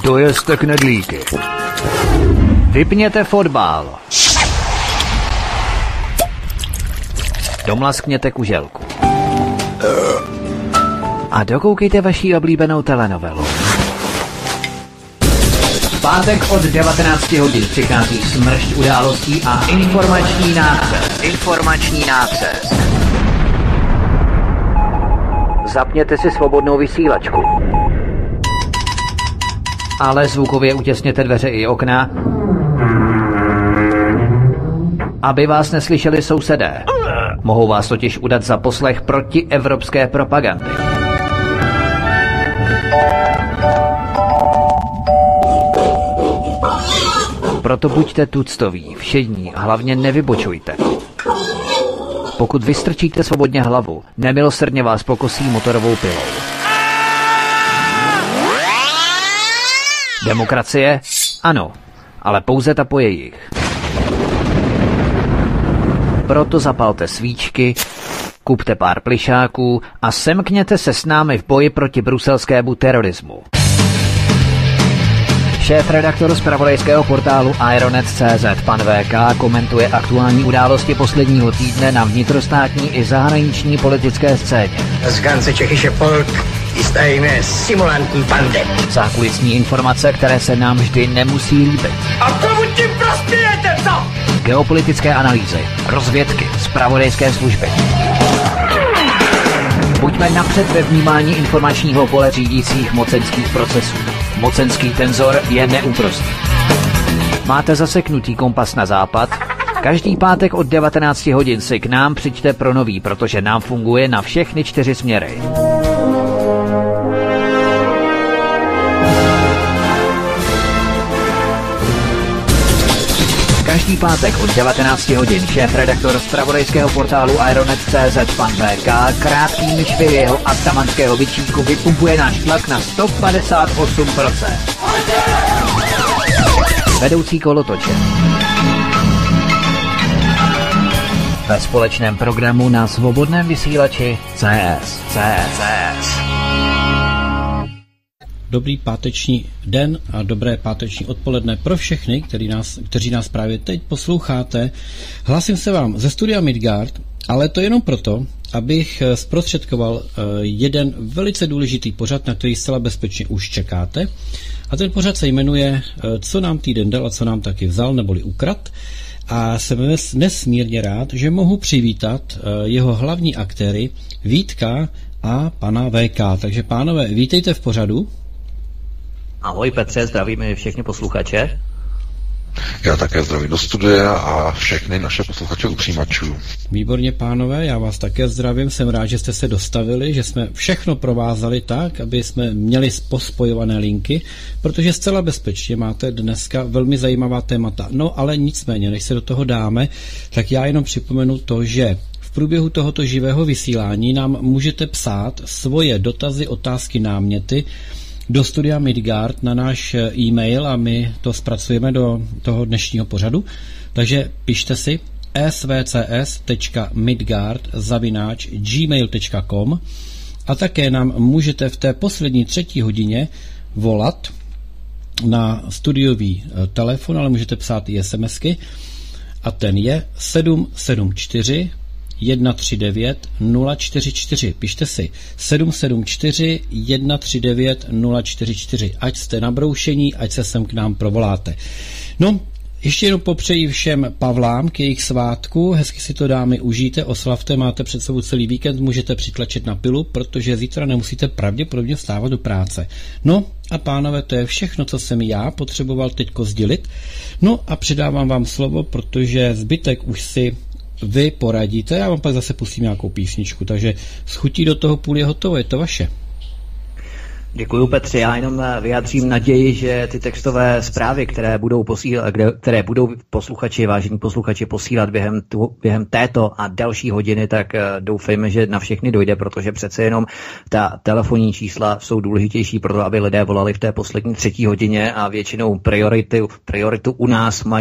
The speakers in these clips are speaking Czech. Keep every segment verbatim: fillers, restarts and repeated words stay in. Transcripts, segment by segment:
Dojezte knedlíky. Vypněte fotbal. Domlaskněte kuželku. A dokoukejte vaši oblíbenou telenovelu. V pátek od devatenácti hodin přichází smršť událostí a informační nácest. Informační nácest. Zapněte si svobodnou vysílačku. Ale zvukově utěsněte dveře i okna, aby vás neslyšeli sousedé. Mohou vás totiž udat za poslech protievropské propagandy. Proto buďte tuctoví, všední a hlavně nevybočujte. Pokud vystrčíte svobodně hlavu, nemilosrdně vás pokosí motorovou pilou. Demokracie? Ano, ale pouze ta po jejich. Proto zapalte svíčky, kupte pár plišáků a semkněte se s námi v boji proti bruselskému terorismu. Šéf-redaktor zpravodajského portálu Ironet tečka cé zet pan vé ká komentuje aktuální události posledního týdne na vnitrostátní i zahraniční politické scéně. Z ganze Čechische Volk ist eine simulantní bande. Zákulisní informace, které se nám vždy nemusí líbit. A komu tím prospějete, co? Geopolitické analýzy, rozvědky, zpravodajské služby. Buďme napřed ve vnímání informačního pole řídících mocenských procesů. Mocenský tenzor je neúprostný. Máte zaseknutý kompas na západ? Každý pátek od devatenácti hodin si k nám přijďte pro nový, protože nám funguje na všechny čtyři směry. Každý pátek od devatenácti hodin šéf-redaktor zpravodajského portálu Ironet tečka cé zet pan vé ká krátkými švy jeho atamanského vyčínku vypumpuje náš tlak na sto padesát osm procent. Vedoucí kolotoče. Ve společném programu na svobodném vysílači C S. C S. Dobrý páteční den a dobré páteční odpoledne pro všechny, který nás, kteří nás právě teď posloucháte. Hlásím se vám ze studia Midgard, ale to jenom proto, abych zprostředkoval jeden velice důležitý pořad, na který zcela bezpečně už čekáte. A ten pořad se jmenuje Co nám týden dal a co nám taky vzal, neboli ukrad. A jsem nesmírně rád, že mohu přivítat jeho hlavní aktéry Vítka a pana vé ká. Takže pánové, vítejte v pořadu. Ahoj Petře, zdravíme všechny posluchače. Já také zdravím do studia a všechny naše posluchače u přijímačů. Výborně pánové, já vás také zdravím, jsem rád, že jste se dostavili, že jsme všechno provázali tak, aby jsme měli pospojované linky, protože zcela bezpečně máte dneska velmi zajímavá témata. No ale nicméně, než se do toho dáme, tak já jenom připomenu to, že v průběhu tohoto živého vysílání nám můžete psát svoje dotazy, otázky, náměty do studia Midgard na náš e-mail a my to zpracujeme do toho dnešního pořadu. Takže pište si s v c s tečka midgard zavináč gmail tečka com a také nám můžete v té poslední třetí hodině volat na studiový telefon, ale můžete psát i SMSky a ten je sedm sedm čtyři jedna tři devět nula čtyři čtyři. Pište si sedm sedm čtyři jedna tři devět nula čtyři čtyři. Ať jste nabroušení, ať se sem k nám provoláte. No, ještě jenom popřeji všem Pavlám k jejich svátku. Hezky si to dámy užijte, oslavte, máte před sebou celý víkend, můžete přitlačit na pilu, protože zítra nemusíte pravděpodobně vstávat do práce. No a pánové, to je všechno, co jsem já potřeboval teďko sdělit. No a předávám vám slovo, protože zbytek už si vy poradíte, já vám pak zase pustím nějakou písničku, takže s chutí do toho půl je hotovo, je to vaše. Děkuju Petře, já jenom vyjádřím naději, že ty textové zprávy, které budou posílat, které budou posluchači, vážení posluchači posílat během, tu, během této a další hodiny, tak doufejme, že na všechny dojde, protože přece jenom ta telefonní čísla jsou důležitější pro to, aby lidé volali v té poslední třetí hodině a většinou prioritu, prioritu u nás mají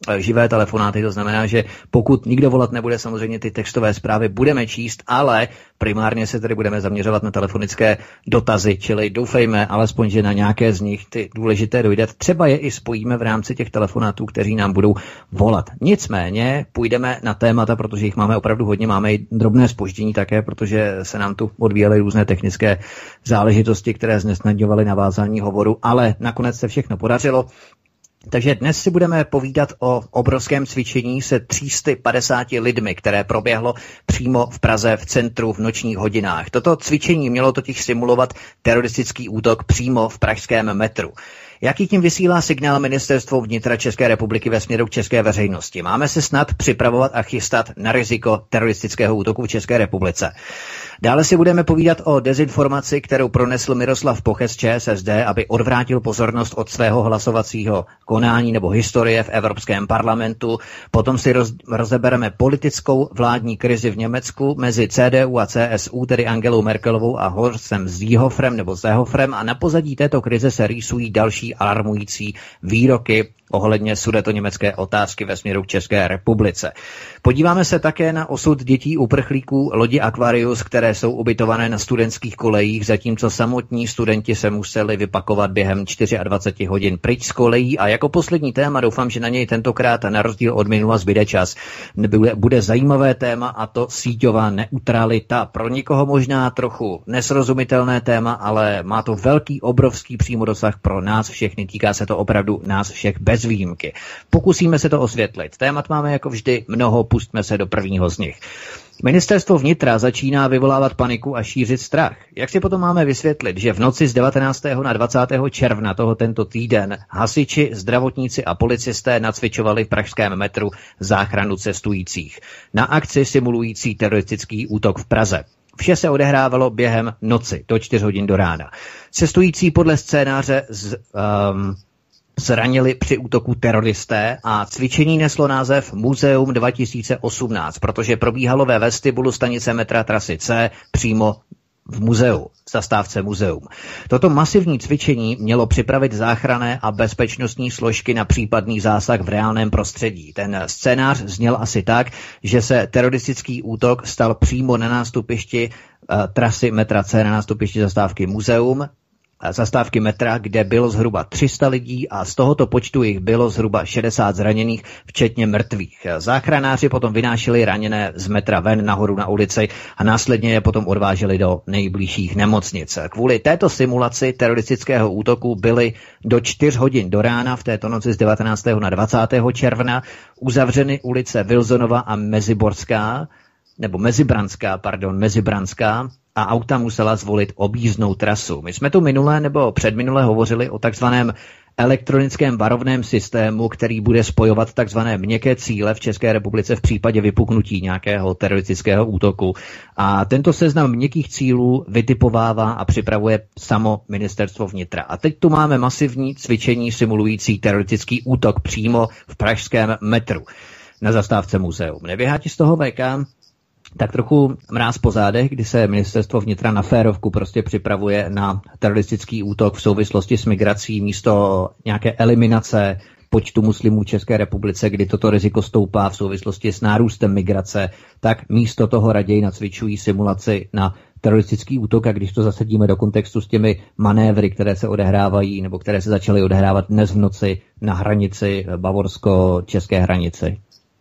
živé telefonáty, to znamená, že pokud nikdo volat nebude, samozřejmě ty textové zprávy budeme číst, ale primárně se tedy budeme zaměřovat na telefonické dotazy, čili doufejme alespoň, že na nějaké z nich ty důležité dojde. Třeba je i spojíme v rámci těch telefonátů, kteří nám budou volat. Nicméně půjdeme na témata, protože jich máme opravdu hodně, máme i drobné zpoždění také, protože se nám tu odvíjely různé technické záležitosti, které znesnadňovaly navázání hovoru, ale nakonec se všechno podařilo. Takže dnes si budeme povídat o obrovském cvičení se tři sta padesáti lidmi, které proběhlo přímo v Praze v centru v nočních hodinách. Toto cvičení mělo totiž simulovat teroristický útok přímo v pražském metru. Jaký tím vysílá signál Ministerstvo vnitra České republiky ve směru k české veřejnosti? Máme se snad připravovat a chystat na riziko teroristického útoku v České republice. Dále si budeme povídat o dezinformaci, kterou pronesl Miroslav Poche z ČSSD, aby odvrátil pozornost od svého hlasovacího konání nebo historie v Evropském parlamentu. Potom si roz, rozebereme politickou vládní krizi v Německu mezi C D U a C S U, tedy Angelou Merkelovou a Horstem Seehofrem nebo Seehofrem, a na pozadí této krize se rýsují další alarmující výroky ohledně sudetoněmecké otázky ve směru k České republice. Podíváme se také na osud dětí uprchlíků lodi Aquarius, které jsou ubytované na studentských kolejích, zatímco samotní studenti se museli vypakovat během dvacet čtyři hodin pryč z kolejí. A jako poslední téma, doufám, že na něj tentokrát na rozdíl od minula zbyde čas, bude, bude zajímavé téma, a to síťová neutralita. Pro někoho možná trochu nesrozumitelné téma, ale má to velký, obrovský přímo dosah pro nás všechny. Týká se to opravdu nás všech bez výjimky. Pokusíme se to osvětlit. Témat máme jako vždy mnoho, pustme se do prvního z nich. Ministerstvo vnitra začíná vyvolávat paniku a šířit strach. Jak si potom máme vysvětlit, že v noci z devatenáctého na dvacátého června toho tento týden hasiči, zdravotníci a policisté nacvičovali v pražském metru záchranu cestujících na akci simulující teroristický útok v Praze? Vše se odehrávalo během noci do čtyř hodin do rána. Cestující podle scénáře z... Um, zranili při útoku teroristé a cvičení neslo název Muzeum dva tisíce osmnáct, protože probíhalo ve vestibulu stanice metra trasy C přímo v muzeu, v zastávce muzeum. Toto masivní cvičení mělo připravit záchranné a bezpečnostní složky na případný zásah v reálném prostředí. Ten scénář zněl asi tak, že se teroristický útok stal přímo na nástupišti uh, trasy metra C, na nástupišti zastávky muzeum, zastávky metra, kde bylo zhruba tři sta lidí a z tohoto počtu jich bylo zhruba šedesát zraněných, včetně mrtvých. Záchranáři potom vynášeli raněné z metra ven nahoru na ulici a následně je potom odváželi do nejbližších nemocnic. Kvůli této simulaci teroristického útoku byly do čtyř hodin do rána v této noci z devatenáctého na dvacátého června uzavřeny ulice Wilsonova a Meziborská, nebo Mezibranská, pardon, Mezibranská, a auta musela zvolit objízdnou trasu. My jsme tu minulé nebo předminulé hovořili o takzvaném elektronickém varovném systému, který bude spojovat takzvané měkké cíle v České republice v případě vypuknutí nějakého teroristického útoku. A tento seznam měkkých cílů vytipovává a připravuje samo Ministerstvo vnitra. A teď tu máme masivní cvičení simulující teroristický útok přímo v pražském metru na zastávce muzeum. Neběhá ti z toho V K? Tak trochu mráz po zádech, kdy se Ministerstvo vnitra na férovku prostě připravuje na teroristický útok v souvislosti s migrací místo nějaké eliminace počtu muslimů v České republice, kdy toto riziko stoupá v souvislosti s nárůstem migrace, tak místo toho raději nacvičují simulaci na teroristický útok, a když to zasadíme do kontextu s těmi manévry, které se odehrávají nebo které se začaly odehrávat dnes v noci na hranici bavorsko-české hranici.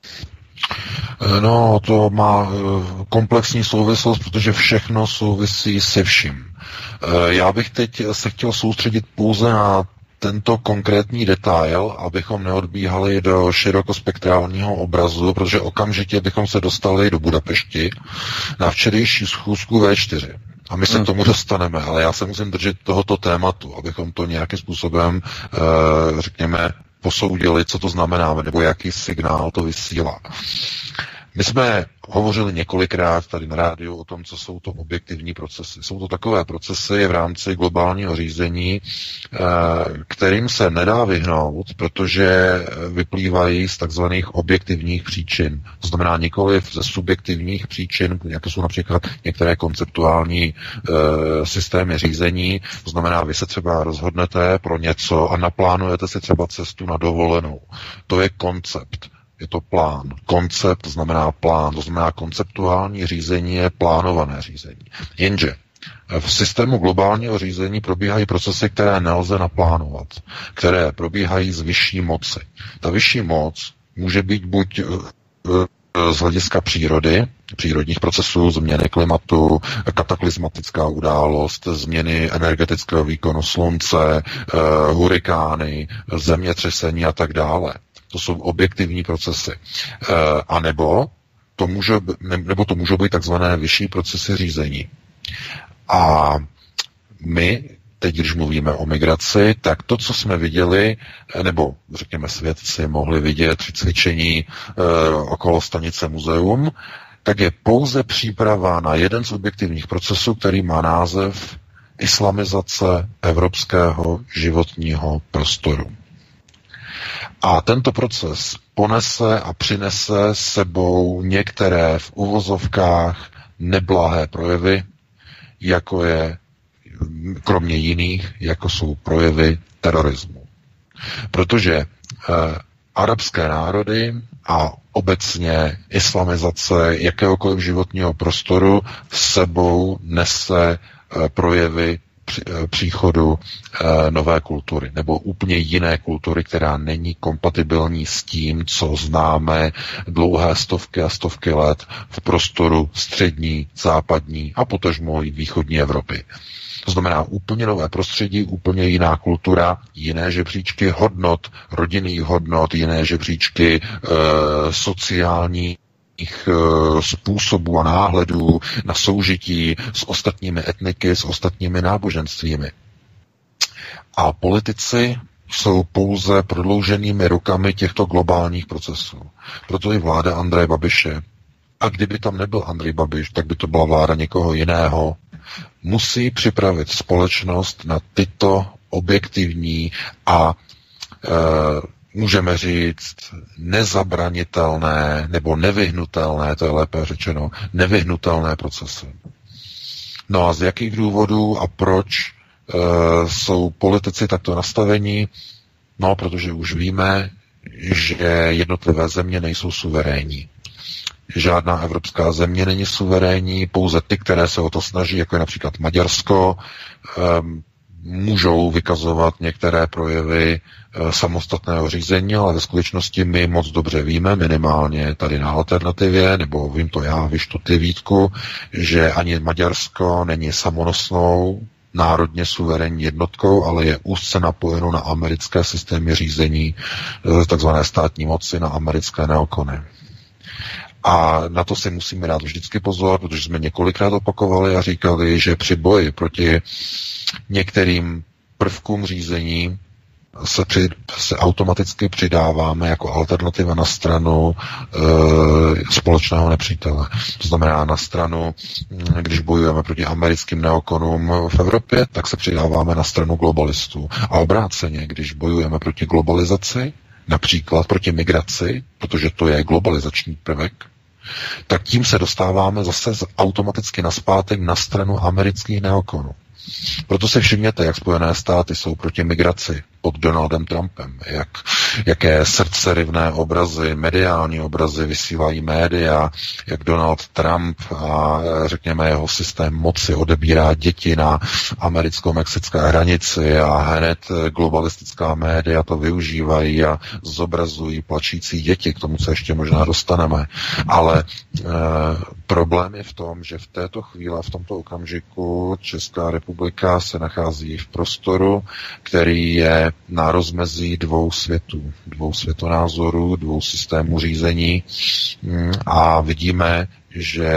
No, to má komplexní souvislost, protože všechno souvisí se vším. Já bych teď se chtěl soustředit pouze na tento konkrétní detail, abychom neodbíhali do širokospektrálního obrazu, protože okamžitě bychom se dostali do Budapešti na včerejší schůzku V čtyři. A my se k tomu dostaneme, ale já se musím držet tohoto tématu, abychom to nějakým způsobem, řekněme, posoudili, co to znamená, nebo jaký signál to vysílá. My jsme hovořili několikrát tady na rádiu o tom, co jsou to objektivní procesy. Jsou to takové procesy v rámci globálního řízení, kterým se nedá vyhnout, protože vyplývají z takzvaných objektivních příčin. To znamená nikoliv ze subjektivních příčin, jako jsou například některé konceptuální e, systémy řízení. To znamená, vy se třeba rozhodnete pro něco a naplánujete si třeba cestu na dovolenou. To je koncept. Je to plán. Koncept znamená plán, to znamená konceptuální řízení je plánované řízení. Jenže v systému globálního řízení probíhají procesy, které nelze naplánovat, které probíhají z vyšší moci. Ta vyšší moc může být buď z hlediska přírody, přírodních procesů, změny klimatu, kataklizmatická událost, změny energetického výkonu slunce, hurikány, zemětřesení a tak dále. To jsou objektivní procesy. A nebo to, může, nebo to můžou být takzvané vyšší procesy řízení. A my, teď když mluvíme o migraci, tak to, co jsme viděli, nebo řekněme svědci mohli vidět při cvičení e, okolo stanice muzeum, tak je pouze příprava na jeden z objektivních procesů, který má název islamizace evropského životního prostoru. A tento proces ponese a přinese sebou některé v uvozovkách neblahé projevy, jako je, kromě jiných, jako jsou projevy terorismu. Protože eh, arabské národy a obecně islamizace jakéhokoliv životního prostoru s sebou nese eh, projevy příchodu e, nové kultury, nebo úplně jiné kultury, která není kompatibilní s tím, co známe dlouhé stovky a stovky let v prostoru střední, západní a potažmo i východní Evropy. To znamená úplně nové prostředí, úplně jiná kultura, jiné žebříčky hodnot, rodinných hodnot, jiné žebříčky e, sociální způsobů a náhledů na soužití s ostatními etniky, s ostatními náboženstvími. A politici jsou pouze prodlouženými rukami těchto globálních procesů. Proto i vláda Andreje Babiše, a kdyby tam nebyl Andrej Babiš, tak by to byla vláda někoho jiného, musí připravit společnost na tyto objektivní a e, můžeme říct, nezabranitelné nebo nevyhnutelné, to je lépe řečeno, nevyhnutelné procesy. No a z jakých důvodů a proč e, jsou politici takto nastavení? No, protože už víme, že jednotlivé země nejsou suverénní. Žádná evropská země není suverénní, pouze ty, které se o to snaží, jako je například Maďarsko, e, můžou vykazovat některé projevy e, samostatného řízení, ale ve skutečnosti my moc dobře víme, minimálně tady na Alternativě, nebo vím to já, víš to ty, Vítku, že ani Maďarsko není samonosnou národně suverénní jednotkou, ale je úzce napojeno na americké systémy řízení, e, takzvané státní moci, na americké neokony. A na to si musíme dát vždycky pozor, protože jsme několikrát opakovali a říkali, že při boji proti některým prvkům řízení se, při, se automaticky přidáváme jako alternativa na stranu e, společného nepřítele. To znamená na stranu, když bojujeme proti americkým neokonům v Evropě, tak se přidáváme na stranu globalistů. A obráceně, když bojujeme proti globalizaci, například proti migraci, protože to je globalizační prvek, tak tím se dostáváme zase automaticky naspátek na stranu amerických neokonů. Proto se všimněte, jak Spojené státy jsou proti migraci pod Donaldem Trumpem, jak, jaké srdcerivné obrazy, mediální obrazy vysílají média, jak Donald Trump a řekněme jeho systém moci odebírá děti na americko-mexické hranici a hned globalistická média to využívají a zobrazují plačící děti, k tomu se ještě možná dostaneme. Ale e, problém je v tom, že v této chvíli, v tomto okamžiku Česká republika se nachází v prostoru, který je na rozmezí dvou světů, dvou světonázorů, dvou systémů řízení a vidíme, že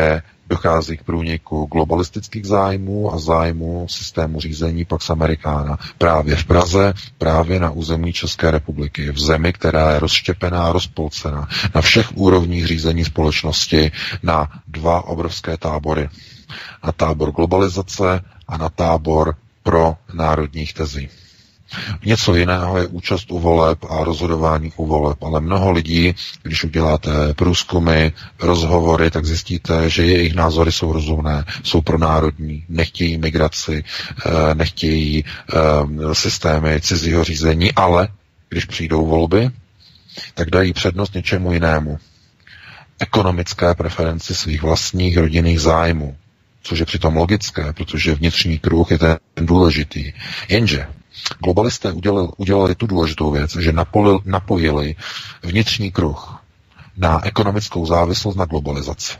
dochází k průniku globalistických zájmů a zájmů systému řízení Pax Americana právě v Praze, právě na území České republiky, v zemi, která je rozštěpená a rozpolcená na všech úrovních řízení společnosti na dva obrovské tábory. Na tábor globalizace a na tábor pro národních tezí. Něco jiného je účast u voleb a rozhodování u voleb, ale mnoho lidí, když uděláte průzkumy, rozhovory, tak zjistíte, že jejich názory jsou rozumné, jsou pronárodní, nechtějí migraci, nechtějí systémy cizího řízení, ale když přijdou volby, tak dají přednost něčemu jinému. Ekonomické preferenci svých vlastních rodinných zájmů, což je přitom logické, protože vnitřní kruh je ten důležitý. Jenže globalisté udělali, udělali tu důležitou věc, že napolil, napojili vnitřní kruh na ekonomickou závislost na globalizaci.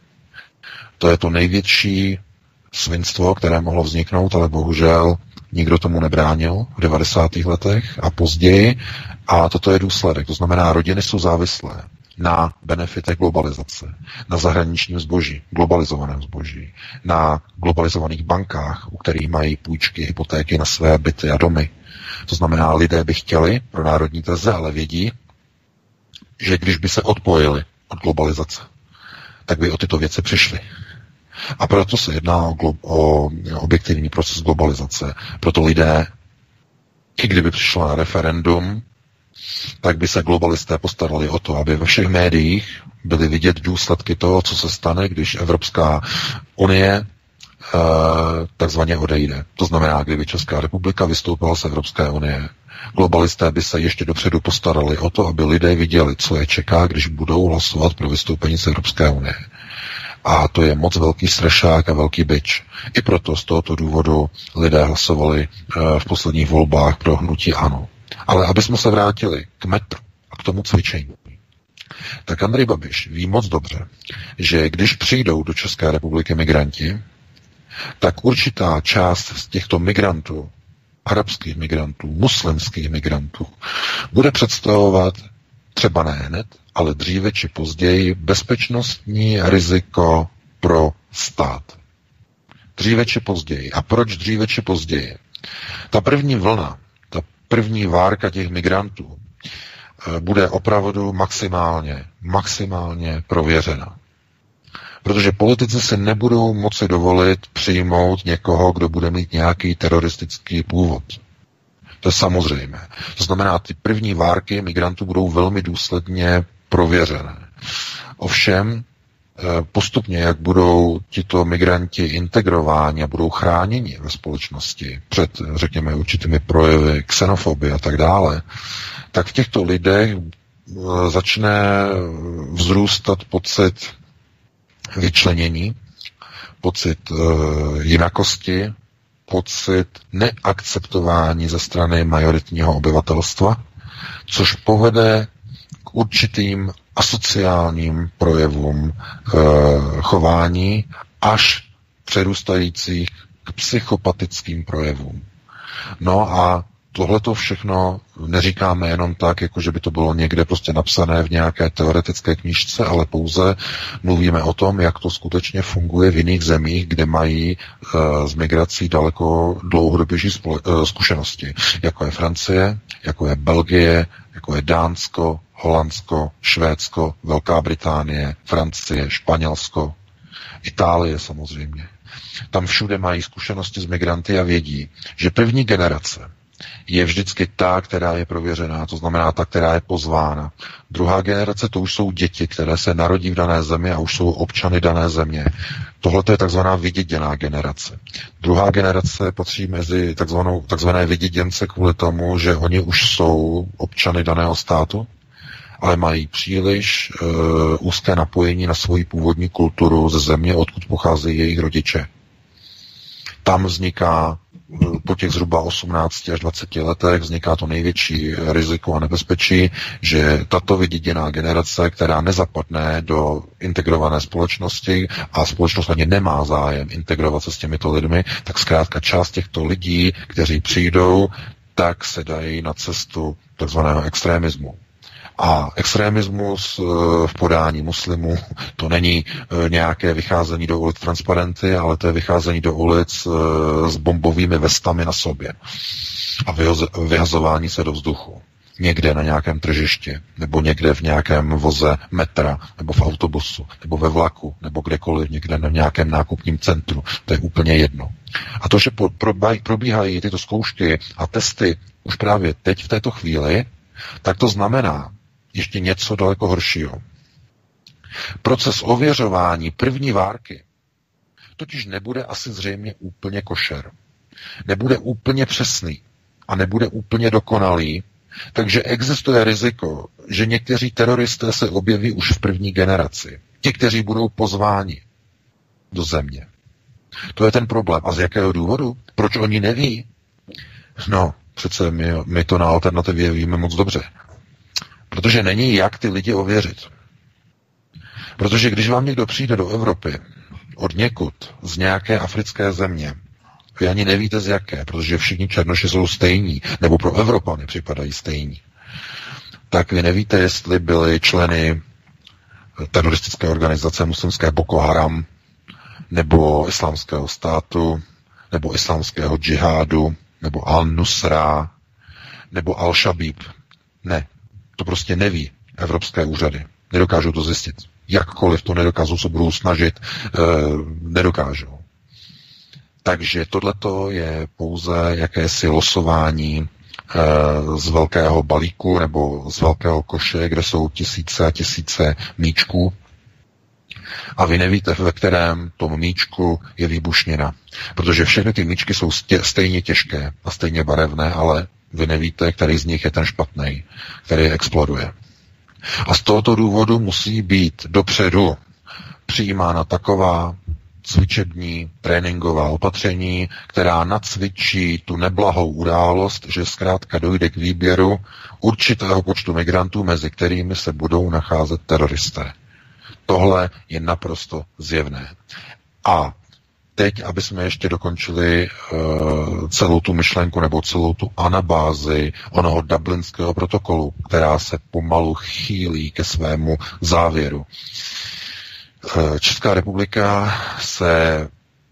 To je to největší svinstvo, které mohlo vzniknout, ale bohužel nikdo tomu nebránil v devadesátých letech a později. A toto je důsledek. To znamená, rodiny jsou závislé na benefitech globalizace, na zahraničním zboží, globalizovaném zboží, na globalizovaných bankách, u kterých mají půjčky, hypotéky na své byty a domy. To znamená, lidé by chtěli pro národní teze, ale vědí, že když by se odpojili od globalizace, tak by o tyto věci přišli. A proto se jedná o, glo- o objektivní proces globalizace. Proto lidé, i kdyby přišlo na referendum, tak by se globalisté postarali o to, aby ve všech médiích byly vidět důsledky toho, co se stane, když Evropská unie e, takzvaně odejde. To znamená, kdyby Česká republika vystoupila z Evropské unie. Globalisté by se ještě dopředu postarali o to, aby lidé viděli, co je čeká, když budou hlasovat pro vystoupení z Evropské unie. A to je moc velký strašák a velký bič. I proto z tohoto důvodu lidé hlasovali e, v posledních volbách pro hnutí ANO. Ale aby jsme se vrátili k metru a k tomu cvičení, tak Andrej Babiš ví moc dobře, že když přijdou do České republiky migranti, tak určitá část z těchto migrantů, arabských migrantů, muslimských migrantů, bude představovat třeba ne hned, ale dříve či později bezpečnostní riziko pro stát. Dříve či později. A proč dříve či později? Ta první vlna, první várka těch migrantů bude opravdu maximálně, maximálně prověřena. Protože politici si nebudou moci dovolit přijmout někoho, kdo bude mít nějaký teroristický původ. To je samozřejmé. To znamená, ty první várky migrantů budou velmi důsledně prověřené. Ovšem, postupně, jak budou tito migranti integrováni a budou chráněni ve společnosti před, řekněme, určitými projevy xenofobie a tak dále, tak v těchto lidech začne vzrůstat pocit vyčlenění, pocit jinakosti, pocit neakceptování ze strany majoritního obyvatelstva, což povede k určitým asociálním projevům e, chování až přerůstajících k psychopatickým projevům. No a tohleto všechno neříkáme jenom tak, jako že by to bylo někde prostě napsané v nějaké teoretické knížce, ale pouze mluvíme o tom, jak to skutečně funguje v jiných zemích, kde mají e, s migrací daleko dlouhodobější spole- e, zkušenosti, jako je Francie, jako je Belgie, jako je Dánsko, Holandsko, Švédsko, Velká Británie, Francie, Španělsko, Itálie samozřejmě. Tam všude mají zkušenosti s migranty a vědí, že první generace je vždycky ta, která je prověřená, to znamená ta, která je pozvána. Druhá generace, to už jsou děti, které se narodí v dané zemi a už jsou občany dané země. Tohle je takzvaná vyděděná generace. Druhá generace patří mezi takzvanou, takzvané vyděděnce kvůli tomu, že oni už jsou občany daného státu, ale mají příliš uh, úzké napojení na svoji původní kulturu ze země, odkud pocházejí jejich rodiče. Tam vzniká po těch zhruba osmnácti až dvaceti letech vzniká to největší riziko a nebezpečí, že tato vyděděná generace, která nezapadne do integrované společnosti a společnost ani nemá zájem integrovat se s těmito lidmi, tak zkrátka část těchto lidí, kteří přijdou, tak se dají na cestu takzvaného extremismu. A extremismus v podání muslimů, to není nějaké vycházení do ulic transparenty, ale to je vycházení do ulic s bombovými vestami na sobě a vyhazování se do vzduchu. Někde na nějakém tržišti, nebo někde v nějakém voze metra, nebo v autobusu, nebo ve vlaku, nebo kdekoliv, někde na nějakém nákupním centru. To je úplně jedno. A to, že probíhají tyto zkoušky a testy už právě teď v této chvíli, tak to znamená ještě něco daleko horšího. Proces ověřování první várky totiž nebude asi zřejmě úplně košer. Nebude úplně přesný a nebude úplně dokonalý, takže existuje riziko, že někteří teroristé se objeví už v první generaci. Ti, kteří budou pozváni do země. To je ten problém. A z jakého důvodu? Proč oni neví? No, přece my, my to na Alternativě víme moc dobře. Protože není jak ty lidi ověřit. Protože když vám někdo přijde do Evropy od někud, z nějaké africké země, vy ani nevíte z jaké, protože všichni černoši jsou stejní, nebo pro Evropany připadají stejní. Tak vy nevíte, jestli byli členy teroristické organizace muslimské Boko Haram, nebo islámského státu, nebo islámského džihádu, nebo Al-Nusra, nebo Al-Shabib. Ne, to prostě neví evropské úřady. Nedokážou to zjistit. Jakkoliv to nedokážou, se budou snažit, eh, nedokážou. Takže tohleto je pouze jakési losování e, z velkého balíku nebo z velkého koše, kde jsou tisíce a tisíce míčků a vy nevíte, ve kterém tom míčku je výbušnina. Protože všechny ty míčky jsou stě, stejně těžké a stejně barevné, ale vy nevíte, který z nich je ten špatný, který exploduje. A z tohoto důvodu musí být dopředu přijímána taková cvičební, tréninková opatření, která nacvičí tu neblahou událost, že zkrátka dojde k výběru určitého počtu migrantů, mezi kterými se budou nacházet teroristé. Tohle je naprosto zjevné. A teď, aby jsme ještě dokončili uh, celou tu myšlenku nebo celou tu anabázi onoho Dublinského protokolu, která se pomalu chýlí ke svému závěru. Česká republika se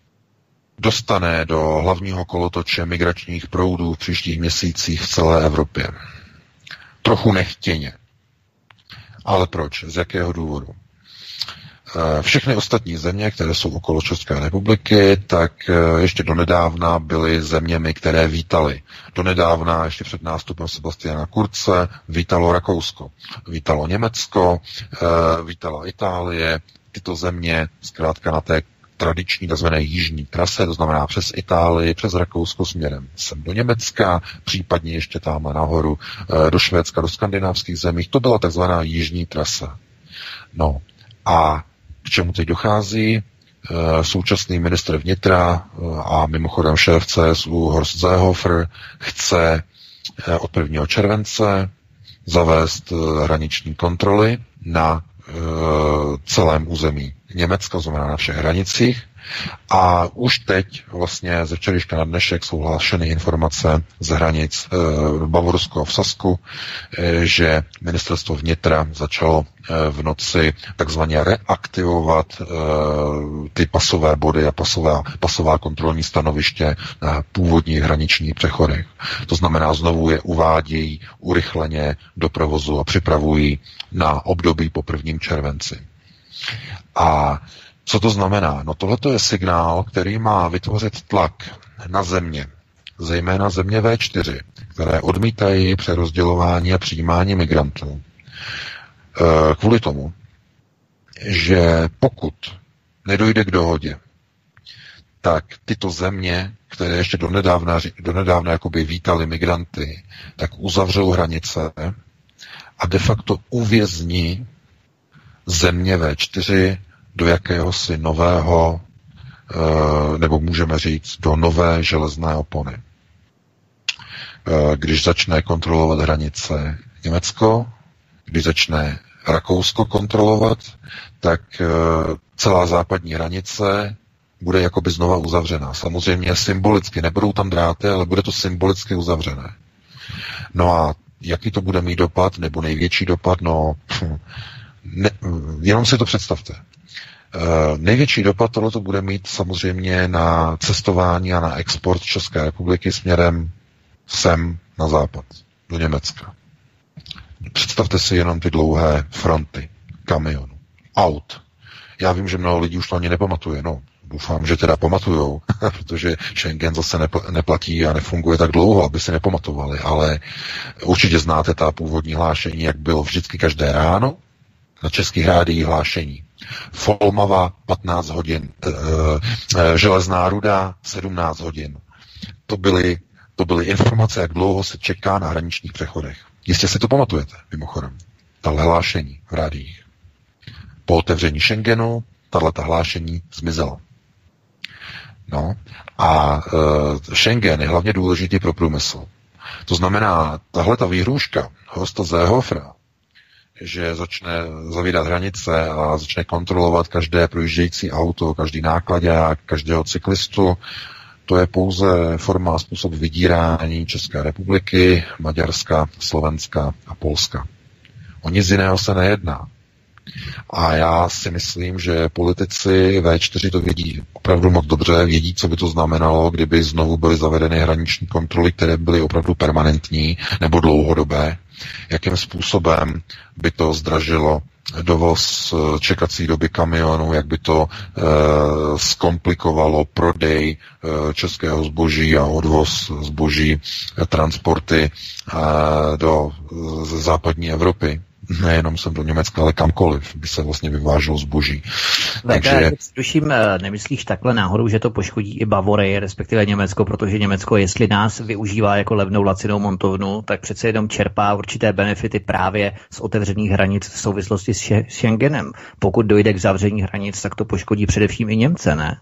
dostane do hlavního kolotoče migračních proudů v příštích měsících v celé Evropě. Trochu nechtěně. Ale proč? Z jakého důvodu? Všechny ostatní země, které jsou okolo České republiky, tak ještě donedávna byly zeměmi, které vítaly. Donedávna, ještě před nástupem Sebastiana Kurze, vítalo Rakousko, vítalo Německo, vítala Itálie. Tyto země zkrátka na té tradiční tzv. Jižní trase, to znamená přes Itálii, přes Rakousko směrem sem do Německa, případně ještě tam nahoru do Švédska, do skandinávských zemí. To byla tzv. Jižní trasa. No a k čemu teď dochází? Současný ministr vnitra a mimochodem šéf C S U Horst Seehofer chce od prvního července zavést hraniční kontroly na celém území Německa, znamená na všech hranicích. A už teď vlastně ze včerejška na dnešek jsou hlášeny informace z hranic e, Bavorsko a v Sasku, e, že ministerstvo vnitra začalo e, v noci takzvaně reaktivovat e, ty pasové body a pasová, pasová kontrolní stanoviště na původních hraničních přechodech. To znamená, znovu je uvádějí urychleně do provozu a připravují na období po prvním červenci. A co to znamená? No tohle je signál, který má vytvořit tlak na země, zejména země V čtyři, které odmítají přerozdělování a přijímání migrantů. Kvůli tomu, že pokud nedojde k dohodě, tak tyto země, které ještě donedávna, donedávna jakoby vítali migranty, tak uzavřou hranice a de facto uvězní země V čtyři do jakéhosi nového, nebo můžeme říct, do nové železné opony. Když začne kontrolovat hranice Německo, když začne Rakousko kontrolovat, tak celá západní hranice bude jakoby znova uzavřená. Samozřejmě symbolicky, nebudou tam dráty, ale bude to symbolicky uzavřené. No a Jaký to bude mít dopad, nebo největší dopad, no, ne, jenom si to představte. Uh, největší dopad tohleto bude mít samozřejmě na cestování a na export České republiky směrem sem na západ, do Německa. Představte si jenom ty dlouhé fronty kamionů, aut. Já vím, že mnoho lidí už to ani nepamatuje, no. Doufám, že teda pamatujou, protože Schengen zase neplatí a nefunguje tak dlouho, aby si nepamatovali, ale určitě znáte ta původní hlášení, jak bylo vždycky každé ráno na českých rádiích hlášení. Folmava patnáct hodin, e, e, Železná Ruda sedmnáct hodin. To byly, to byly informace, jak dlouho se čeká na hraničních přechodech. Jistě si to pamatujete, mimochodem. Tahle hlášení v rádiích. Po otevření Schengenu tato hlášení zmizela. No a e, Schengen je hlavně důležitý pro průmysl. To znamená, tahle ta výhrůžka Horsta Seehofera, že začne zavírat hranice a začne kontrolovat každé projíždějící auto, každý nákladák, každého cyklistu, to je pouze forma a způsob vydírání České republiky, Maďarska, Slovenska a Polska. O nic jiného se nejedná. A já si myslím, že politici vé čtyři to vědí opravdu moc dobře, vědí, co by to znamenalo, kdyby znovu byly zavedeny hraniční kontroly, které byly opravdu permanentní nebo dlouhodobé, jakým způsobem by to zdražilo dovoz čekací doby kamionů, jak by to e, zkomplikovalo prodej e, českého zboží a odvoz zboží, e, transporty e, do e, západní Evropy. Nejenom sem do Německa, ale kamkoliv by se vlastně vyváželo zboží. Takže... Tuším, nemyslíš takhle náhodou, že to poškodí i Bavory, respektive Německo, protože Německo, jestli nás využívá jako levnou lacinou montovnu, tak přece jenom čerpá určité benefity právě z otevřených hranic v souvislosti s Schengenem. Pokud dojde k zavření hranic, tak to poškodí především i Němce, ne?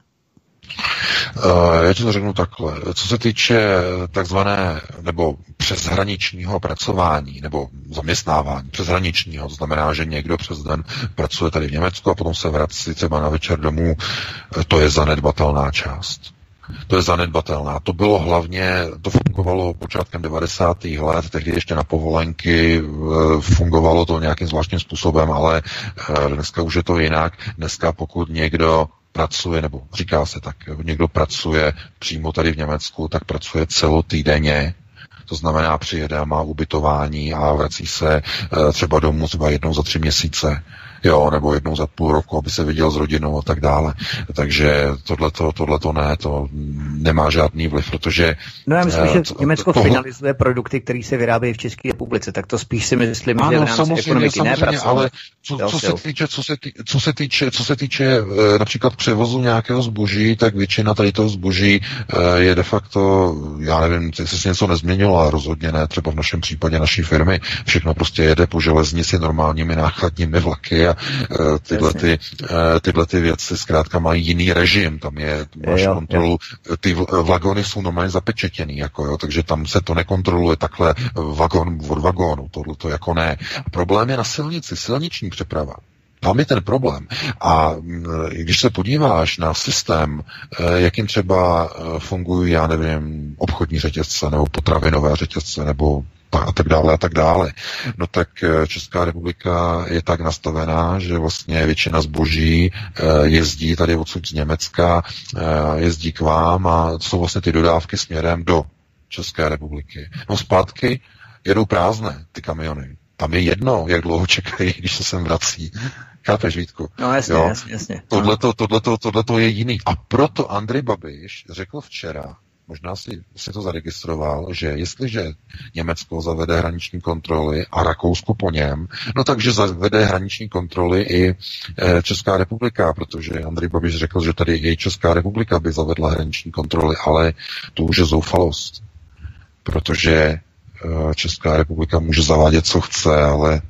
Uh, já ti to řeknu takhle. Co se týče takzvané nebo přeshraničního pracování nebo zaměstnávání přeshraničního, to znamená, že někdo přes den pracuje tady v Německu a potom se vrací třeba na večer domů, to je zanedbatelná část. To je zanedbatelná. To bylo hlavně, to fungovalo počátkem devadesátých let, tehdy ještě na povolenky, fungovalo to nějakým zvláštním způsobem, ale dneska už je to jinak. Dneska pokud někdo pracuje, nebo říká se tak, někdo pracuje přímo tady v Německu, tak pracuje celotýdenně, to znamená přijede a má ubytování a vrací se třeba domů třeba jednou za tři měsíce, jo, nebo jednou za půl roku, aby se viděl s rodinou a tak dále. Takže tohleto, tohleto ne, to nemá žádný vliv, protože... No já myslím, že Německo to, finalizuje produkty, které se vyrábějí v České republice, tak to spíš si myslím, ano, že v rámci ekonomiky nepracuje. Ale co, co, se týče, co, se tý, co se týče, co se týče například převozu nějakého zboží, tak většina tady toho zboží je de facto, já nevím, jestli se něco nezměnilo, ale rozhodně ne, třeba v našem případě naší firmy, všechno prostě jede po železnici normálními nákladními vlaky a tyhle, ty, tyhle ty věci zkrátka mají jiný režim, tam je, máš jo, kontrolu, jo. Ty vagony jsou normálně zapečetěný, jako jo, takže tam se to nekontroluje takhle vagon od vagónu, tohle to jako ne. Problém je na silnici, silniční přeprava. Tam je ten problém. A když se podíváš na systém, jakým třeba fungují, já nevím, obchodní řetězce, nebo potravinové řetězce, nebo a tak dále a tak dále. No tak Česká republika je tak nastavená, že vlastně většina zboží jezdí tady odsud z Německa, jezdí k vám a jsou vlastně ty dodávky směrem do České republiky. No zpátky jedou prázdné ty kamiony. Tam je jedno, jak dlouho čekají, když se sem vrací. Chápeš, Vítku? No jasně, jo? jasně, jasně. Tohleto, tohleto, tohleto je jiný. A proto Andrej Babiš řekl včera, možná si, si to zaregistroval, že jestliže Německo zavede hraniční kontroly a Rakousko po něm, no takže zavede hraniční kontroly i e, Česká republika, protože Andrej Babiš řekl, že tady i Česká republika by zavedla hraniční kontroly, ale to už je zoufalost, protože e, Česká republika může zavádět, co chce, ale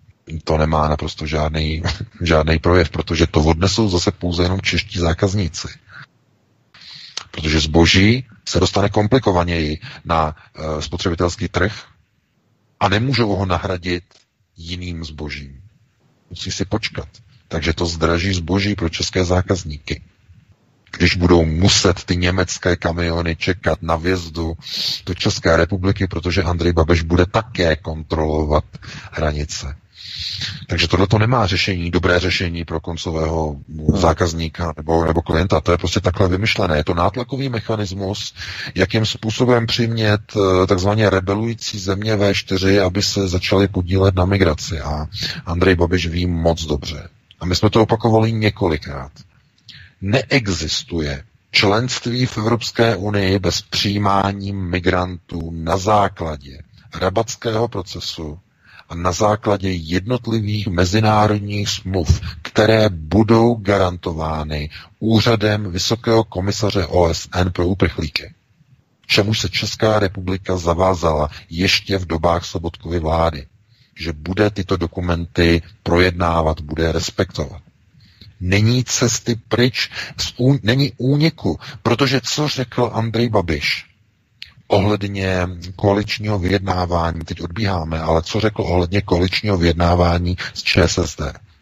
to nemá naprosto žádný, žádný projev, protože to odnesou zase pouze jenom čeští zákazníci. Protože zboží se dostane komplikovaněji na e, spotřebitelský trh a nemůžou ho nahradit jiným zbožím. Musí si počkat. Takže to zdraží zboží pro české zákazníky. když budou muset ty německé kamiony čekat na vjezdu do České republiky, protože Andrej Babiš bude také kontrolovat hranice. Takže tohle to nemá řešení, dobré řešení pro koncového zákazníka nebo, nebo klienta. To je prostě takhle vymyšlené. Je to nátlakový mechanismus, jakým způsobem přimět takzvaně rebelující země vé čtyři, aby se začaly podílet na migraci. A Andrej Babiš ví moc dobře. A my jsme to opakovali několikrát. Neexistuje členství v Evropské unii bez přijímání migrantů na základě rabatského procesu a na základě jednotlivých mezinárodních smluv, které budou garantovány úřadem Vysokého komisaře O S N pro uprchlíky. Čemu se Česká republika zavázala ještě v dobách Sobotkovy vlády, že bude tyto dokumenty projednávat, bude respektovat. Není cesty pryč, není úniku, protože co řekl Andrej Babiš ohledně koaličního vyjednávání, teď odbíháme, ale co řekl ohledně koaličního vyjednávání s ČSSD?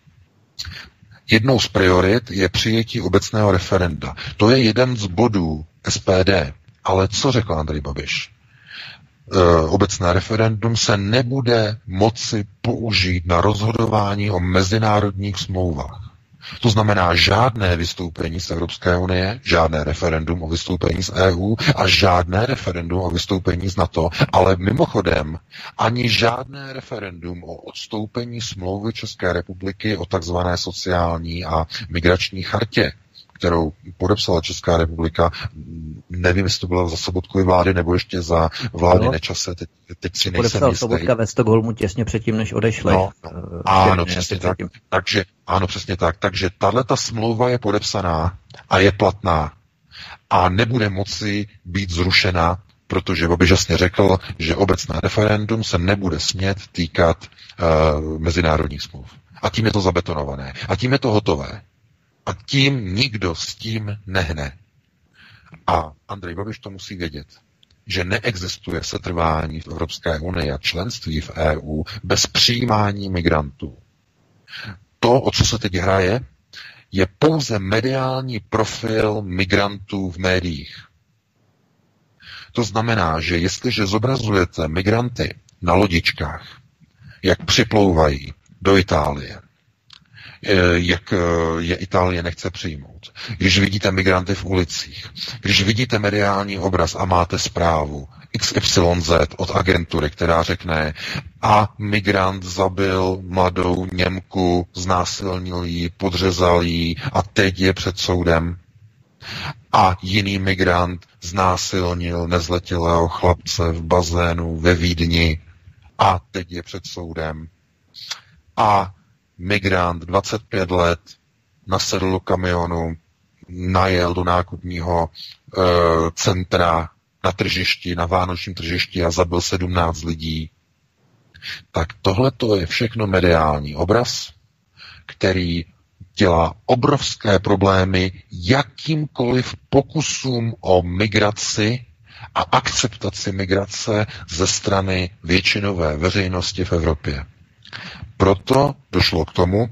Jednou z priorit je přijetí obecného referenda. To je jeden z bodů S P D. Ale co řekl Andrej Babiš? E, obecné referendum se nebude moci použít na rozhodování o mezinárodních smlouvách. To znamená žádné vystoupení z Evropské unie, žádné referendum o vystoupení z E U a žádné referendum o vystoupení z NATO, ale mimochodem ani žádné referendum o odstoupení smlouvy České republiky o takzvané sociální a migrační chartě, kterou podepsala Česká republika, nevím, jestli to bylo za Sobotkovy vlády, nebo ještě za vlády no. Nečase, teď, teď si nejsem podepsal jistý. Sobotka ve Stockholmu těsně předtím, než odešli. No, no. Ano, přesně tak. Takže, ano, přesně tak. Takže tahleta smlouva je podepsaná a je platná a nebude moci být zrušena, protože Babiš jasně řekl, že obecné referendum se nebude smět týkat uh, mezinárodních smluv. A tím je to zabetonované. A tím je to hotové. A tím nikdo s tím nehne. A Andrej Babiš to musí vědět, že neexistuje setrvání v Evropské unii a členství v E U bez přijímání migrantů. To, o co se teď hraje, je pouze mediální profil migrantů v médiích. To znamená, že jestliže zobrazujete migranty na lodičkách, jak připlouvají do Itálie, jak je Itálie nechce přijmout. Když vidíte migranty v ulicích, když vidíte mediální obraz a máte zprávu X Y Z od agentury, která řekne a migrant zabil mladou Němku, znásilnil ji, podřezal ji a teď je před soudem. A jiný migrant znásilnil nezletilého chlapce v bazénu ve Vídni a teď je před soudem. A migrant, dvacet pět let, nasedl do kamionu, najel do nákupního e, centra na tržišti, na vánočním tržišti a zabil sedmnáct lidí. Tak tohle to je všechno mediální obraz, který dělá obrovské problémy jakýmkoliv pokusům o migraci a akceptaci migrace ze strany většinové veřejnosti v Evropě. Proto došlo k tomu,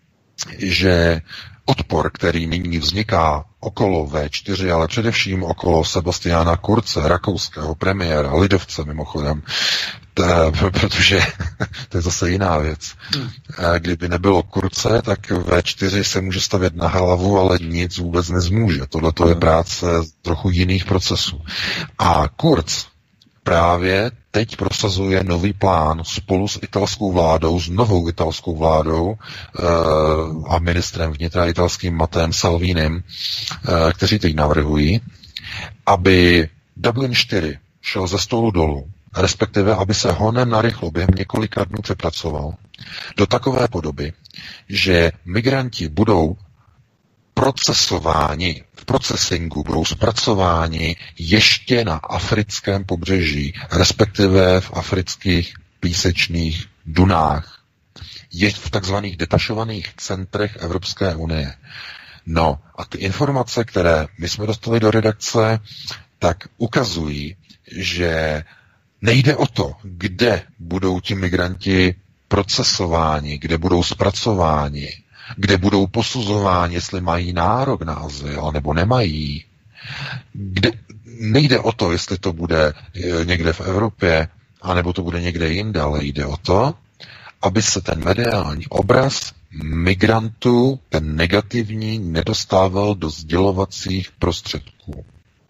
že odpor, který nyní vzniká okolo V čtyři, ale především okolo Sebastiana Kurze, rakouského premiéra, lidovce mimochodem, ta, protože to je zase jiná věc. Kdyby nebylo Kurze, tak V čtyři se může stavět na hlavu, ale nic vůbec nezmůže. Tohle to je práce trochu jiných procesů. A Kurz právě teď prosazuje nový plán spolu s italskou vládou, s novou italskou vládou e, a ministrem vnitra italským Matteem Salvinim, e, kteří teď navrhují, aby Dublin čtyři šel ze stolu dolů, respektive aby se honem narychlo během několika dnů přepracoval do takové podoby, že migranti budou procesováni, v procesingu budou zpracováni ještě na africkém pobřeží, respektive v afrických písečných dunách, je v takzvaných detašovaných centrech Evropské unie. No a ty informace, které my jsme dostali do redakce, tak ukazují, že nejde o to, kde budou ti migranti procesováni, kde budou zpracováni, kde budou posuzováni, jestli mají nárok na azyl, nebo nemají. Kde, nejde o to, jestli to bude někde v Evropě, anebo to bude někde jinde, ale jde o to, aby se ten mediální obraz migrantů, ten negativní, nedostával do sdělovacích prostředků.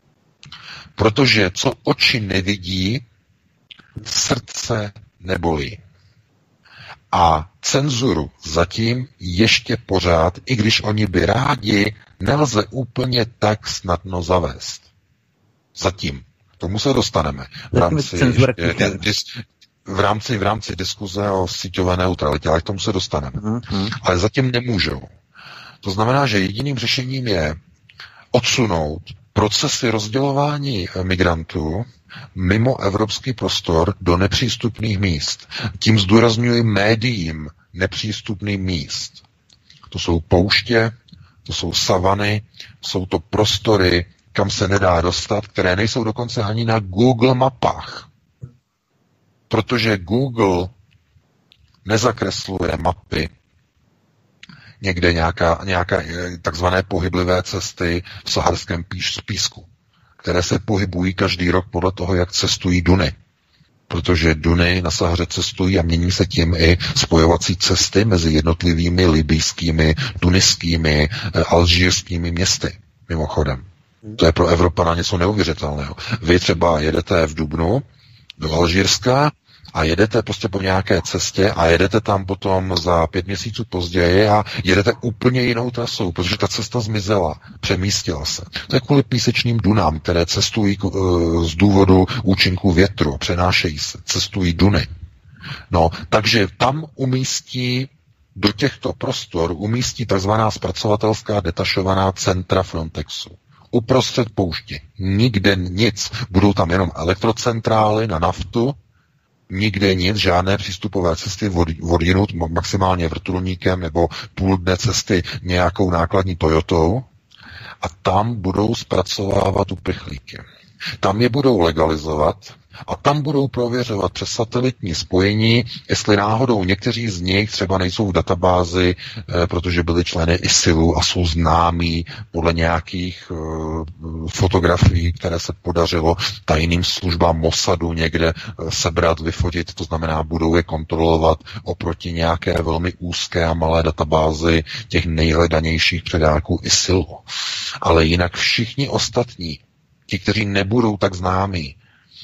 Protože co oči nevidí, srdce nebolí. A cenzuru zatím ještě pořád, i když oni by rádi, nelze úplně tak snadno zavést. Zatím. K tomu se dostaneme. V rámci, ještě, v rámci, v rámci diskuze o síťové neutralitě, ale k tomu se dostaneme. Mm-hmm. Ale zatím nemůžou. To znamená, že jediným řešením je odsunout procesy rozdělování migrantů mimo evropský prostor do nepřístupných míst. Tím zdůrazňuji médiím nepřístupných míst. To jsou pouště, to jsou savany, jsou to prostory, kam se nedá dostat, které nejsou dokonce ani na Google mapách. Protože Google nezakresluje mapy někde nějaká, nějaká takzvané pohyblivé cesty v saharském píš, písku, které se pohybují každý rok podle toho, jak cestují duny. Protože duny na Sahaře cestují a mění se tím i spojovací cesty mezi jednotlivými libijskými, tuniskými, alžírskými městy. Mimochodem. To je pro Evropana něco neuvěřitelného. Vy třeba jedete v dubnu do Alžírska a jedete prostě po nějaké cestě a jedete tam potom za pět měsíců později a jedete úplně jinou trasou, protože ta cesta zmizela, přemístila se. To je kvůli písečným dunám, které cestují z důvodu účinku větru, přenášejí se, cestují duny. No, takže tam umístí do těchto prostor umístí takzvaná zpracovatelská detašovaná centra Frontexu. Uprostřed pouště. Nikde nic. Budou tam jenom elektrocentrály na naftu, nikde nic, žádné přístupové cesty odjinut, maximálně vrtulníkem nebo půl dne cesty nějakou nákladní Toyotou a tam budou zpracovávat uprchlíky. Tam je budou legalizovat a tam budou prověřovat přes satelitní spojení, jestli náhodou někteří z nich třeba nejsou v databázi, eh, protože byli členy ISILu a jsou známí podle nějakých eh, fotografií, které se podařilo tajným službám Mossadu někde eh, sebrat, vyfotit, to znamená, budou je kontrolovat oproti nějaké velmi úzké a malé databázi těch nejhledanějších předáků ISILu. Ale jinak všichni ostatní, ti, kteří nebudou tak známí,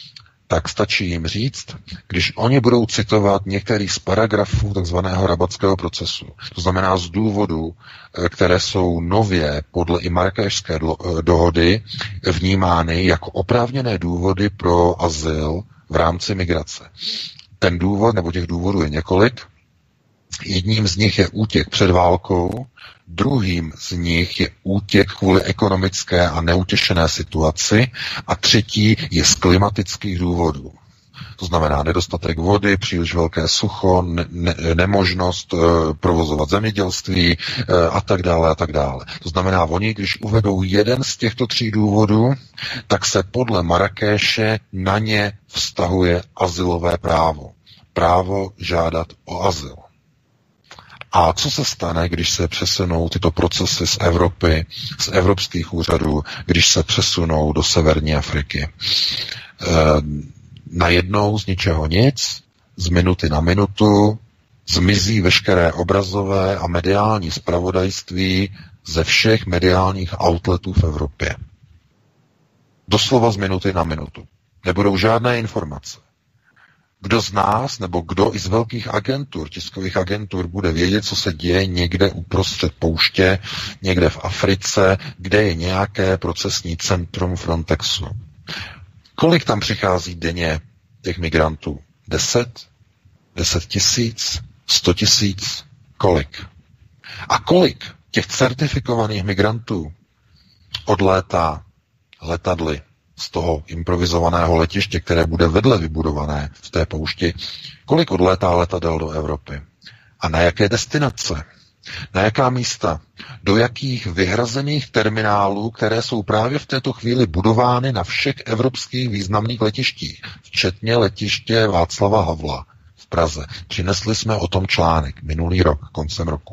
tak stačí jim říct, když oni budou citovat některý z paragrafů takzvaného rabatského procesu. To znamená z důvodů, které jsou nově podle i Marrákešské dohody vnímány jako oprávněné důvody pro azyl v rámci migrace. Ten důvod, nebo těch důvodů je několik. Jedním z nich je útěk před válkou, druhým z nich je útěk kvůli ekonomické a neutěšené situaci a třetí je z klimatických důvodů. To znamená nedostatek vody, příliš velké sucho, ne, ne, nemožnost e, provozovat zemědělství e, a tak dále a tak dále. To znamená, oni, když uvedou jeden z těchto tří důvodů, tak se podle Marrákeše na ně vztahuje azylové právo. Právo žádat o azyl. A co se stane, když se přesunou tyto procesy z Evropy, z evropských úřadů, když se přesunou do severní Afriky? E, najednou z ničeho nic, z minuty na minutu, zmizí veškeré obrazové a mediální zpravodajství ze všech mediálních outletů v Evropě. Doslova z minuty na minutu. Nebudou žádné informace. Kdo z nás, nebo kdo i z velkých agentur, tiskových agentur, bude vědět, co se děje někde uprostřed pouště, někde v Africe, kde je nějaké procesní centrum Frontexu. Kolik tam přichází denně těch migrantů? Deset? Deset tisíc? Sto tisíc? Kolik? A kolik těch certifikovaných migrantů odlétá letadly z toho improvizovaného letiště, které bude vedle vybudované v té poušti, kolik odlétá letadel do Evropy? A na jaké destinace? Na jaká místa? Do jakých vyhrazených terminálů, které jsou právě v této chvíli budovány na všech evropských významných letištích, včetně letiště Václava Havla v Praze. Přinesli jsme o tom článek minulý rok, koncem roku.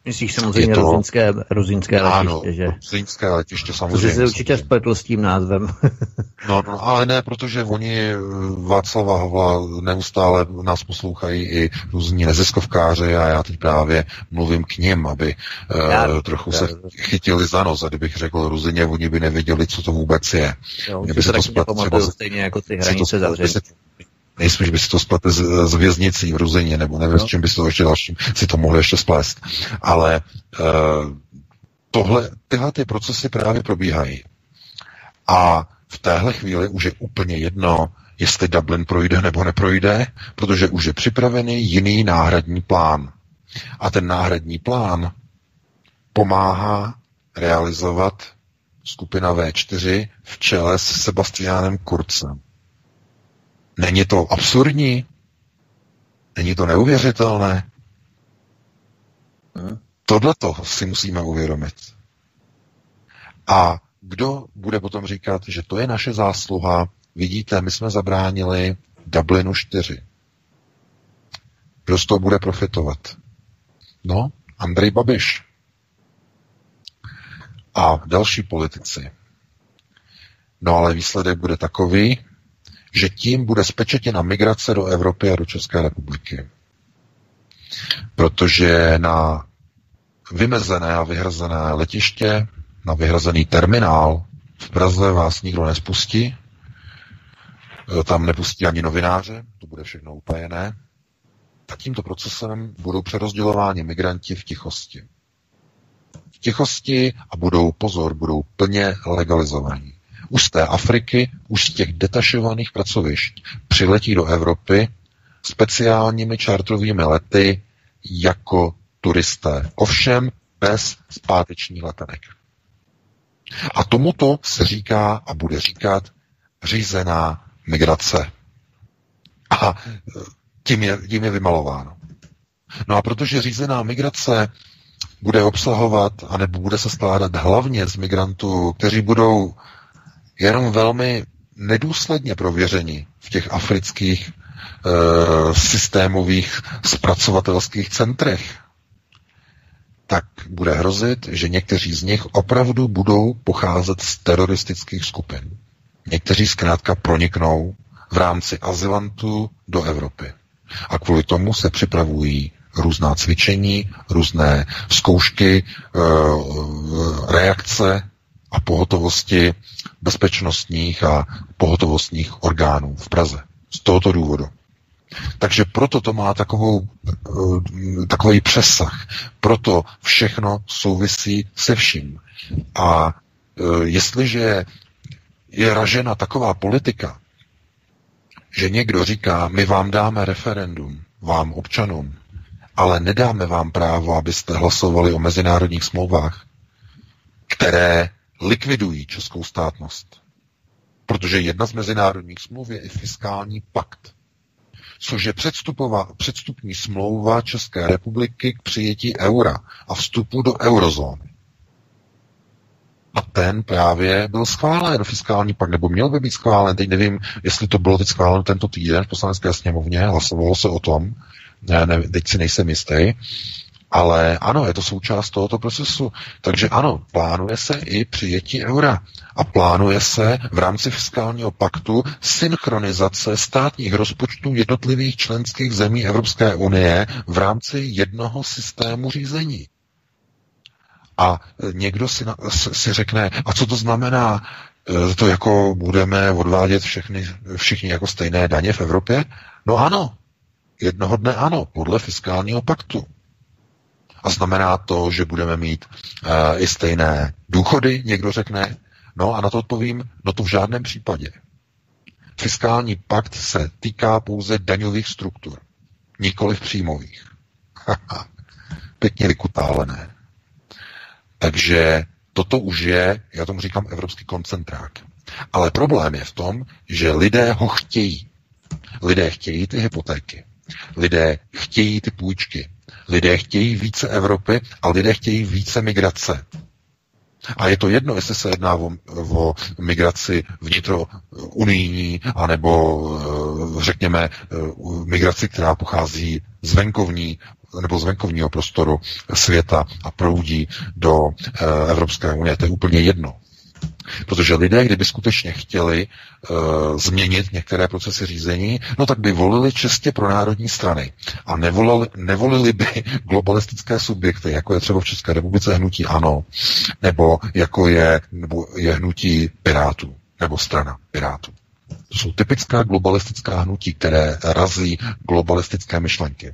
Myslíš samozřejmě to... ruzinské, ruzinské letiště, ano, že? ruzinské letiště samozřejmě. To jsi určitě spletl s tím názvem. no, no, ale ne, protože oni Václava Havla neustále nás poslouchají i různí neziskovkáři a já teď právě mluvím k nim, aby já, uh, trochu já, se chytili za nos, a kdybych řekl Ruzině, oni by nevěděli, co to vůbec je. Jo, by se to splet, třeba stejně jako ty hranice zavření. Nejspíš by si to spletli z, z věznicí v Ruzině, nebo nevím, no. s čím by si to ještě dalším si to mohli ještě splést. Ale uh, tohle, tyhle ty procesy právě probíhají. A v téhle chvíli už je úplně jedno, jestli Dublin projde nebo neprojde, protože už je připravený jiný náhradní plán. A ten náhradní plán pomáhá realizovat skupina vé čtyři v čele s Sebastianem Kurzem. Není to absurdní? Není to neuvěřitelné? Hmm. Tohleto si musíme uvědomit. A kdo bude potom říkat, že to je naše zásluha? Vidíte, my jsme zabránili Dublinu čtyři. Kdo z toho bude profitovat? No, Andrej Babiš. A další politici. No ale výsledek bude takový, že tím bude spečetěna migrace do Evropy a do České republiky. Protože na vymezené a vyhrazené letiště, na vyhrazený terminál v Praze vás nikdo nespustí, tam nepustí ani novináře, to bude všechno utajené. Tak tímto procesem budou přerozdělováni migranti v tichosti. V tichosti a budou, pozor, budou plně legalizovaní. Už z té Afriky, už z těch detašovaných pracovišť přiletí do Evropy speciálními čartrovými lety jako turisté. Ovšem bez zpáteční letenek. A tomuto se říká a bude říkat řízená migrace. A tím je, tím je vymalováno. No a protože řízená migrace bude obsahovat, anebo bude se skládat hlavně z migrantů, kteří budou jenom velmi nedůsledně prověřeni v těch afrických e, systémových zpracovatelských centrech, tak bude hrozit, že někteří z nich opravdu budou pocházet z teroristických skupin. Někteří zkrátka proniknou v rámci azylantů do Evropy. A kvůli tomu se připravují různá cvičení, různé zkoušky, e, reakce a pohotovosti bezpečnostních a pohotovostních orgánů v Praze. Z tohoto důvodu. Takže proto to má takovou, takový přesah. Proto všechno souvisí se vším. A jestliže je ražena taková politika, že někdo říká, my vám dáme referendum, vám občanům, ale nedáme vám právo, abyste hlasovali o mezinárodních smlouvách, které likvidují českou státnost. Protože jedna z mezinárodních smluv je i fiskální pakt, což je předstupová, předstupní smlouva České republiky k přijetí eura a vstupu do eurozóny. A ten právě byl schválen, fiskální pakt, nebo měl by být schválen, teď nevím, jestli to bylo teď schváleno tento týden v Poslanecké sněmovně, hlasovalo se o tom, ne, ne, teď si nejsem jistý, ale ano, je to součást tohoto procesu. Takže ano, plánuje se i přijetí eura. A plánuje se v rámci fiskálního paktu synchronizace státních rozpočtů jednotlivých členských zemí Evropské unie v rámci jednoho systému řízení. A někdo si, na, si řekne, a co to znamená? To jako budeme odvádět všechny, všichni jako stejné daně v Evropě? No ano, jednoho dne ano, podle fiskálního paktu. A znamená to, že budeme mít uh, i stejné důchody, někdo řekne. No a na to odpovím, no to v žádném případě. Fiskální pakt se týká pouze daňových struktur, nikoliv příjmových. Pěkně vykutálené. Takže toto už je, já tomu říkám, evropský koncentrák. Ale problém je v tom, že lidé ho chtějí. Lidé chtějí ty hypotéky. Lidé chtějí ty půjčky. Lidé chtějí více Evropy a lidé chtějí více migrace. A je to jedno, jestli se jedná o, o migraci vnitrounijní, anebo řekněme migraci, která pochází z venkovní nebo z venkovního prostoru světa a proudí do Evropské unie. To je úplně jedno. Protože lidé, kdyby skutečně chtěli uh, změnit některé procesy řízení, no tak by volili čistě pro národní strany. A nevolili, nevolili by globalistické subjekty, jako je třeba v České republice hnutí ANO, nebo jako je, nebo je hnutí Pirátů, nebo strana Pirátů. To jsou typická globalistická hnutí, které razí globalistické myšlenky.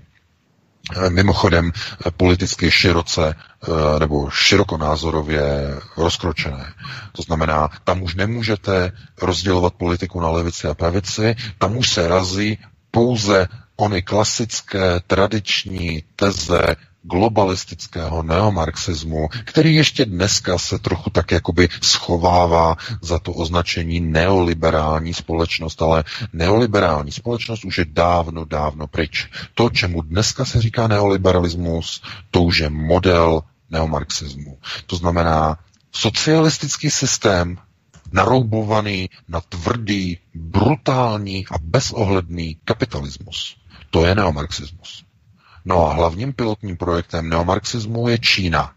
Mimochodem politicky široce nebo širokonázorově rozkročené. To znamená, tam už nemůžete rozdělovat politiku na levici a pravici, tam už se razí pouze ony klasické tradiční teze globalistického neomarxismu, který ještě dneska se trochu tak jakoby schovává za to označení neoliberální společnost, ale neoliberální společnost už je dávno, dávno pryč. To, čemu dneska se říká neoliberalismus, to už je model neomarxismu. To znamená socialistický systém naroubovaný na tvrdý, brutální a bezohledný kapitalismus. To je neomarxismus. No a hlavním pilotním projektem neomarxismu je Čína,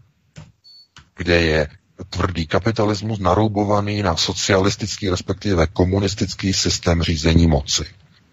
kde je tvrdý kapitalismus naroubovaný na socialistický, respektive komunistický systém řízení moci.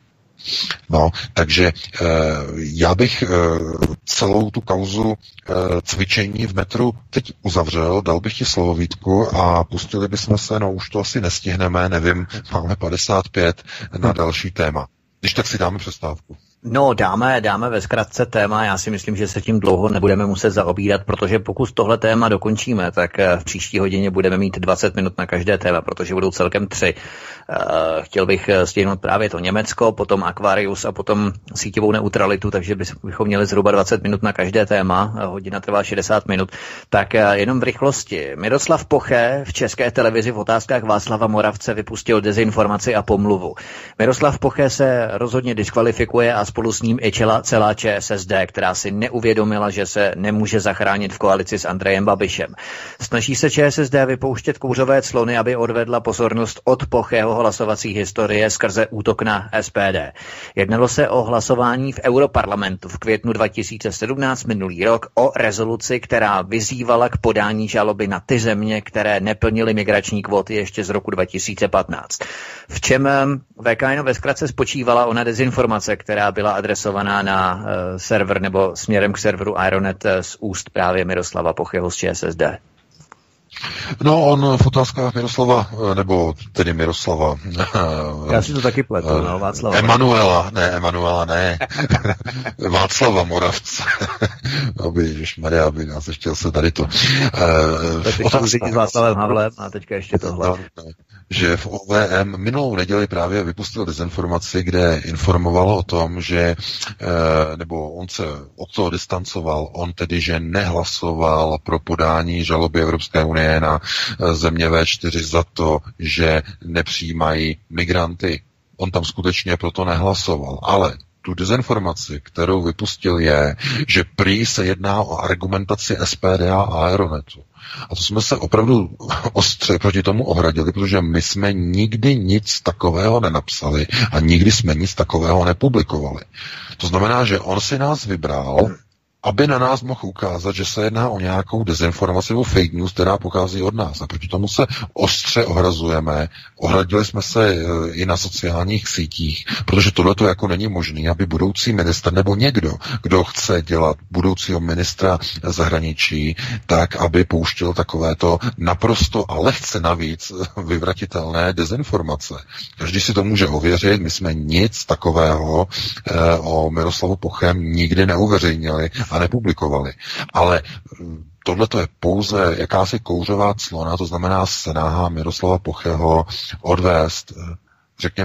No, takže e, já bych e, celou tu kauzu e, cvičení v metru teď uzavřel, dal bych ti slovo, Vítku, a pustili bychom se, no už to asi nestihneme, nevím, máme padesát pět na další téma. Když tak si dáme přestávku. No, dáme, dáme ve zkratce téma, já si myslím, že se tím dlouho nebudeme muset zaobírat, protože pokud tohle téma dokončíme, tak v příští hodině budeme mít dvacet minut na každé téma, protože budou celkem tři. Chtěl bych stihnout právě to Německo, potom Aquarius a potom síťovou neutralitu, takže bychom měli zhruba dvacet minut na každé téma, hodina trvá šedesát minut. Tak jenom v rychlosti. Miroslav Poche v České televizi v otázkách Václava Moravce vypustil dezinformaci a pomluvu. Miroslav Poche se rozhodně diskvalifikuje a spolu s ním i čela, celá ČSSD, která si neuvědomila, že se nemůže zachránit v koalici s Andrejem Babišem. Snaží se ČSSD vypouštět kouřové clony, aby odvedla pozornost od Pocheho hlasovací historie skrze útok na S P D. Jednalo se o hlasování v Europarlamentu v květnu dva tisíce sedmnáct minulý rok o rezoluci, která vyzývala k podání žaloby na ty země, které neplnily migrační kvóty ještě z roku dva tisíce patnáct. V čem V K N ve zkratce spočívala ona dezinformace, která byla adresovaná na uh, server nebo směrem k serveru Aeronet z úst právě Miroslava Pocheho z ČSSD? No, on v otázkách Miroslava, nebo tedy Miroslava... Já si to taky pletu, no, Václava. Emanuela, ne, Emanuela, ne. Václava Moravce. aby, ježišmarja, aby nás ještě se tady to... Uh, otázka s Václavem Havlem a teďka ještě tohle. No, že v O V M minulou neděli právě vypustil dezinformaci, kde informoval o tom, že, nebo on se od toho distancoval, on tedy, že nehlasoval pro podání žaloby Evropské unie na země V čtyři za to, že nepřijímají migranty. On tam skutečně proto nehlasoval, ale tu dezinformaci, kterou vypustil, je, že prý se jedná o argumentaci S P D a Aeronetu. A to jsme se opravdu ostře proti tomu ohradili, protože my jsme nikdy nic takového nenapsali a nikdy jsme nic takového nepublikovali. To znamená, že on si nás vybral, aby na nás mohl ukázat, že se jedná o nějakou dezinformaci nebo fake news, která pochází od nás. A proti tomu se ostře ohrazujeme. Ohradili jsme se i na sociálních sítích, protože tohle to jako není možné, aby budoucí ministr nebo někdo, kdo chce dělat budoucího ministra zahraničí, tak aby pouštěl takovéto naprosto a lehce navíc vyvratitelné dezinformace. Každý si to může ověřit, my jsme nic takového eh, o Miroslavu Pochem nikdy neuveřejnili a nepublikovali. Ale tohle to je pouze jakási kouřová clona, to znamená snaha Miroslava Pocheho odvést, řekněme,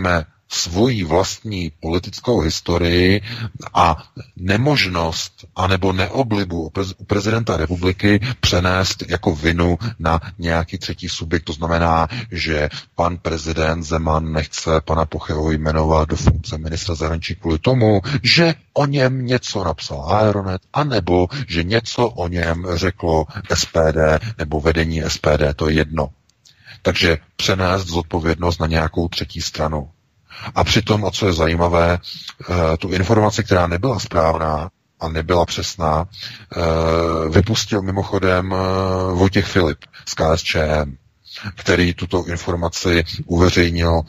svoji vlastní politickou historii a nemožnost anebo neoblibu u prezidenta republiky přenést jako vinu na nějaký třetí subjekt. To znamená, že pan prezident Zeman nechce pana Pocheho jmenovat do funkce ministra zahraničí kvůli tomu, že o něm něco napsal Aeronet, anebo že něco o něm řeklo S P D nebo vedení S P D, to je jedno. Takže přenést zodpovědnost na nějakou třetí stranu. A přitom, a co je zajímavé, tu informaci, která nebyla správná a nebyla přesná, vypustil mimochodem Vojtěch Filip z K S Č M, který tuto informaci uveřejnil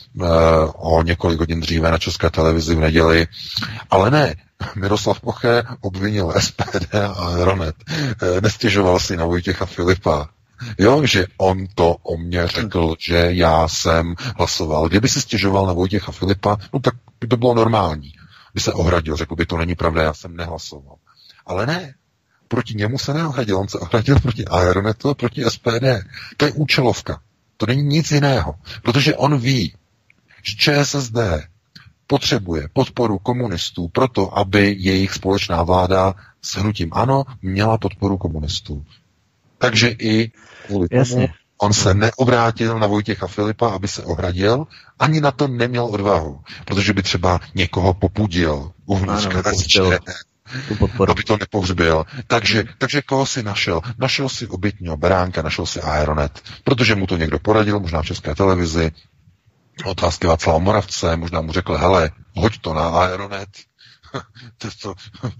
o několik hodin dříve na České televizi v neděli. Ale ne, Miroslav Poche obvinil S P D a Aeronet. Nestěžoval si na Vojtěcha Filipa. Jo, že on to o mě řekl, že já jsem hlasoval. Kdyby si stěžoval na Vojtěcha Filipa, no tak by to bylo normální. By se ohradil, řekl by, to není pravda, já jsem nehlasoval. Ale ne, proti němu se neohradil, on se ohradil proti Aeronetu a proti S P D. To je účelovka. To není nic jiného. Protože on ví, že Č S S D potřebuje podporu komunistů proto, aby jejich společná vláda s hnutím ANO měla podporu komunistů. Takže i kvůli tomu Jasně. on se neobrátil na Vojtěcha Filipa, aby se ohradil, ani na to neměl odvahu, protože by třeba někoho popudil uvnitř K S Č M, to by to nepohřbil. Takže, takže koho si našel? Našel si obětního beránka, našel si Aeronet, protože mu to někdo poradil, možná v České televizi, Otázky Václava Moravce, možná mu řekl, hele, hoď to na Aeronet, to, to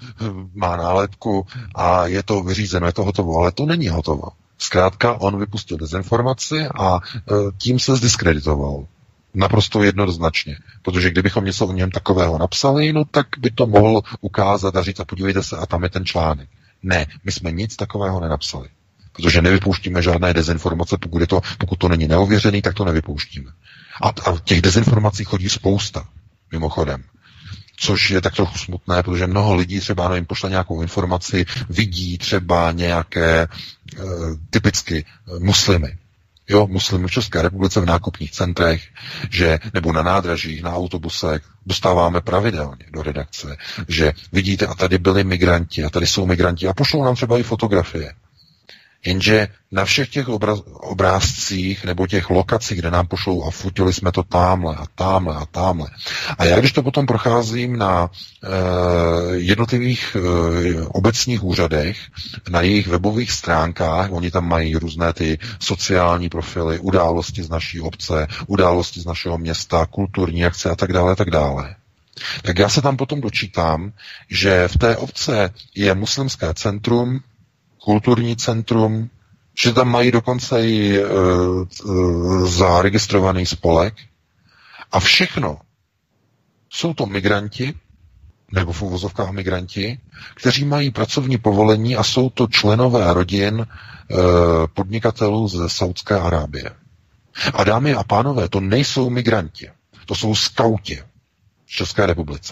má nálepku a je to vyřízeno, je to hotovo, ale to není hotovo. Zkrátka, on vypustil dezinformaci a e, tím se zdiskreditoval. Naprosto jednoznačně. Protože kdybychom něco o něm takového napsali, no tak by to mohl ukázat a říct, a podívejte se, a tam je ten článek. Ne, my jsme nic takového nenapsali. Protože nevypouštíme žádné dezinformace, pokud, je to, pokud to není neověřený, tak to nevypouštíme. A, a těch dezinformací chodí spousta, mimochodem. Což je tak trochu smutné, protože mnoho lidí třeba jim pošle nějakou informaci, vidí třeba nějaké e, typicky e, muslimy. Jo, muslimy v České republice v nákupních centrech, že, nebo na nádražích, na autobusech, dostáváme pravidelně do redakce, že vidíte, a tady byli migranti, a tady jsou migranti, a pošlou nám třeba i fotografie. Jenže na všech těch obraz, obrázcích nebo těch lokacích, kde nám pošlou a fotili jsme to támhle a támhle a támhle. A já když to potom procházím na e, jednotlivých e, obecních úřadech, na jejich webových stránkách, oni tam mají různé ty sociální profily, události z naší obce, události z našeho města, kulturní akce a tak dále, a tak dále. Tak já se tam potom dočítám, že v té obce je muslimské centrum, kulturní centrum, že tam mají dokonce i e, e, zaregistrovaný spolek a všechno jsou to migranti, nebo v uvozovkách migranti, kteří mají pracovní povolení a jsou to členové rodin e, podnikatelů ze Saúdské Arábie. A dámy a pánové, to nejsou migranti, to jsou skauti v České republice.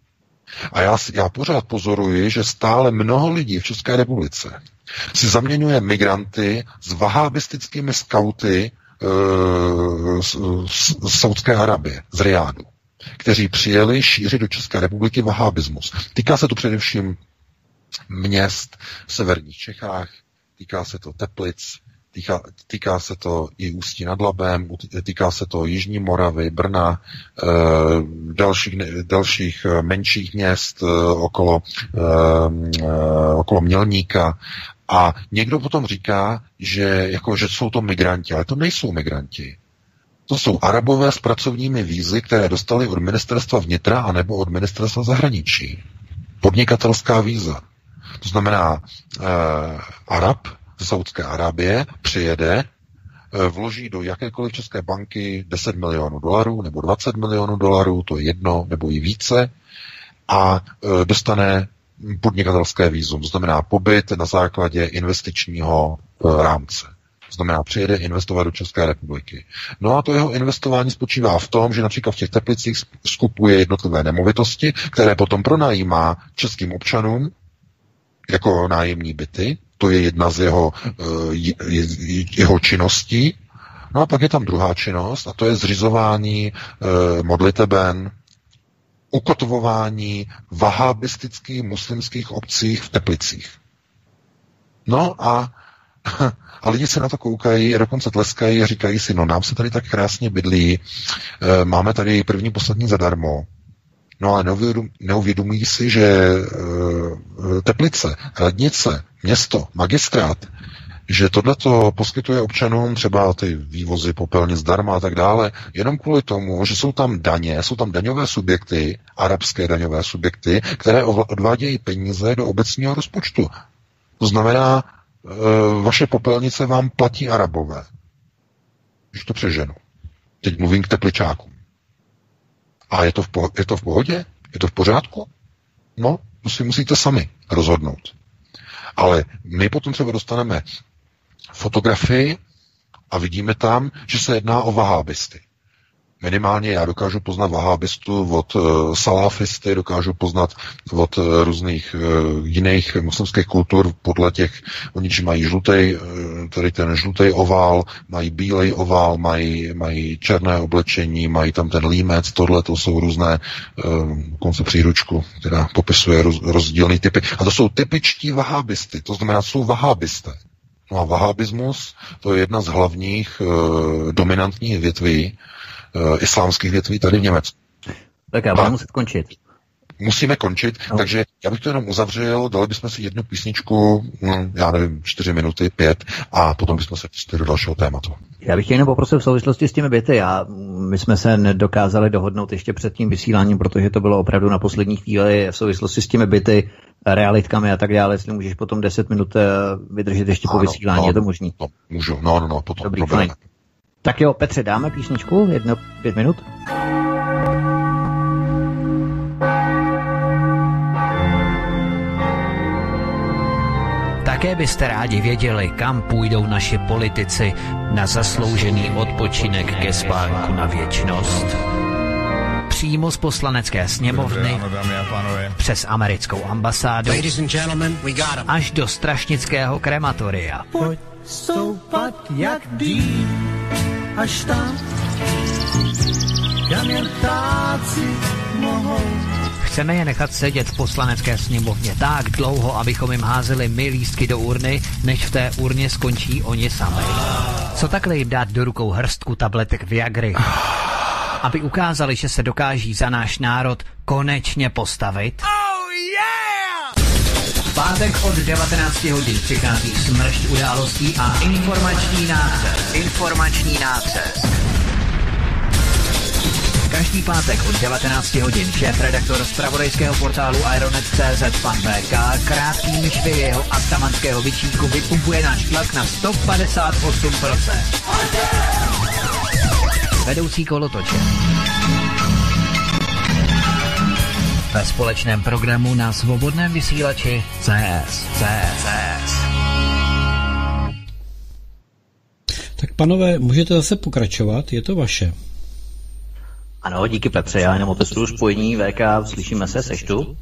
A já, já pořád pozoruji, že stále mnoho lidí v České republice si zaměňuje migranty s vahábistickými skauty e, z, z Saúdské Arabie, z Riádu, kteří přijeli šířit do České republiky vahábismus. Týká se to především měst v severních Čechách, týká se to Teplic, týká, týká se to i Ústí nad Labem, týká se to Jižní Moravy, Brna, e, dalších, dalších menších měst e, okolo, e, okolo Mělníka. A někdo potom říká, že, jako, že jsou to migranti, ale to nejsou migranti. To jsou Arabové s pracovními vízy, které dostali od ministerstva vnitra anebo od ministerstva zahraničí. Podnikatelská víza. To znamená, eh, Arab ze Saúdské Arábie přijede, eh, vloží do jakékoliv české banky deset milionů dolarů nebo dvacet milionů dolarů, to je jedno, nebo i více, a eh, dostane podnikatelské vízum, to znamená pobyt na základě investičního e, rámce. To znamená, přijede investovat do České republiky. No a to jeho investování spočívá v tom, že například v těch Teplicích skupuje jednotlivé nemovitosti, které potom pronajímá českým občanům jako nájemní byty. To je jedna z jeho, e, jeho činností. No a pak je tam druhá činnost, a to je zřizování e, modliteben, ukotvování vahábistických muslimských obcích v Teplicích. No a, a lidi se na to koukají, dokonce tleskají a říkají si, no nám se tady tak krásně bydlí, e, máme tady první poslední zadarmo. No ale neuvědomují si, že e, Teplice, radnice, město, magistrát, že tohleto poskytuje občanům třeba ty vývozy popelnic zdarma a tak dále, jenom kvůli tomu, že jsou tam daně, jsou tam daňové subjekty, arabské daňové subjekty, které odvádějí peníze do obecního rozpočtu. To znamená, e, vaše popelnice vám platí Arabové. Když to přeženu. Teď mluvím k Tepličákům. A je to, v pohodě, je to v pohodě? Je to v pořádku? No, to si musíte sami rozhodnout. Ale my potom třeba dostaneme fotografii a vidíme tam, že se jedná o vahábisty. Minimálně já dokážu poznat vahábistu od uh, salafisty, dokážu poznat od uh, různých uh, jiných muslimských kultur podle těch, oni či mají žlutej, uh, tady ten žlutej ovál, mají bílej ovál, mají, mají černé oblečení, mají tam ten límec, tohle to jsou různé uh, konce příručku, která popisuje roz, rozdílné typy. A to jsou typičtí vahábisty, to znamená, jsou vahábisté. No a vahábismus, to je jedna z hlavních uh, dominantních větví uh, islámských větví tady v Německu. Tak já budu muset končit. Musíme končit, no. Takže já bych to jenom uzavřel, dali bychom si jednu písničku, no, já nevím, čtyři minuty, pět, a potom bychom se pustili do dalšího tématu. Já bych jenom poprosil v souvislosti s těmi byty. Já, my jsme se nedokázali dohodnout ještě před tím vysíláním, protože to bylo opravdu na poslední chvíli v souvislosti s těmi byty, realitkami a tak dále. Jestli můžeš potom deset minut vydržet ještě po vysílání, no, je to možný? No, můžu, no, no, no, potom. Dobrý, fajn. Tak jo, Petře, dáme písničku, jedno, pět minut? Také byste rádi věděli, kam půjdou naši politici na zasloužený odpočinek ke spánku na věčnost. Přímo z poslanecké sněmovny, přes americkou ambasádu, až do strašnického krematoria. Pojď stoupat jak dým, až tam, kam jen ptáci mohou. Chceme je nechat sedět v poslanecké sněmovně tak dlouho, abychom jim házeli my lístky do urny, než v té urně skončí oni sami. Co takhle jim dát do rukou hrstku tabletek Viagry, aby ukázali, že se dokáží za náš národ konečně postavit? Oh yeah! V pátek od devatenácti hodin přichází smršť událostí a informační nácest. Informační nácest. Každý pátek od devatenácti hodin šéf-redaktor zpravodajského portálu Ironet tečka cé zet pan vé ká krátkými švy jeho atamanského vyčínku vypumpuje náš tlak na sto padesát osm procent. Vedoucí kolotoče. Ve společném programu na svobodném vysílači C S. C S. Tak panové, můžete zase pokračovat, je to vaše. Ano, díky Petře, já jenom otestuju spojení, V K, slyšíme se, seš tu?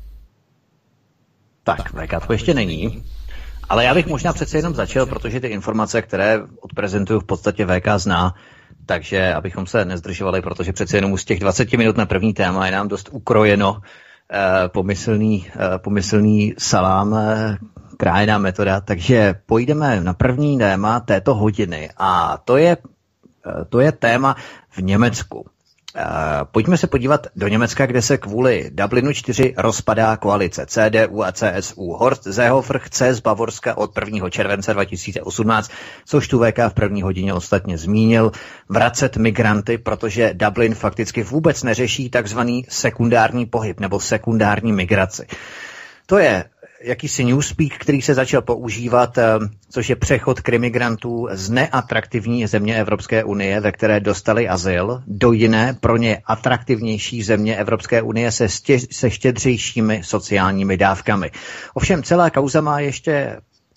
Tak, V K to ještě není, ale já bych možná přece jenom začal, protože ty informace, které odprezentuju, v podstatě V K zná, takže abychom se nezdržovali, protože přece jenom z těch dvaceti minut na první téma je nám dost ukrojeno eh, pomyslný, eh, pomyslný salám, eh, krájená metoda, takže půjdeme na první téma této hodiny a to je, eh, to je téma v Německu. Uh, pojďme se podívat do Německa, kde se kvůli Dublinu čtyři rozpadá koalice C D U a C S U. Horst Seehofer chce z Bavorska od prvního července dva tisíce osmnáct, což tu V K v první hodině ostatně zmínil, vracet migranty, protože Dublin fakticky vůbec neřeší takzvaný sekundární pohyb nebo sekundární migraci. To je jakýsi newspeak, který se začal používat, což je přechod krimigrantů z neatraktivní země Evropské unie, ve které dostali azyl, do jiné, pro ně atraktivnější země Evropské unie se, stěž, se štědřejšími sociálními dávkami. Ovšem celá kauza má ještě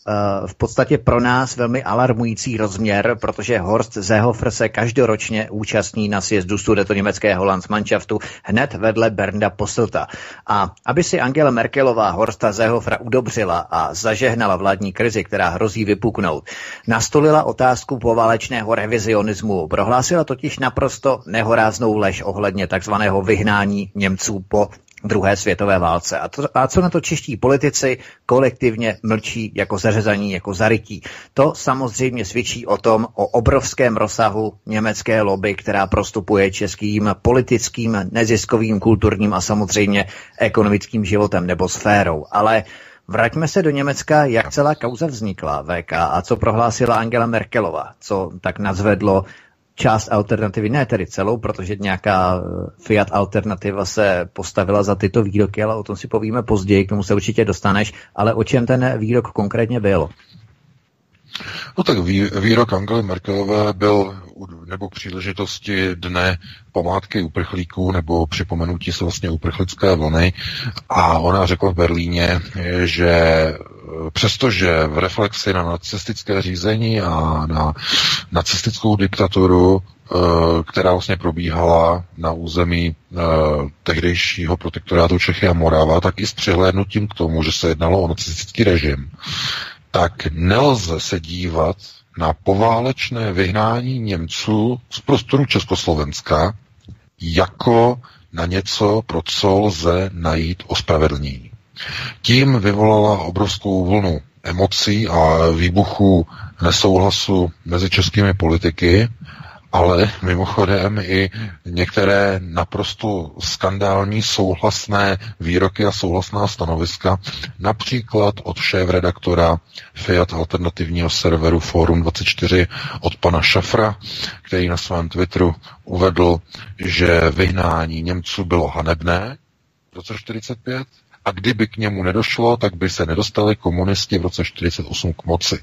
v podstatě pro nás velmi alarmující rozměr, protože Horst Seehofer se každoročně účastní na sjezdu sudetoněmeckého Landsmannschaftu hned vedle Bernda Posselta. A aby si Angela Merkelová Horsta Seehofera udobřila a zažehnala vládní krizi, která hrozí vypuknout, nastolila otázku poválečného revizionismu. Prohlásila totiž naprosto nehoráznou lež ohledně takzvaného vyhnání Němců po druhé světové válce. A, to, a co na to čeští politici kolektivně mlčí jako zařezaní, jako zarytí. To samozřejmě svědčí o tom, o obrovském rozsahu německé lobby, která prostupuje českým politickým, neziskovým, kulturním a samozřejmě ekonomickým životem nebo sférou. Ale vraťme se do Německa, jak celá kauza vznikla, V K, a co prohlásila Angela Merkelová, co tak nazvedlo část alternativy, ne tedy celou, protože nějaká Fiat alternativa se postavila za tyto výroky, ale o tom si povíme později, k tomu se určitě dostaneš, ale o čem ten výrok konkrétně byl? No tak výrok Angely Merkelové byl nebo k příležitosti dne památky uprchlíků nebo připomenutí se vlastně uprchlické vlny a ona řekla v Berlíně, že přestože v reflexi na nacistické řízení a na nacistickou diktaturu, která vlastně probíhala na území tehdejšího protektorátu Čechy a Morava, tak i s přihlédnutím k tomu, že se jednalo o nacistický režim, tak nelze se dívat na poválečné vyhnání Němců z prostoru Československa jako na něco, pro co lze najít ospravedlnění. Tím vyvolala obrovskou vlnu emocí a výbuchů nesouhlasu mezi českými politiky, ale mimochodem i některé naprosto skandální souhlasné výroky a souhlasná stanoviska, například od šéfredaktora Fiat alternativního serveru Forum dvacet čtyři od pana Šafra, který na svém Twitteru uvedl, že vyhnání Němců bylo hanebné v roce čtyřicet pět a kdyby k němu nedošlo, tak by se nedostali komunisti v roce čtyřicet osm k moci.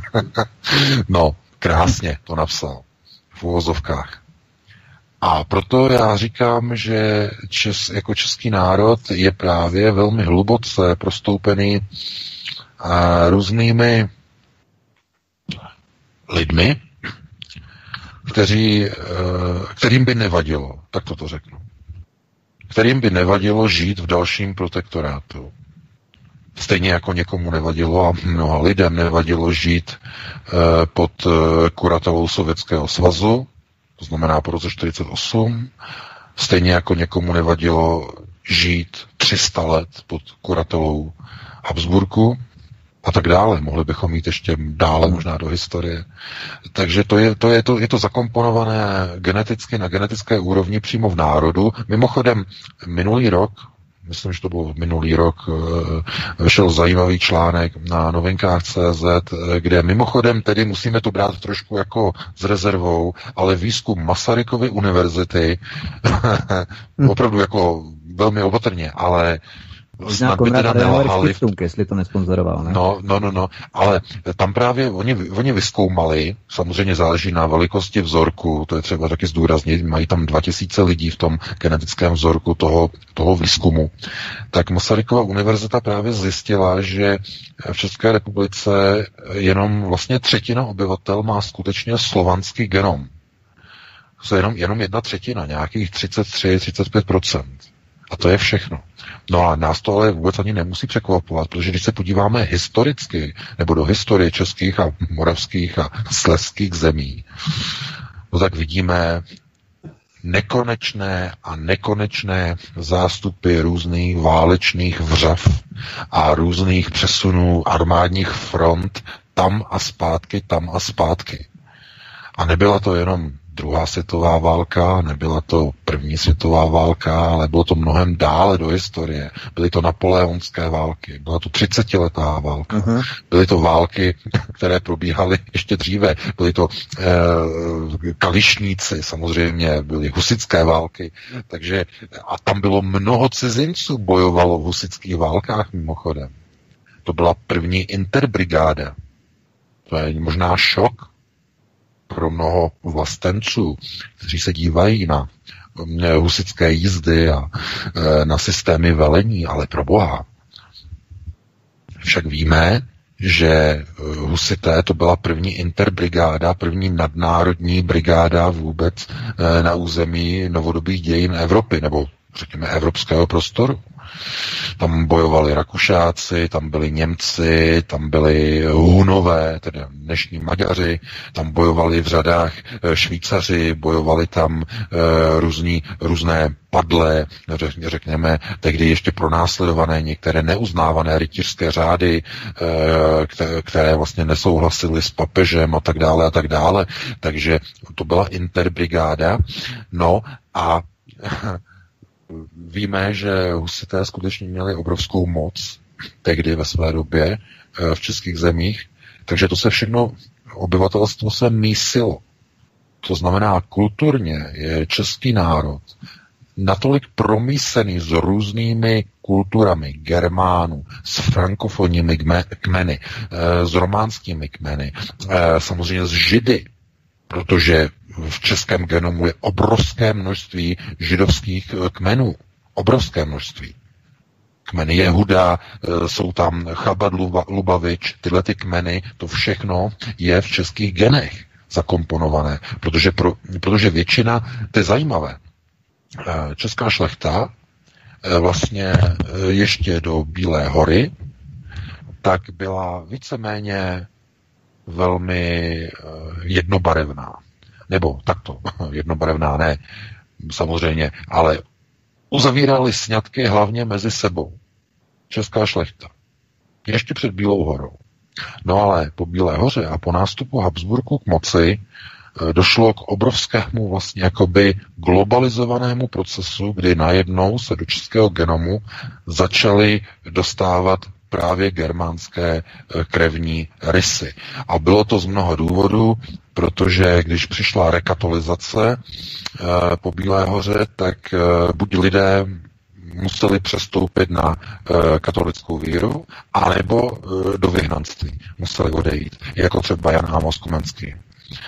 No, krásně to napsal. V uvozovkách. A proto já říkám, že čes, jako český národ je právě velmi hluboce prostoupený a, různými lidmi, kteří, kterým by nevadilo, tak toto řeknu, kterým by nevadilo žít v dalším protektorátu. Stejně jako někomu nevadilo a mnoha lidem nevadilo žít e, pod e, kuratelou Sovětského svazu, to znamená po roce čtyřicet osm, stejně jako někomu nevadilo žít tři sta let pod kuratelou Habsburku a tak dále. Mohli bychom jít ještě dále možná do historie. Takže to je to, je to, je to zakomponované geneticky na genetické úrovni přímo v národu. Mimochodem, minulý rok myslím, že to byl minulý rok, vyšel zajímavý článek na novinkách tečka cé zet, kde mimochodem tedy musíme to brát trošku jako s rezervou, ale výzkum Masarykovy univerzity opravdu jako velmi opatrně, ale snad by teda nelhali. Jestli to nesponzoroval, ne? No, no, no, no, ale tam právě oni, oni vyzkoumali, samozřejmě záleží na velikosti vzorku, to je třeba taky zdůraznit, mají tam dva tisíce lidí v tom genetickém vzorku toho, toho výzkumu. Tak Masarykova univerzita právě zjistila, že v České republice jenom vlastně třetina obyvatel má skutečně slovanský genom. To je jenom, jenom jedna třetina, nějakých třicet tři třicet pět procent. A to je všechno. No a nás to ale vůbec ani nemusí překvapovat, protože když se podíváme historicky, nebo do historie českých a moravských a slezských zemí, no tak vidíme nekonečné a nekonečné zástupy různých válečných vřav a různých přesunů armádních front tam a zpátky, tam a zpátky. A nebyla to jenom druhá světová válka, nebyla to první světová válka, ale bylo to mnohem dále do historie. Byly to napoleonské války, byla to třicetiletá válka, uh-huh. Byly to války, které probíhaly ještě dříve, byly to eh, kališníci, samozřejmě byly husitské války, takže a tam bylo mnoho cizinců, bojovalo v husitských válkách mimochodem. To byla první interbrigáda. To je možná šok pro mnoho vlastenců, kteří se dívají na husitské jízdy a na systémy velení, ale pro Boha. Však víme, že husité to byla první interbrigáda, první nadnárodní brigáda vůbec na území novodobých dějin Evropy, nebo řekněme evropského prostoru. Tam bojovali Rakušáci, tam byli Němci, tam byli Hunové, tedy dnešní Maďaři, tam bojovali v řadách Švýcaři, bojovali tam e, různý, různé padlé, řekněme, tehdy ještě pronásledované některé neuznávané rytířské řády, e, které, které vlastně nesouhlasily s papežem a tak dále a tak dále. Takže to byla interbrigáda. No a víme, že husité skutečně měli obrovskou moc tehdy ve své době v českých zemích, takže to se všechno, obyvatelstvo se mísilo. To znamená, kulturně je český národ natolik promísený s různými kulturami Germánů, s frankofonními kmeny, s románskými kmeny, samozřejmě s Židy, protože v českém genomu je obrovské množství židovských kmenů. Obrovské množství. Kmeny Jehuda, jsou tam Chabad, Lubavič, tyhle ty kmeny, to všechno je v českých genech zakomponované, protože, pro, protože většina, to je zajímavé, česká šlechta vlastně ještě do Bílé hory, tak byla víceméně velmi jednobarevná. Nebo takto, jednobarevná ne, samozřejmě, ale uzavírali sňatky hlavně mezi sebou. Česká šlechta. Ještě před Bílou horou. No ale po Bílé hoře a po nástupu Habsburků k moci došlo k obrovskému vlastně jakoby globalizovanému procesu, kdy najednou se do českého genomu začaly dostávat právě germánské krevní rysy. A bylo to z mnoha důvodů, protože když přišla rekatolizace e, po Bílé hoře, tak e, buď lidé museli přestoupit na e, katolickou víru, anebo e, do vyhnanství museli odejít, jako třeba Jan Amos Komenský. E,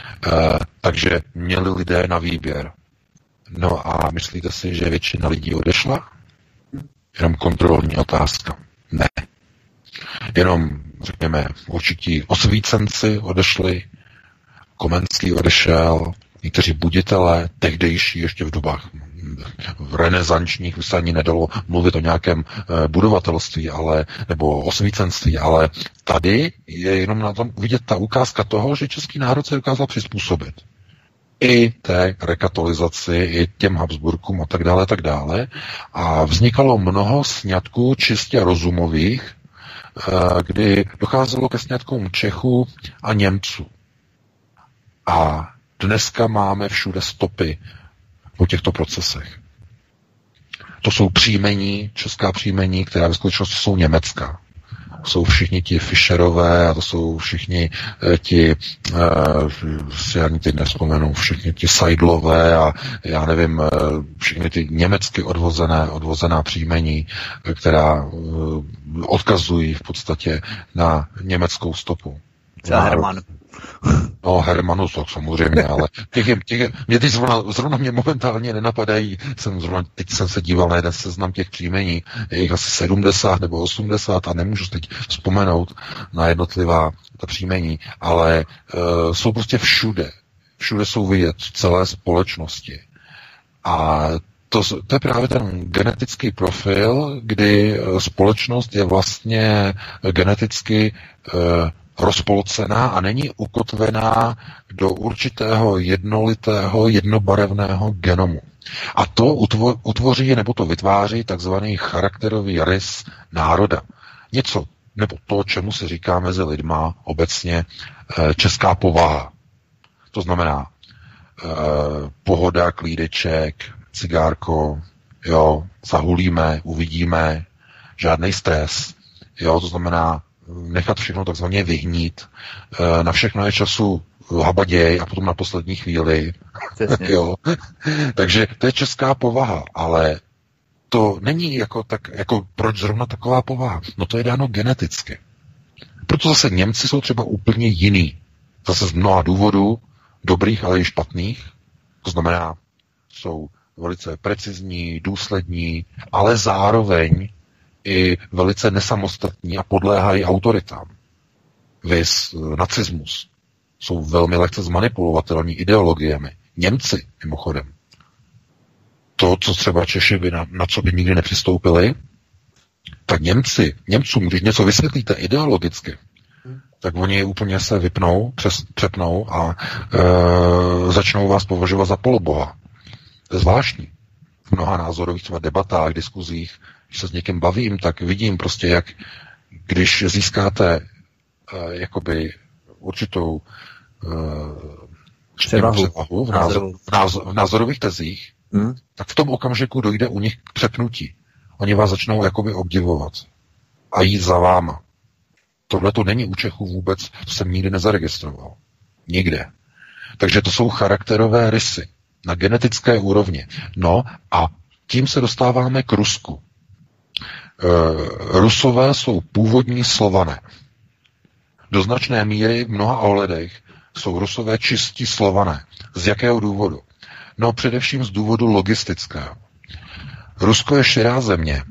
takže měli lidé na výběr. No a myslíte si, že většina lidí odešla? Jenom kontrolní otázka. Ne. Jenom, řekněme, určití osvícenci odešli, Komenský odešel, někteří buditelé, tehdejší ještě v dobách v renesančních, by se ani nedalo mluvit o nějakém e, budovatelství, ale, nebo osvícenství, ale tady je jenom na tom vidět ta ukázka toho, že český národ se dokázal přizpůsobit. I té rekatolizaci, i těm Habsburkům a tak dále, tak dále. A vznikalo mnoho sňatků čistě rozumových, kdy docházelo ke sňatkům Čechů a Němců. A dneska máme všude stopy po těchto procesech. To jsou příjmení, česká příjmení, která ve skutečnosti jsou německá. Jsou všichni ti Fischerové a to jsou všichni eh, ti, eh, si ani teď nevzpomenu, všichni ti Seidlové a já nevím, eh, všichni ty německy odvozené, odvozená příjmení, která eh, odkazují v podstatě na německou stopu. Za Herman. No, Hermanu, to samozřejmě, ale těch je, těch je, mě teď zrovna, zrovna mě momentálně nenapadají, jsem zrovna, teď jsem se díval na jeden seznam těch příjmení, je jich asi sedmdesát nebo osmdesát a nemůžu teď vzpomenout na jednotlivá ta příjmení, ale uh, jsou prostě všude, všude jsou vidět v celé společnosti. A to, to je právě ten genetický profil, kdy společnost je vlastně geneticky uh, rozpolcená a není ukotvená do určitého jednolitého, jednobarevného genomu. A to utvo- utvoří, nebo to vytváří takzvaný charakterový rys národa. Něco, nebo to, čemu se říká mezi lidma obecně eh, česká povaha. To znamená eh, pohoda, klídeček, cigárko, jo, zahulíme, uvidíme, žádný stres, jo, to znamená nechat všechno takzvaně vyhnít. Na všechno je času habaděj a potom na poslední chvíli. Jo. Takže to je česká povaha, ale to není jako tak, jako proč zrovna taková povaha? No to je dáno geneticky. Proto zase Němci jsou třeba úplně jiný. Zase z mnoha důvodů, dobrých, ale i špatných. To znamená, jsou velice precizní, důslední, ale zároveň i velice nesamostatní a podléhají autoritám. Viz nacismus. Jsou velmi lehce zmanipulovatelní ideologiemi. Němci, mimochodem. To, co třeba Češi by na, na co by nikdy nepřistoupili, tak Němci, Němcům, když něco vysvětlíte ideologicky, tak oni úplně se vypnou, přes, přepnou a e, začnou vás považovat za poloboha. To je zvláštní. V mnoha názorových třeba debatách, diskuzích, když se s někým bavím, tak vidím prostě, jak když získáte e, jakoby určitou e, převahu, převahu v, názor, v, názor, v názorových tezích, hmm. tak v tom okamžiku dojde u nich k přepnutí. Oni vás začnou jakoby obdivovat a jít za váma. Tohle to není u Čechů vůbec, to jsem nikdy nezaregistroval. Nikde. Takže to jsou charakterové rysy na genetické úrovni. No a tím se dostáváme k Rusku. E, Rusové jsou původní Slované. Do značné míry v mnoha ohledech jsou Rusové čistí Slované. Z jakého důvodu? No především z důvodu logistického. Rusko je širá země,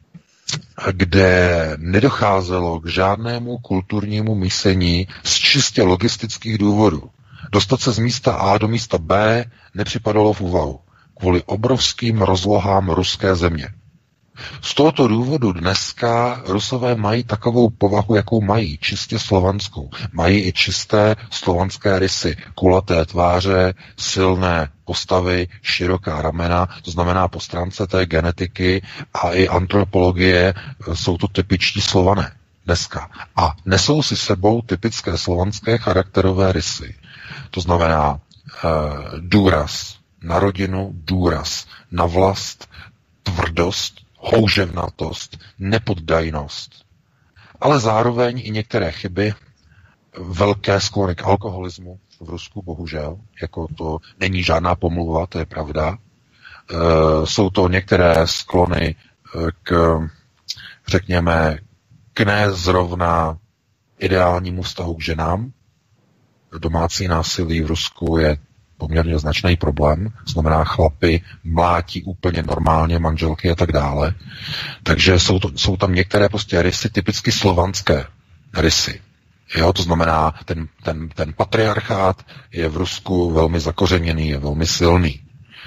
kde nedocházelo k žádnému kulturnímu mísení z čistě logistických důvodů. Dostat se z místa A do místa B nepřipadalo v úvahu kvůli obrovským rozlohám ruské země. Z tohoto důvodu dneska Rusové mají takovou povahu, jakou mají, čistě slovanskou. Mají i čisté slovanské rysy, kulaté tváře, silné postavy, široká ramena, to znamená po stránce té genetiky a i antropologie jsou to typičtí Slované dneska. A nesou si sebou typické slovanské charakterové rysy. To znamená eh, důraz na rodinu, důraz na vlast, tvrdost, houževnatost, nepoddajnost, ale zároveň i některé chyby, velké sklony k alkoholismu v Rusku, bohužel, jako to není žádná pomluva, to je pravda. E, jsou to některé sklony k, řekněme, k ne zrovna ideálnímu vztahu k ženám. Domácí násilí v Rusku je poměrně značný problém, znamená chlapy mlátí úplně normálně manželky a tak dále. Takže jsou, to, jsou tam některé prostě rysy, typicky slovanské rysy. Jo, to znamená, ten, ten, ten patriarchát je v Rusku velmi zakořeněný, je velmi silný.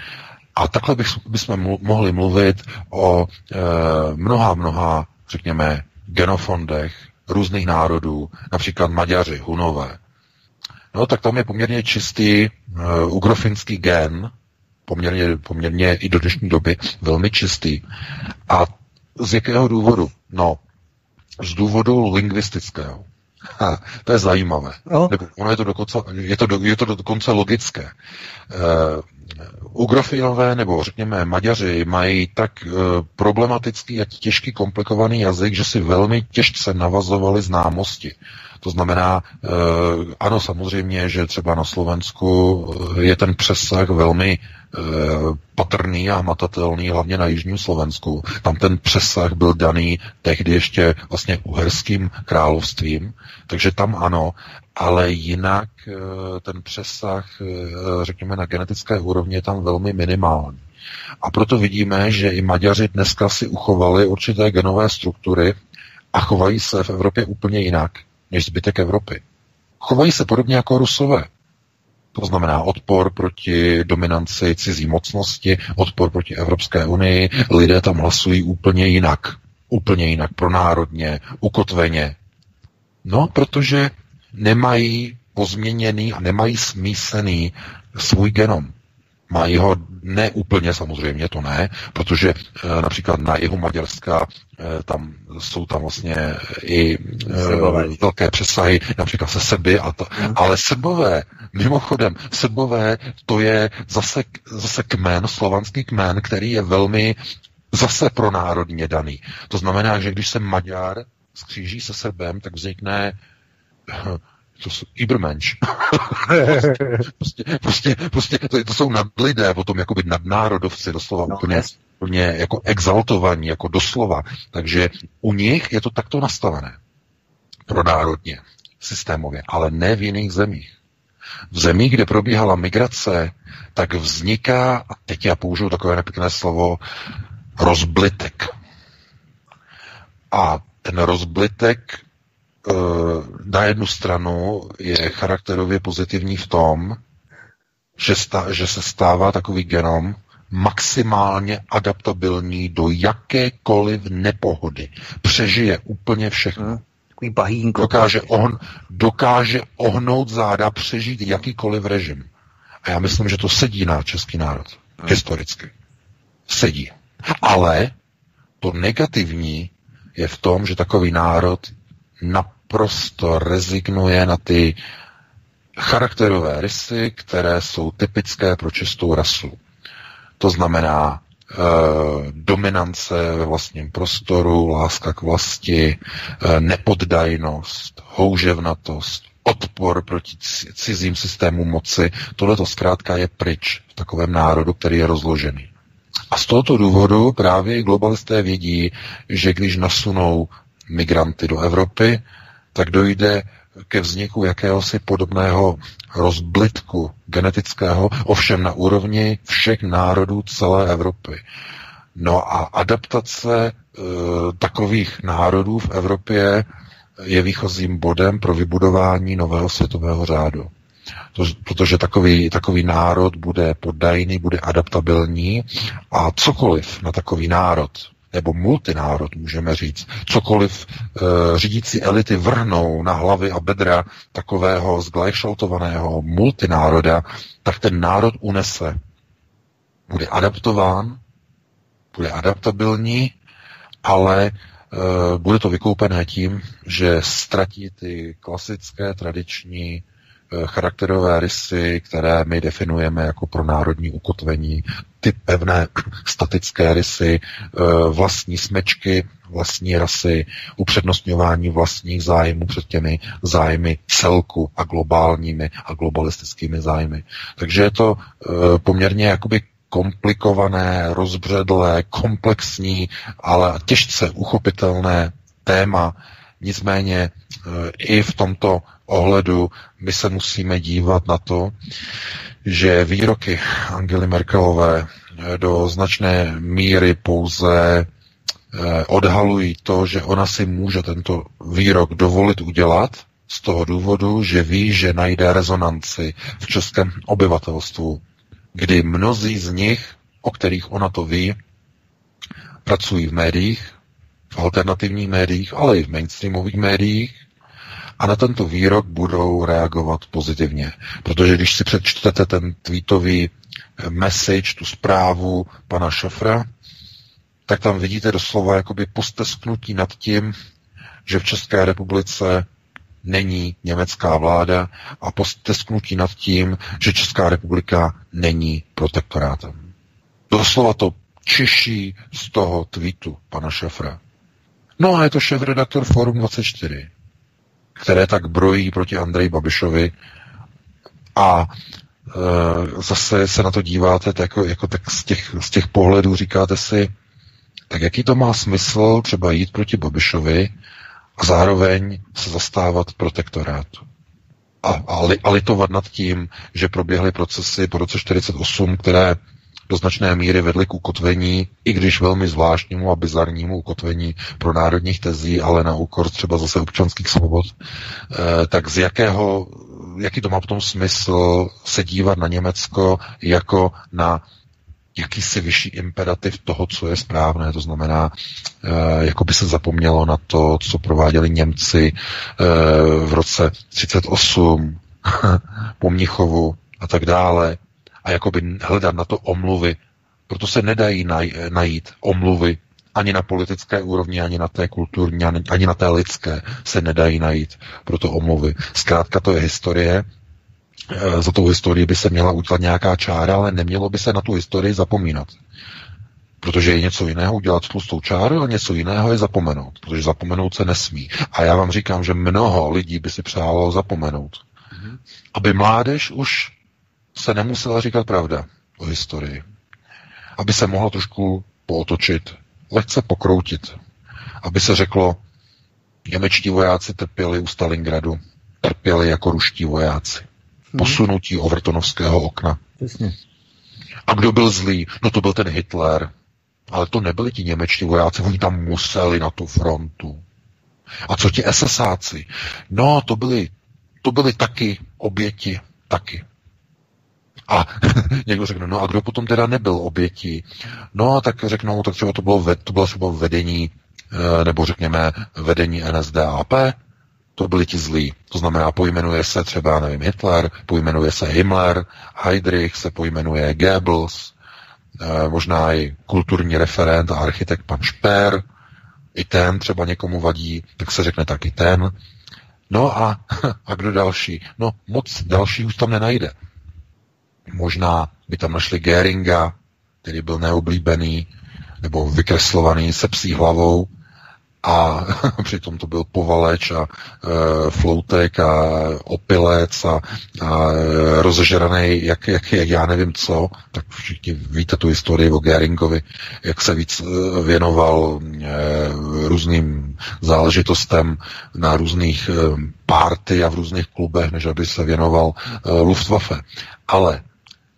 A takhle bych, bychom mohli mluvit o e, mnoha, mnoha, řekněme, genofondech různých národů, například Maďaři, Hunové. No, tak tam je poměrně čistý uh, ugrofinský gen, poměrně, poměrně i do dnešní doby velmi čistý. A z jakého důvodu? No, z důvodu lingvistického. Ha, to je zajímavé. No. Nebo ono je to dokonce, je to, do, je to dokonce logické. Uh, Ugrofinové, nebo řekněme Maďaři, mají tak uh, problematický a těžký komplikovaný jazyk, že si velmi těžce navazovali známosti. To znamená, eh, ano, samozřejmě, že třeba na Slovensku je ten přesah velmi eh, patrný a hmatatelný, hlavně na jižním Slovensku. Tam ten přesah byl daný tehdy ještě vlastně uherským královstvím, takže tam ano, ale jinak eh, ten přesah, eh, řekněme, na genetické úrovni je tam velmi minimální. A proto vidíme, že i Maďaři dneska si uchovali určité genové struktury a chovají se v Evropě úplně jinak než zbytek Evropy. Chovají se podobně jako Rusové. To znamená odpor proti dominanci cizí mocnosti, odpor proti Evropské unii. Lidé tam hlasují úplně jinak. Úplně jinak, pronárodně, ukotveně. No, protože nemají pozměněný a nemají smísený svůj genom. Mají ho ne úplně, samozřejmě to ne, protože e, například na jihu Maďarska e, tam jsou tam vlastně i e, velké přesahy, například se Srby, a to, hmm. ale Srbové, mimochodem, Srbové to je zase, zase kmen, slovanský kmen, který je velmi zase pronárodně daný. To znamená, že když se Maďar skříží se Srbem, tak vznikne to jsou Übermensch. prostě, prostě, prostě to, to jsou nadlidé, potom jakoby nadnárodovci, doslova no, úplně, úplně jako exaltovaní, jako doslova. Takže u nich je to takto nastavené. Pronárodně, systémově, ale ne v jiných zemích. V zemích, kde probíhala migrace, tak vzniká, a teď já použiju takové nepěkné slovo, rozblitek. A ten rozblitek na jednu stranu je charakterově pozitivní v tom, že, sta, že se stává takový genom maximálně adaptabilní do jakékoliv nepohody. Přežije úplně všechno. Takový bahínko. Dokáže, ohn, dokáže ohnout záda, přežít jakýkoliv režim. A já myslím, že to sedí na český národ. Hmm. Historicky. Sedí. Ale to negativní je v tom, že takový národ naprosto rezignuje na ty charakterové rysy, které jsou typické pro českou rasu. To znamená eh, dominance ve vlastním prostoru, láska k vlasti, eh, nepoddajnost, houževnatost, odpor proti cizím systémům moci. Tohle to zkrátka je pryč v takovém národu, který je rozložený. A z tohoto důvodu právě globalisté vědí, že když nasunou migranty do Evropy, tak dojde ke vzniku jakéhosi podobného rozblitku genetického, ovšem na úrovni všech národů celé Evropy. No a adaptace e, takových národů v Evropě je výchozím bodem pro vybudování nového světového řádu. To, protože takový, takový národ bude poddajný, bude adaptabilní a cokoliv na takový národ nebo multinárod, můžeme říct, cokoliv e, řídící elity vrhnou na hlavy a bedra takového zglajšaltovaného multinároda, tak ten národ unese. Bude adaptován, bude adaptabilní, ale e, bude to vykoupené tím, že ztratí ty klasické, tradiční e, charakterové rysy, které my definujeme jako pro národní ukotvení, ty pevné statické rysy, vlastní smečky, vlastní rasy, upřednostňování vlastních zájmů před těmi zájmy celku a globálními a globalistickými zájmy. Takže je to poměrně jakoby komplikované, rozbředlé, komplexní, ale těžce uchopitelné téma. Nicméně i v tomto ohledu my se musíme dívat na to, že výroky Angely Merkelové do značné míry pouze odhalují to, že ona si může tento výrok dovolit udělat z toho důvodu, že ví, že najde rezonanci v českém obyvatelstvu, kdy mnozí z nich, o kterých ona to ví, pracují v médiích, v alternativních médiích, ale i v mainstreamových médiích a na tento výrok budou reagovat pozitivně. Protože když si přečtete ten tweetový message, tu zprávu pana Šafra, tak tam vidíte doslova jakoby postesknutí nad tím, že v České republice není německá vláda a postesknutí nad tím, že Česká republika není protektorátem. Doslova to čiší z toho tweetu pana Šafra. No a je to šéfredaktor Forum dvacet čtyři, které tak brojí proti Andreji Babišovi a e, zase se na to díváte jako, jako tak z těch, z těch pohledů říkáte si, tak jaký to má smysl třeba jít proti Babišovi a zároveň se zastávat protektorátu. A, a, li, a litovat nad tím, že proběhly procesy po roce čtyřicet osm, které do značné míry vedly k ukotvení, i když velmi zvláštnímu a bizarnímu ukotvení pro národních tezí, ale na úkor třeba zase občanských svobod, eh, tak z jakého, jaký to má potom smysl se dívat na Německo jako na jakýsi vyšší imperativ toho, co je správné, to znamená, eh, jako by se zapomnělo na to, co prováděli Němci eh, v roce třicet osm po Mnichovu a tak dále, a jakoby hledat na to omluvy. Proto se nedají najít omluvy ani na politické úrovni, ani na té kulturní, ani na té lidské se nedají najít proto omluvy. Zkrátka to je historie. Za tou historii by se měla udělat nějaká čára, ale nemělo by se na tu historii zapomínat. Protože je něco jiného udělat tlustou čáru a něco jiného je zapomenout. Protože zapomenout se nesmí. A já vám říkám, že mnoho lidí by si přálo zapomenout. Mm-hmm. Aby mládež už se nemusela říkat pravda o historii. Aby se mohla trošku pootočit, lehce pokroutit. Aby se řeklo, němečtí vojáci trpěli u Stalingradu, trpěli jako ruští vojáci. Posunutí overtonovského okna. Přesně. A kdo byl zlý? No to byl ten Hitler. Ale to nebyli ti němečtí vojáci, oni tam museli na tu frontu. A co ti esesáci? No, to byly, to byly taky oběti, taky. A někdo řekne, no a kdo potom teda nebyl obětí? No a tak řeknou, tak třeba to bylo, to bylo třeba vedení, nebo řekněme vedení N S D A P, to byli ti zlí. To znamená, pojmenuje se třeba, nevím, Hitler, pojmenuje se Himmler, Heydrich se pojmenuje Goebbels, možná i kulturní referent a architekt pan Speer, i ten třeba někomu vadí, tak se řekne taky ten. No a, a kdo další? No moc další už tam nenajde. Možná by tam našli Göringa, který byl neoblíbený, nebo vykreslovaný se psí hlavou, a přitom to byl povaleč a e, floutek a opilec a, a rozežraný, jak, jak, jak já nevím co, tak všichni víte tu historii o Göringovi, jak se víc věnoval e, různým záležitostem na různých e, party a v různých klubech, než aby se věnoval e, Luftwaffe. Ale e,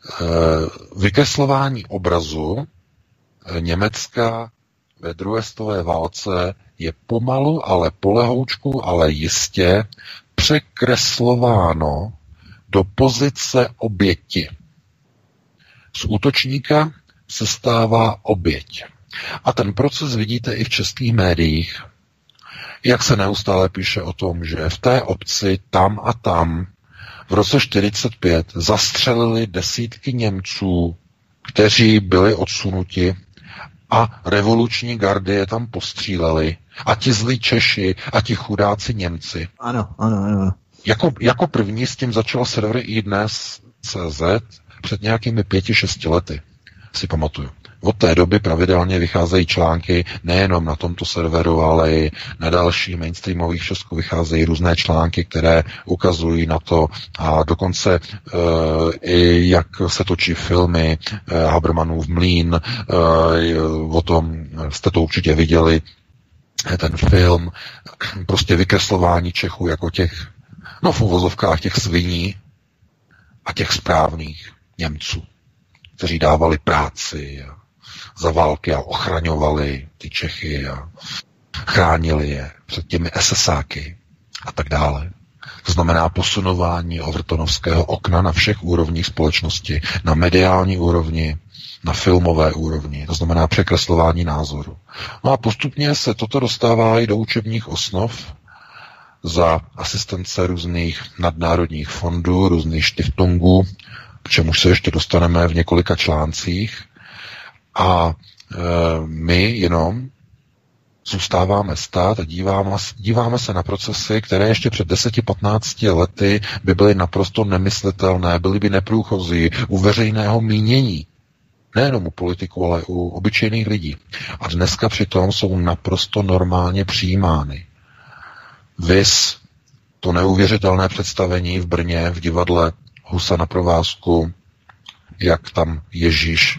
vykreslování obrazu e, Německa ve druhé světové válce je pomalu, ale polehoučku, ale jistě překreslováno do pozice oběti. Z útočníka se stává oběť. A ten proces vidíte i v českých médiích, jak se neustále píše o tom, že v té obci tam a tam v roce čtyřicet pět zastřelili desítky Němců, kteří byli odsunuti, a revoluční gardy je tam postříleli. A ti zlí Češi a ti chudáci Němci. Ano, ano, ano. Jako, jako první s tím začal server iDnes tečka cé zet před nějakými pěti, šesti lety, si pamatuju. Od té doby pravidelně vycházejí články nejenom na tomto serveru, ale i na dalších mainstreamových v Česku vycházejí různé články, které ukazují na to a dokonce e, i jak se točí filmy e, Habermanův mlýn, e, o tom jste to určitě viděli, ten film, prostě vykreslování Čechů jako těch, no v uvozovkách těch sviní a těch správných Němců, kteří dávali práci a za války a ochraňovali ty Čechy a chránili je před těmi esesáky a tak dále. To znamená posunování overtonovského okna na všech úrovních společnosti, na mediální úrovni, na filmové úrovni, to znamená překreslování názoru. No a postupně se toto dostává i do učebních osnov za asistence různých nadnárodních fondů, různých stiftungů, k čemuž se ještě dostaneme v několika článcích. A e, my jenom zůstáváme stát a díváme, díváme se na procesy, které ještě před deseti patnácti lety by byly naprosto nemyslitelné, byly by neprůchozí u veřejného mínění. Nejenom u politiků, ale u obyčejných lidí. A dneska přitom jsou naprosto normálně přijímány. Vys to neuvěřitelné představení v Brně v divadle Husa na provázku, jak tam Ježíš,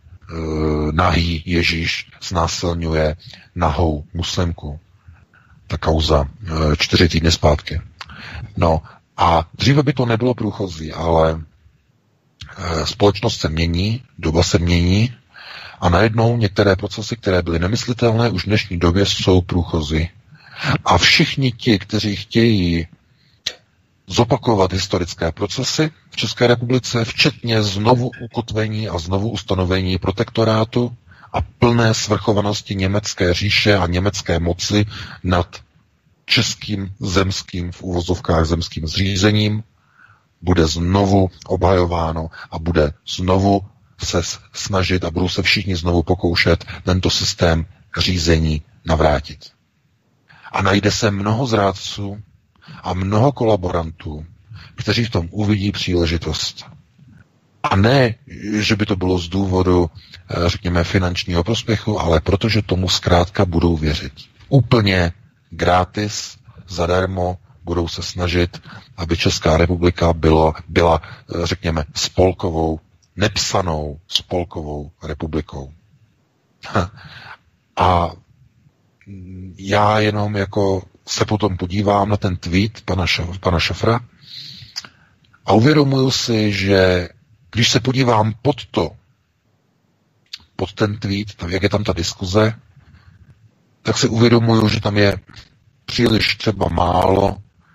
nahý Ježíš znásilňuje nahou muslimku. Ta kauza čtyři týdny zpátky. No a dříve by to nebylo průchozí, ale společnost se mění, doba se mění a najednou některé procesy, které byly nemyslitelné, už v dnešní době jsou průchozí. A všichni ti, kteří chtějí zopakovat historické procesy v České republice, včetně znovu ukotvení a znovu ustanovení protektorátu a plné svrchovanosti německé říše a německé moci nad českým zemským, v uvozovkách zemským zřízením, bude znovu obhajováno a bude znovu se snažit a budou se všichni znovu pokoušet tento systém řízení navrátit. A najde se mnoho zrádců a mnoho kolaborantů, kteří v tom uvidí příležitost. A ne, že by to bylo z důvodu, řekněme, finančního prospěchu, ale protože tomu zkrátka budou věřit. Úplně gratis, zadarmo, budou se snažit, aby Česká republika bylo, byla, řekněme, spolkovou, nepsanou spolkovou republikou. A já jenom jako se potom podívám na ten tweet pana, Šaf, pana Šafra a uvědomuju si, že když se podívám pod to, pod ten tweet, tak jak je tam ta diskuze, tak si uvědomuju, že tam je příliš třeba málo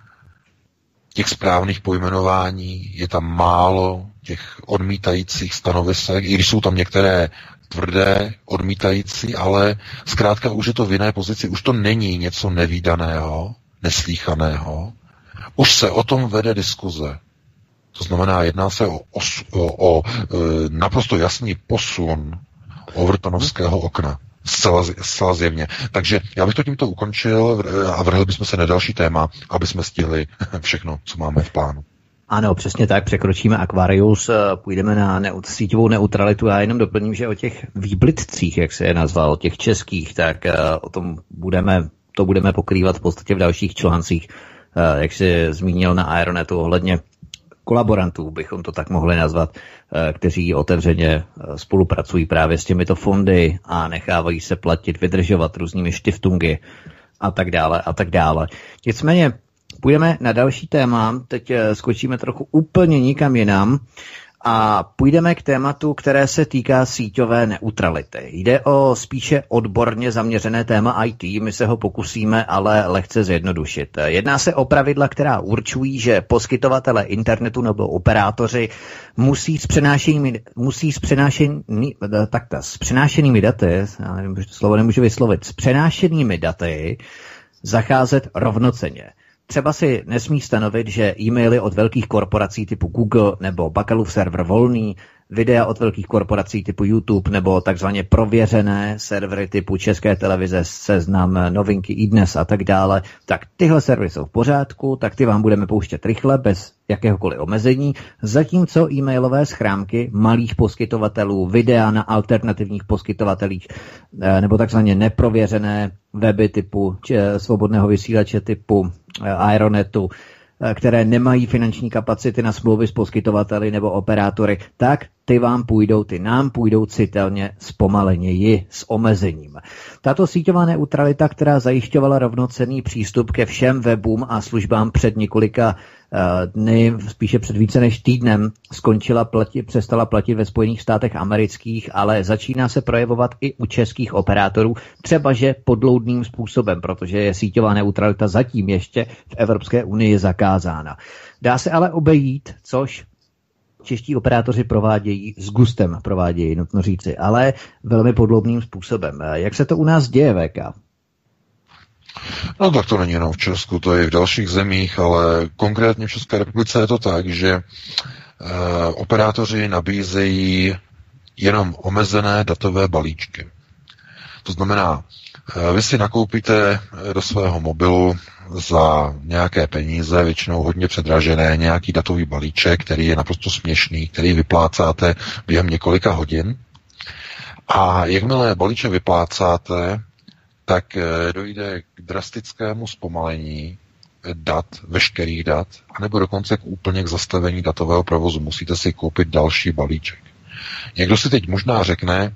těch správných pojmenování, je tam málo těch odmítajících stanovisek, i když jsou tam některé tvrdé, odmítající, ale zkrátka už je to v jiné pozici, už to není něco nevídaného, neslýchaného, už se o tom vede diskuze. To znamená, jedná se o, o, o, o naprosto jasný posun overtonovského okna. Zcela, zcela zjevně. Takže já bych to tímto ukončil a vrhli bychom se na další téma, aby jsme stihli všechno, co máme v plánu. Ano, přesně tak, překročíme Aquarius, půjdeme na neut, síťovou neutralitu. Já jenom doplním, že o těch výblitcích, jak se je nazval, o těch českých, tak o tom budeme, to budeme pokrývat v podstatě v dalších článcích, jak se zmínil na Aeronetu ohledně kolaborantů, bychom to tak mohli nazvat, kteří otevřeně spolupracují právě s těmito fondy a nechávají se platit, vydržovat různými štiftungy a tak dále a tak dále. Nicméně půjdeme na další téma, teď skočíme trochu úplně nikam jinam a půjdeme k tématu, které se týká síťové neutrality. Jde o spíše odborně zaměřené téma í té, my se ho pokusíme ale lehce zjednodušit. Jedná se o pravidla, která určují, že poskytovatele internetu nebo operátoři musí s přenášenými, musí s přenášenými, takto, s přenášenými daty, já nevím, že to slovo nemůžu vyslovit, s přenášenými daty zacházet rovnocenně. Třeba si nesmí stanovit, že e-maily od velkých korporací typu Google nebo Bacalův server Volný, videa od velkých korporací typu YouTube nebo takzvaně prověřené servery typu České televize, Seznam, Novinky, iDnes a tak dále, tak tyhle servery jsou v pořádku, tak ty vám budeme pouštět rychle, bez jakéhokoliv omezení, zatímco e-mailové schránky malých poskytovatelů, videa na alternativních poskytovatelích nebo takzvaně neprověřené weby typu svobodného vysílače typu Aeronetu, které nemají finanční kapacity na smlouvy s poskytovateli nebo operátory, tak ty vám půjdou, ty nám půjdou citelně zpomaleněji s omezením. Tato síťová neutralita, která zajišťovala rovnocenný přístup ke všem webům a službám před několika uh, dny, spíše před více než týdnem, skončila platit, přestala platit ve Spojených státech amerických, ale začíná se projevovat i u českých operátorů, třeba že podloudným způsobem, protože je síťová neutralita zatím ještě v Evropské unii zakázána. Dá se ale obejít, což čeští operátoři provádějí, s gustem provádějí, nutno říci, ale velmi podlobným způsobem. Jak se to u nás děje, V K? No tak to není jenom v Česku, to je i v dalších zemích, ale konkrétně v České republice je to tak, že e, operátoři nabízejí jenom omezené datové balíčky. To znamená, e, vy si nakoupíte do svého mobilu za nějaké peníze, většinou hodně předražené, nějaký datový balíček, který je naprosto směšný, který vyplácáte během několika hodin. A jakmile balíček vyplácáte, tak dojde k drastickému zpomalení dat, veškerých dat, anebo dokonce k úplně k zastavení datového provozu. Musíte si koupit další balíček. Někdo si teď možná řekne,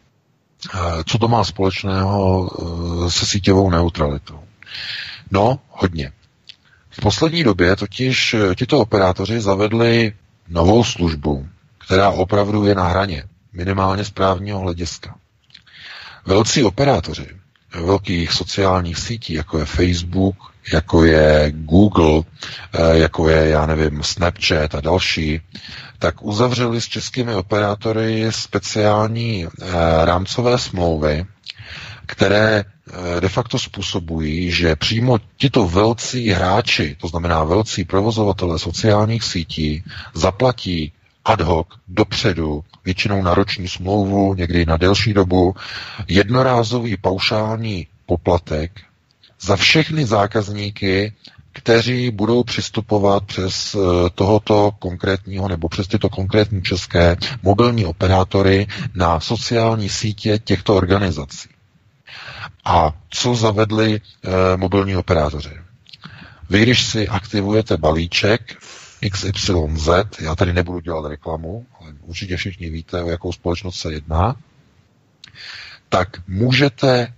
co to má společného se síťovou neutralitou. No, hodně. V poslední době totiž tito operátoři zavedli novou službu, která opravdu je na hraně, minimálně z právního hlediska. Velcí operátoři velkých sociálních sítí, jako je Facebook, jako je Google, jako je, já nevím, Snapchat a další, tak uzavřeli s českými operátory speciální rámcové smlouvy, které de facto způsobují, že přímo tito velcí hráči, to znamená velcí provozovatelé sociálních sítí, zaplatí ad hoc dopředu, většinou na roční smlouvu, někdy na delší dobu, jednorázový paušální poplatek za všechny zákazníky, kteří budou přistupovat přes tohoto konkrétního nebo přes tyto konkrétní české mobilní operátory na sociální sítě těchto organizací. A co zavedli e, mobilní operátoři? Vy, když si aktivujete balíček X Y Z, já tady nebudu dělat reklamu, ale určitě všichni víte, o jakou společnost se jedná, tak můžete e,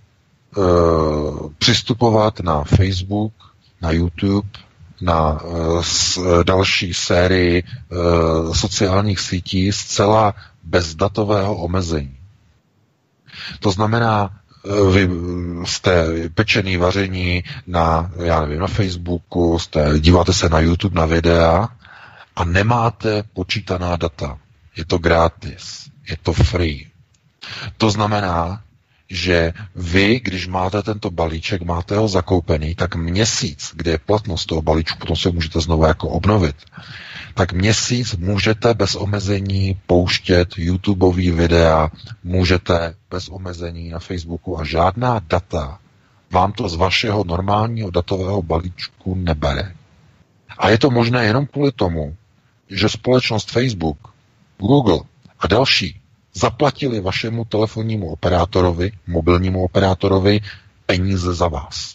přistupovat na Facebook, na YouTube, na e, s, další sérii e, sociálních sítí zcela bez datového omezení. To znamená, vy jste pečený vaření na, já nevím, na Facebooku, jste, díváte se na YouTube na videa a nemáte počítaná data. Je to gratis, je to free. To znamená, že vy, když máte tento balíček, máte ho zakoupený, tak měsíc, kde je platnost toho balíčku, potom se můžete znovu jako obnovit, tak měsíc můžete bez omezení pouštět YouTubeový videa, můžete bez omezení na Facebooku a žádná data vám to z vašeho normálního datového balíčku nebere. A je to možné jenom kvůli tomu, že společnost Facebook, Google a další zaplatili vašemu telefonnímu operátorovi, mobilnímu operátorovi peníze za vás.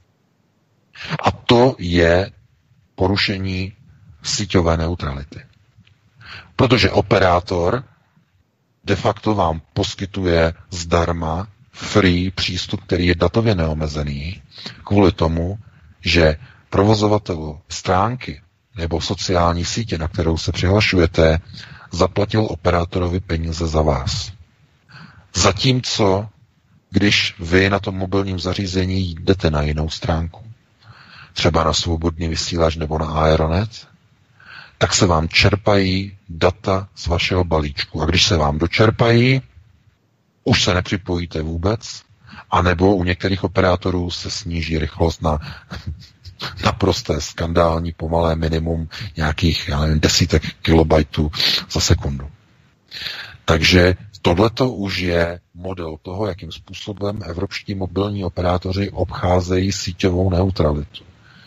A to je porušení síťové neutrality. Protože operátor de facto vám poskytuje zdarma free přístup, který je datově neomezený, kvůli tomu, že provozovatelů stránky nebo sociální sítě, na kterou se přihlašujete, zaplatil operátorovi peníze za vás. Zatímco, když vy na tom mobilním zařízení jdete na jinou stránku, třeba na svobodný vysílač nebo na Aeronet, tak se vám čerpají data z vašeho balíčku. A když se vám dočerpají, už se nepřipojíte vůbec, anebo u některých operátorů se sníží rychlost na naprosté skandální pomalé minimum nějakých, já nevím, desítek kilobajtů za sekundu. Takže tohleto už je model toho, jakým způsobem evropští mobilní operátoři obcházejí síťovou neutralitu.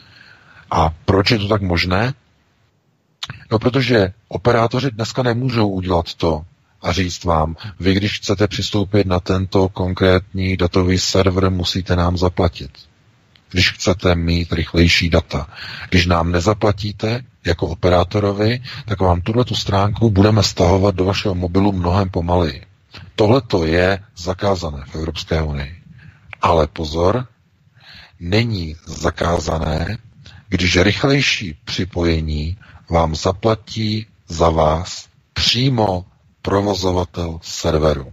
A proč je to tak možné? No, protože operátoři dneska nemůžou udělat to a říct vám, vy když chcete přistoupit na tento konkrétní datový server, musíte nám zaplatit. Když chcete mít rychlejší data. Když nám nezaplatíte jako operátorovi, tak vám tuhletu stránku budeme stahovat do vašeho mobilu mnohem pomaleji. Tohle to je zakázané v Evropské unii. Ale pozor, není zakázané, když rychlejší připojení vám zaplatí za vás přímo provozovatel serveru.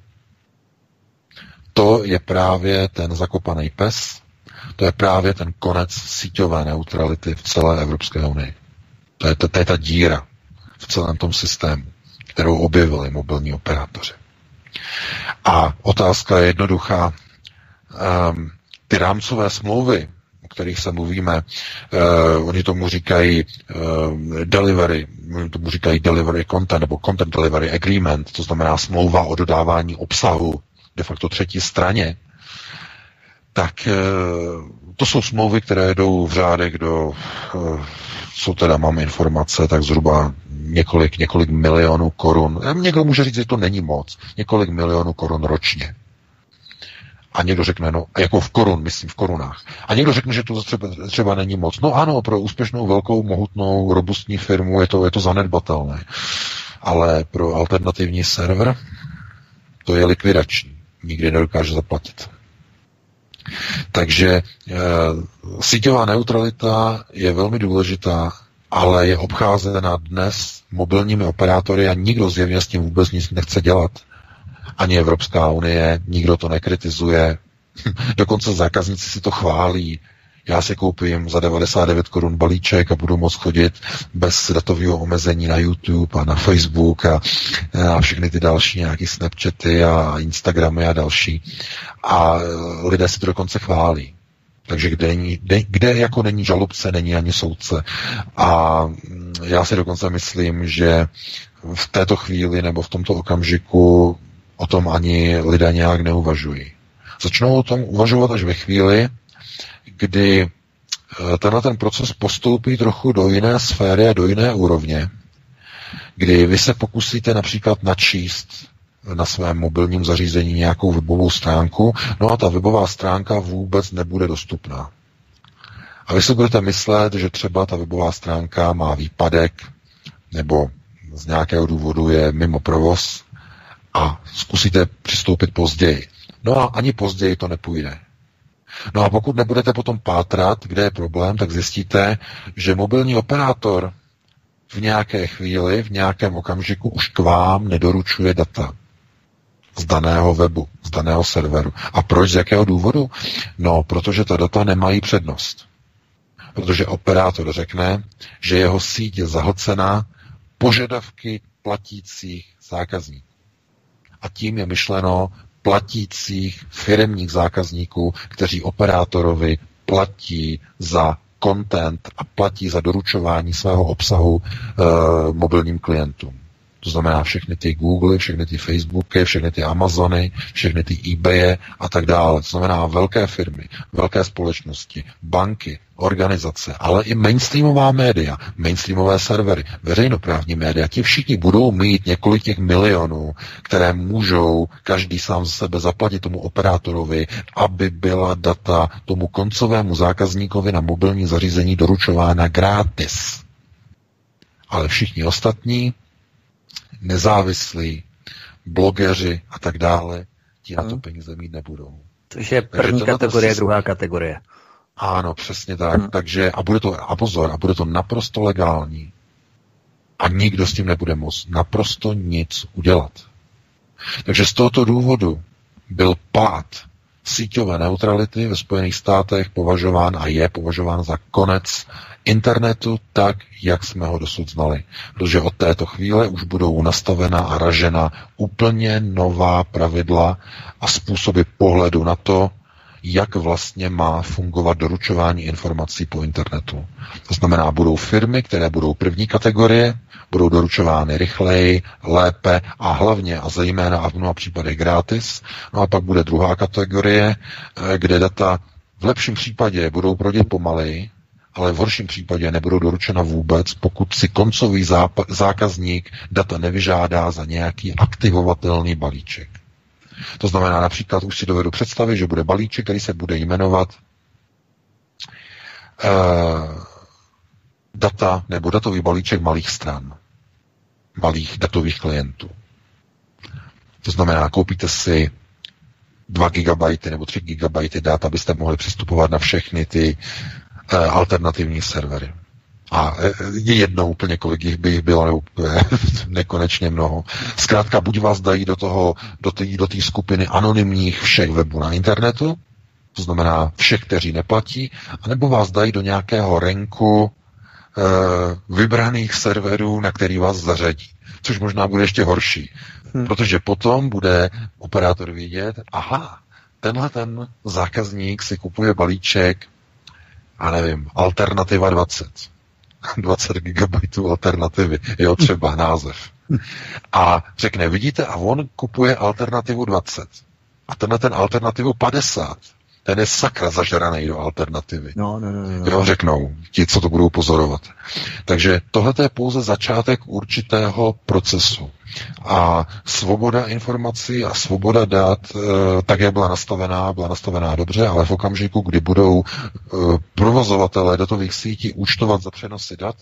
To je právě ten zakopaný pes, to je právě ten konec síťové neutrality v celé Evropské unii. To je, to, to je ta díra v celém tom systému, kterou objevili mobilní operátoři. A otázka je jednoduchá. Um, ty rámcové smlouvy, o kterých se mluvíme, uh, oni tomu říkají uh, delivery, oni tomu říkají delivery content, nebo content delivery agreement, to znamená smlouva o dodávání obsahu de facto třetí straně, tak to jsou smlouvy, které jdou v řádech do, co teda mám informace, tak zhruba několik, několik milionů korun. Někdo může říct, že to není moc. Několik milionů korun ročně. A někdo řekne, no, jako v korun, myslím v korunách. A někdo řekne, že to třeba, třeba není moc. No ano, pro úspěšnou, velkou, mohutnou, robustní firmu je to, je to zanedbatelné. Ale pro alternativní server to je likvidační. Nikdy nedokáže zaplatit. Takže e, síťová neutralita je velmi důležitá, ale je obcházena dnes mobilními operátory a nikdo zjevně s tím vůbec nic nechce dělat. Ani Evropská unie, nikdo to nekritizuje. Dokonce zákazníci si to chválí. Já si koupím za devadesát devět korun balíček a budu moct chodit bez datového omezení na YouTube a na Facebook a, a všechny ty další nějaký Snapchaty a Instagramy a další. A lidé si to dokonce chválí. Takže kde, není, kde, kde jako není žalobce, není ani soudce. A já si dokonce myslím, že v této chvíli nebo v tomto okamžiku o tom ani lidé nějak neuvažují. Začnou o tom uvažovat až ve chvíli, kdy tenhle ten proces postoupí trochu do jiné sféry a do jiné úrovně, kdy vy se pokusíte například načíst na svém mobilním zařízení nějakou webovou stránku, no a ta webová stránka vůbec nebude dostupná. A vy si budete myslet, že třeba ta webová stránka má výpadek nebo z nějakého důvodu je mimo provoz a zkusíte přistoupit později. No a ani později to nepůjde. No a pokud nebudete potom pátrat, kde je problém, tak zjistíte, že mobilní operátor v nějaké chvíli, v nějakém okamžiku už k vám nedoručuje data. z daného webu, z daného serveru. A proč, z jakého důvodu? No, protože ta data nemají přednost. Protože operátor řekne, že jeho síť je zahlcená požadavky platících zákazníků. A tím je myšleno platících firemních zákazníků, kteří operátorovi platí za content a platí za doručování svého obsahu e, mobilním klientům. To znamená všechny ty Google, všechny ty Facebooky, všechny ty Amazony, všechny ty eBaye a tak dále. To znamená velké firmy, velké společnosti, banky, organizace, ale i mainstreamová média, mainstreamové servery, veřejnoprávní média, ti všichni budou mít několik těch milionů, které můžou každý sám za sebe zaplatit tomu operátorovi, aby byla data tomu koncovému zákazníkovi na mobilní zařízení doručována gratis. Ale všichni ostatní, nezávislí, blogeři a tak dále, ti na to peníze mít nebudou. Což je první kategorie, si... druhá kategorie. Ano, přesně tak. Hmm. Takže, a bude to, a pozor, a bude to naprosto legální. A nikdo s tím nebude moct naprosto nic udělat. Takže z tohoto důvodu byl pád síťové neutrality ve Spojených státech považován a je považován za konec internetu tak, jak jsme ho dosud znali. Protože od této chvíle už budou nastavena a ražena úplně nová pravidla a způsoby pohledu na to, jak vlastně má fungovat doručování informací po internetu. To znamená, budou firmy, které budou první kategorie, budou doručovány rychleji, lépe a hlavně a zejména a v mnoha případech gratis. No a pak bude druhá kategorie, kde data v lepším případě budou proudit pomaleji, ale v horším případě nebudou doručena vůbec, pokud si koncový zápa- zákazník data nevyžádá za nějaký aktivovatelný balíček. To znamená, například už si dovedu představit, že bude balíček, který se bude jmenovat uh, data nebo datový balíček malých stran, malých datových klientů. To znamená, koupíte si dva gigabajty nebo tři gigabajty dat, abyste mohli přistupovat na všechny ty uh, alternativní servery. A je jedno úplně, kolik jich by jich bylo, nebo nekonečně mnoho. Zkrátka, buď vás dají do toho, do té do té skupiny anonymních všech webů na internetu, to znamená všech, kteří neplatí, anebo vás dají do nějakého renku e, vybraných serverů, na který vás zařadí. Což možná bude ještě horší. Hmm. Protože potom bude operátor vidět, aha, tenhle ten zákazník si kupuje balíček, a nevím, Alternativa dvacet. dvacet gigabajtů alternativy, jo, třeba název. A řekne, vidíte, a on kupuje alternativu dvacet. A tenhle ten alternativu padesát. Ten je sakra zažranej do alternativy. No, no, no, no. Jo, řeknou ti, co to budou pozorovat. Takže tohle je pouze začátek určitého procesu. A svoboda informací a svoboda dat, tak jak byla nastavená, byla nastavená dobře, ale v okamžiku, kdy budou provozovatelé datových sítí účtovat za přenosy dat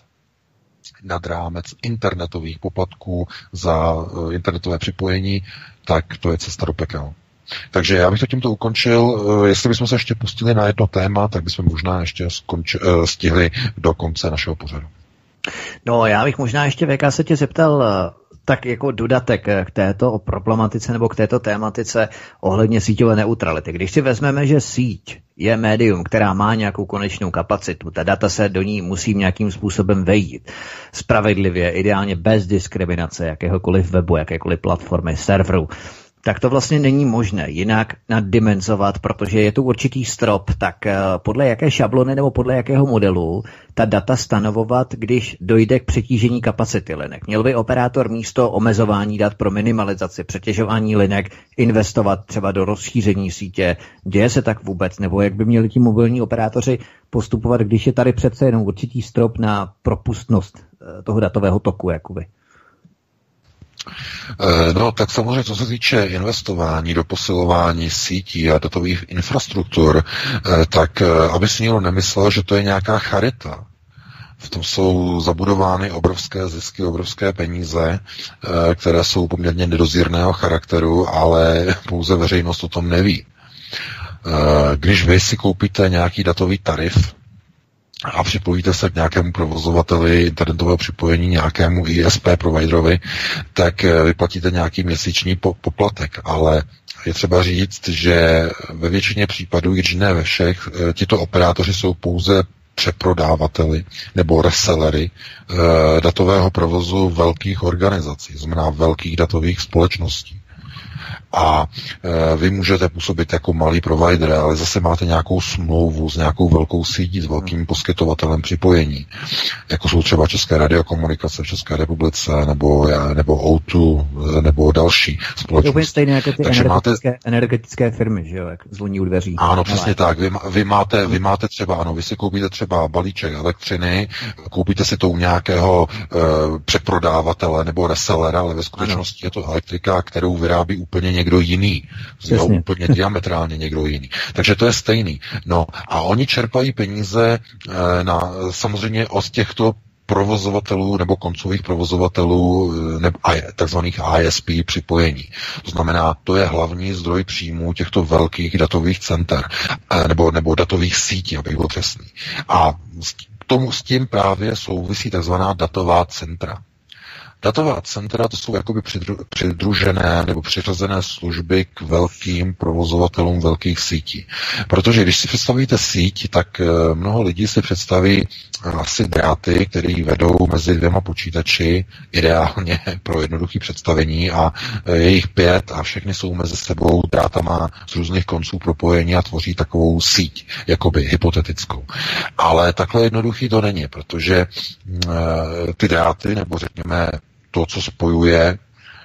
nad rámec internetových poplatků za internetové připojení, tak to je cesta do pekel. Takže já bych to tímto ukončil. Jestli bychom se ještě pustili na jedno téma, tak bychom možná ještě skonči, stihli do konce našeho pořadu. No, já bych možná ještě V K se tě zeptal tak jako dodatek k této problematice nebo k této tématice ohledně síťové neutrality. Když si vezmeme, že síť je médium, která má nějakou konečnou kapacitu, ta data se do ní musí nějakým způsobem vejít. Spravedlivě, ideálně bez diskriminace jakéhokoliv webu, jakékoliv platformy, serveru. Tak to vlastně není možné jinak naddimenzovat, protože je tu určitý strop, tak podle jaké šablony nebo podle jakého modelu ta data stanovovat, když dojde k přetížení kapacity linek. Měl by operátor místo omezování dat pro minimalizaci přetěžování linek investovat třeba do rozšíření sítě. Děje se tak vůbec? Nebo jak by měli ti mobilní operátoři postupovat, když je tady přece jenom určitý strop na propustnost toho datového toku, jakoby? No, tak samozřejmě, co se týče investování do posilování sítí a datových infrastruktur, tak aby si někdo nemyslel, že to je nějaká charita. V tom jsou zabudovány obrovské zisky, obrovské peníze, které jsou poměrně nedozírného charakteru, ale pouze veřejnost o tom neví. Když vy si koupíte nějaký datový tarif a připojíte se k nějakému provozovateli internetového připojení, nějakému I S P providerovi, tak vyplatíte nějaký měsíční poplatek, ale je třeba říct, že ve většině případů, když ne ve všech, tito operátoři jsou pouze přeprodávateli nebo resellery e, datového provozu velkých organizací, znamená velkých datových společností. A e, vy můžete působit jako malý provider, ale zase máte nějakou smlouvu s nějakou velkou sítí, s velkým poskytovatelem připojení, jako jsou třeba České radiokomunikace v České republice, nebo, nebo O dva, nebo další společnosti. To je stejné jako ty Takže energetické, máte... energetické firmy, že jo, jak zvoní u dveří. Ano, přesně tak. Vy, vy, máte, vy máte třeba, ano, vy si koupíte třeba balíček elektřiny, koupíte si to u nějakého e, přeprodávatele nebo resellera, ale ve skutečnosti ano. Je to elektrika, kterou vyrábí úplně někdo jiný. Jo, úplně diametrálně někdo jiný. Takže to je stejný. No a oni čerpají peníze e, na, samozřejmě od těchto provozovatelů nebo koncových provozovatelů nebo takzvaných I S P připojení. To znamená, to je hlavní zdroj příjmů těchto velkých datových center nebo, nebo datových sítí, abych byl přesný. A s, tomu, s tím právě souvisí takzvaná datová centra. Datová centra to jsou jakoby přidružené nebo přiřazené služby k velkým provozovatelům velkých sítí. Protože když si představíte síť, tak mnoho lidí si představí asi dráty, které vedou mezi dvěma počítači, ideálně pro jednoduché představení, a je jich pět a všechny jsou mezi sebou drátama z různých konců propojení a tvoří takovou síť, jakoby hypotetickou. Ale takhle jednoduchý to není, protože ty dráty, nebo řekněme to, co spojuje,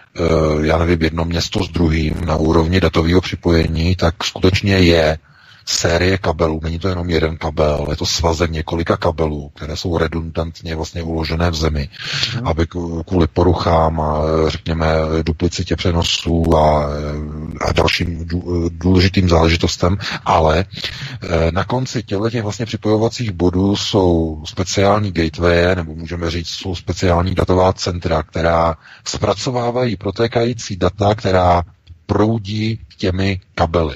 já nevím, jedno město s druhým na úrovni datového připojení, tak skutečně je série kabelů. Není to jenom jeden kabel, je to svazek několika kabelů, které jsou redundantně vlastně uložené v zemi, hmm. aby kvůli poruchám a řekněme duplicitě přenosů a, a dalším důležitým záležitostem, ale na konci těchto těch vlastně připojovacích bodů jsou speciální gateway, nebo můžeme říct, jsou speciální datová centra, která zpracovávají protékající data, která proudí těmi kabely.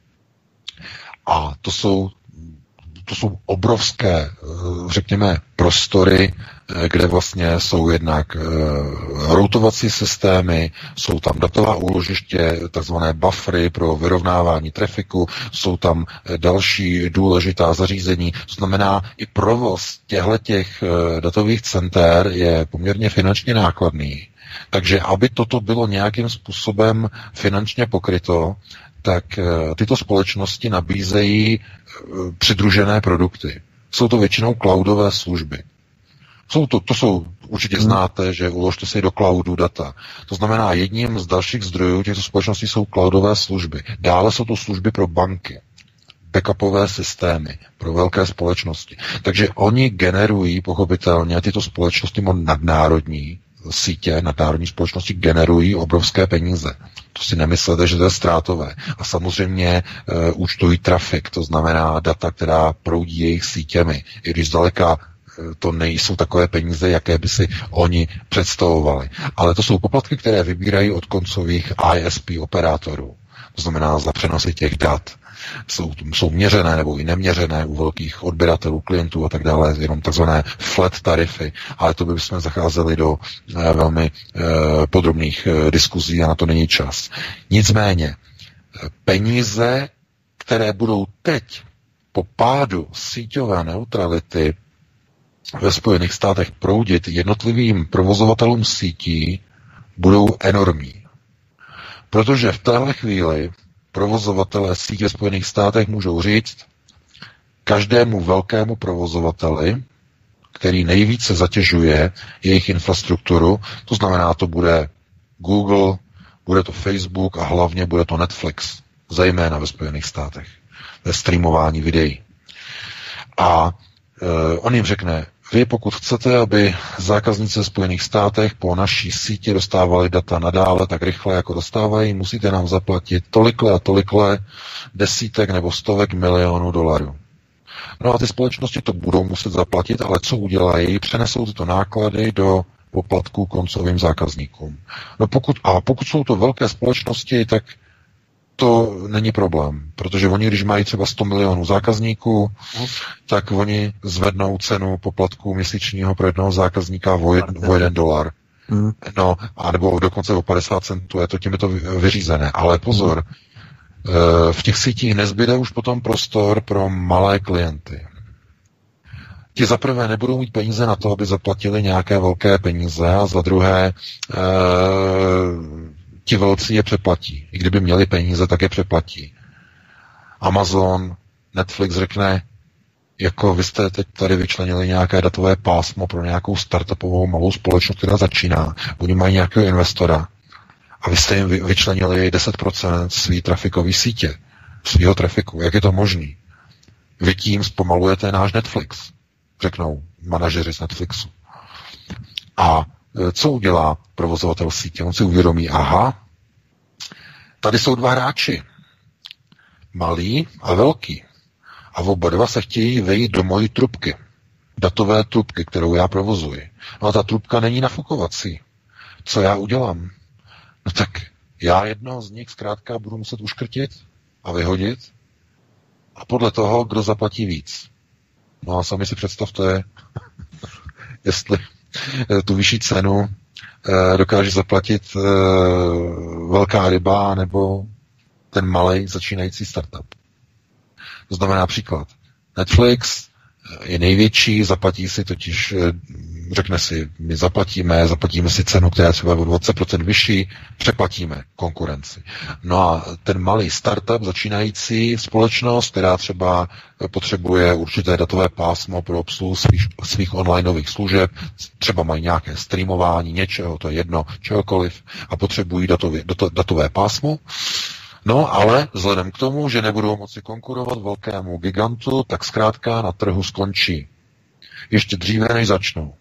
A to jsou, to jsou obrovské, řekněme, prostory, kde vlastně jsou jednak routovací systémy, jsou tam datová úložiště, takzvané buffery pro vyrovnávání trafiku, jsou tam další důležitá zařízení. To znamená, i provoz těchto datových center je poměrně finančně nákladný. Takže aby toto bylo nějakým způsobem finančně pokryto, tak tyto společnosti nabízejí přidružené produkty. Jsou to většinou cloudové služby. Jsou to, to jsou, určitě znáte, že uložte si do cloudu data. To znamená, jedním z dalších zdrojů těchto společností jsou cloudové služby. Dále jsou to služby pro banky, backupové systémy pro velké společnosti. Takže oni generují, pochopitelně, tyto společnosti nadnárodní sítě, nadnárodní společnosti generují obrovské peníze. To si nemyslete, že to je ztrátové. A samozřejmě e, účtují trafik, to znamená data, která proudí jejich sítěmi. I když zdaleka e, to nejsou takové peníze, jaké by si oni představovali. Ale to jsou poplatky, které vybírají od koncových I S P operátorů. To znamená za přenosy těch dat. Jsou, jsou měřené nebo i neměřené u velkých odběratelů, klientů a tak dále, jenom takzvané flat tarify, ale to bychom zacházeli do eh, velmi eh, podrobných eh, diskuzí a na to není čas. Nicméně, peníze, které budou teď po pádu síťové neutrality ve Spojených státech proudit jednotlivým provozovatelům sítí, budou enormní. Protože v téhle chvíli provozovatelé sítě ve Spojených státech můžou říct každému velkému provozovateli, který nejvíce zatěžuje jejich infrastrukturu, to znamená, to bude Google, bude to Facebook a hlavně bude to Netflix, zejména ve Spojených státech, ve streamování videí. A e, on jim řekne, vy pokud chcete, aby zákazníci ve Spojených státech po naší síti dostávali data nadále tak rychle, jako dostávají, musíte nám zaplatit tolikle a tolikle desítek nebo stovek milionů dolarů. No a ty společnosti to budou muset zaplatit, ale co udělají? Přenesou tyto náklady do poplatků koncovým zákazníkům. No pokud, a pokud jsou to velké společnosti, tak to není problém, protože oni, když mají třeba sto milionů zákazníků, mm. tak oni zvednou cenu poplatku měsíčního pro jednoho zákazníka o, jed, o jeden dolar. Mm. No, anebo dokonce o padesát centů, je to tím je to vyřízené. Ale pozor, mm. v těch sítích nezbyde už potom prostor pro malé klienty. Ti za prvé nebudou mít peníze na to, aby zaplatili nějaké velké peníze, a za druhé e, ti velcí je přeplatí. I kdyby měli peníze, tak je přeplatí. Amazon, Netflix řekne, jako vy jste teď tady vyčlenili nějaké datové pásmo pro nějakou startupovou malou společnost, která začíná. Oni mají nějakého investora a vy jste jim vyčlenili deset procent svý trafikové sítě, svýho trafiku. Jak je to možný? Vy tím zpomalujete náš Netflix, řeknou manažeři z Netflixu. A co udělá provozovatel sítě? On si uvědomí, aha, tady jsou dva hráči, malý a velký. A oba dva se chtějí vejít do mojí trubky, datové trubky, kterou já provozuji. No a ta trubka není nafukovací. Co já udělám? No tak já jednoho z nich zkrátka budu muset uškrtit a vyhodit a podle toho, kdo zaplatí víc. No a sami si představte, jestli tu vyšší cenu dokáže zaplatit velká ryba nebo ten malej začínající startup. To znamená například Netflix je největší, zaplatí si totiž, řekne si, my zaplatíme, zaplatíme si cenu, která je třeba o dvacet procent vyšší, přeplatíme konkurenci. No a ten malý startup, začínající společnost, která třeba potřebuje určité datové pásmo pro obsluhu svých, svých onlineových služeb, třeba mají nějaké streamování něčeho, to je jedno, čehokoliv, a potřebují datové, datové pásmo. No, ale vzhledem k tomu, že nebudou moci konkurovat velkému gigantu, tak zkrátka na trhu skončí. Ještě dříve, než začnou.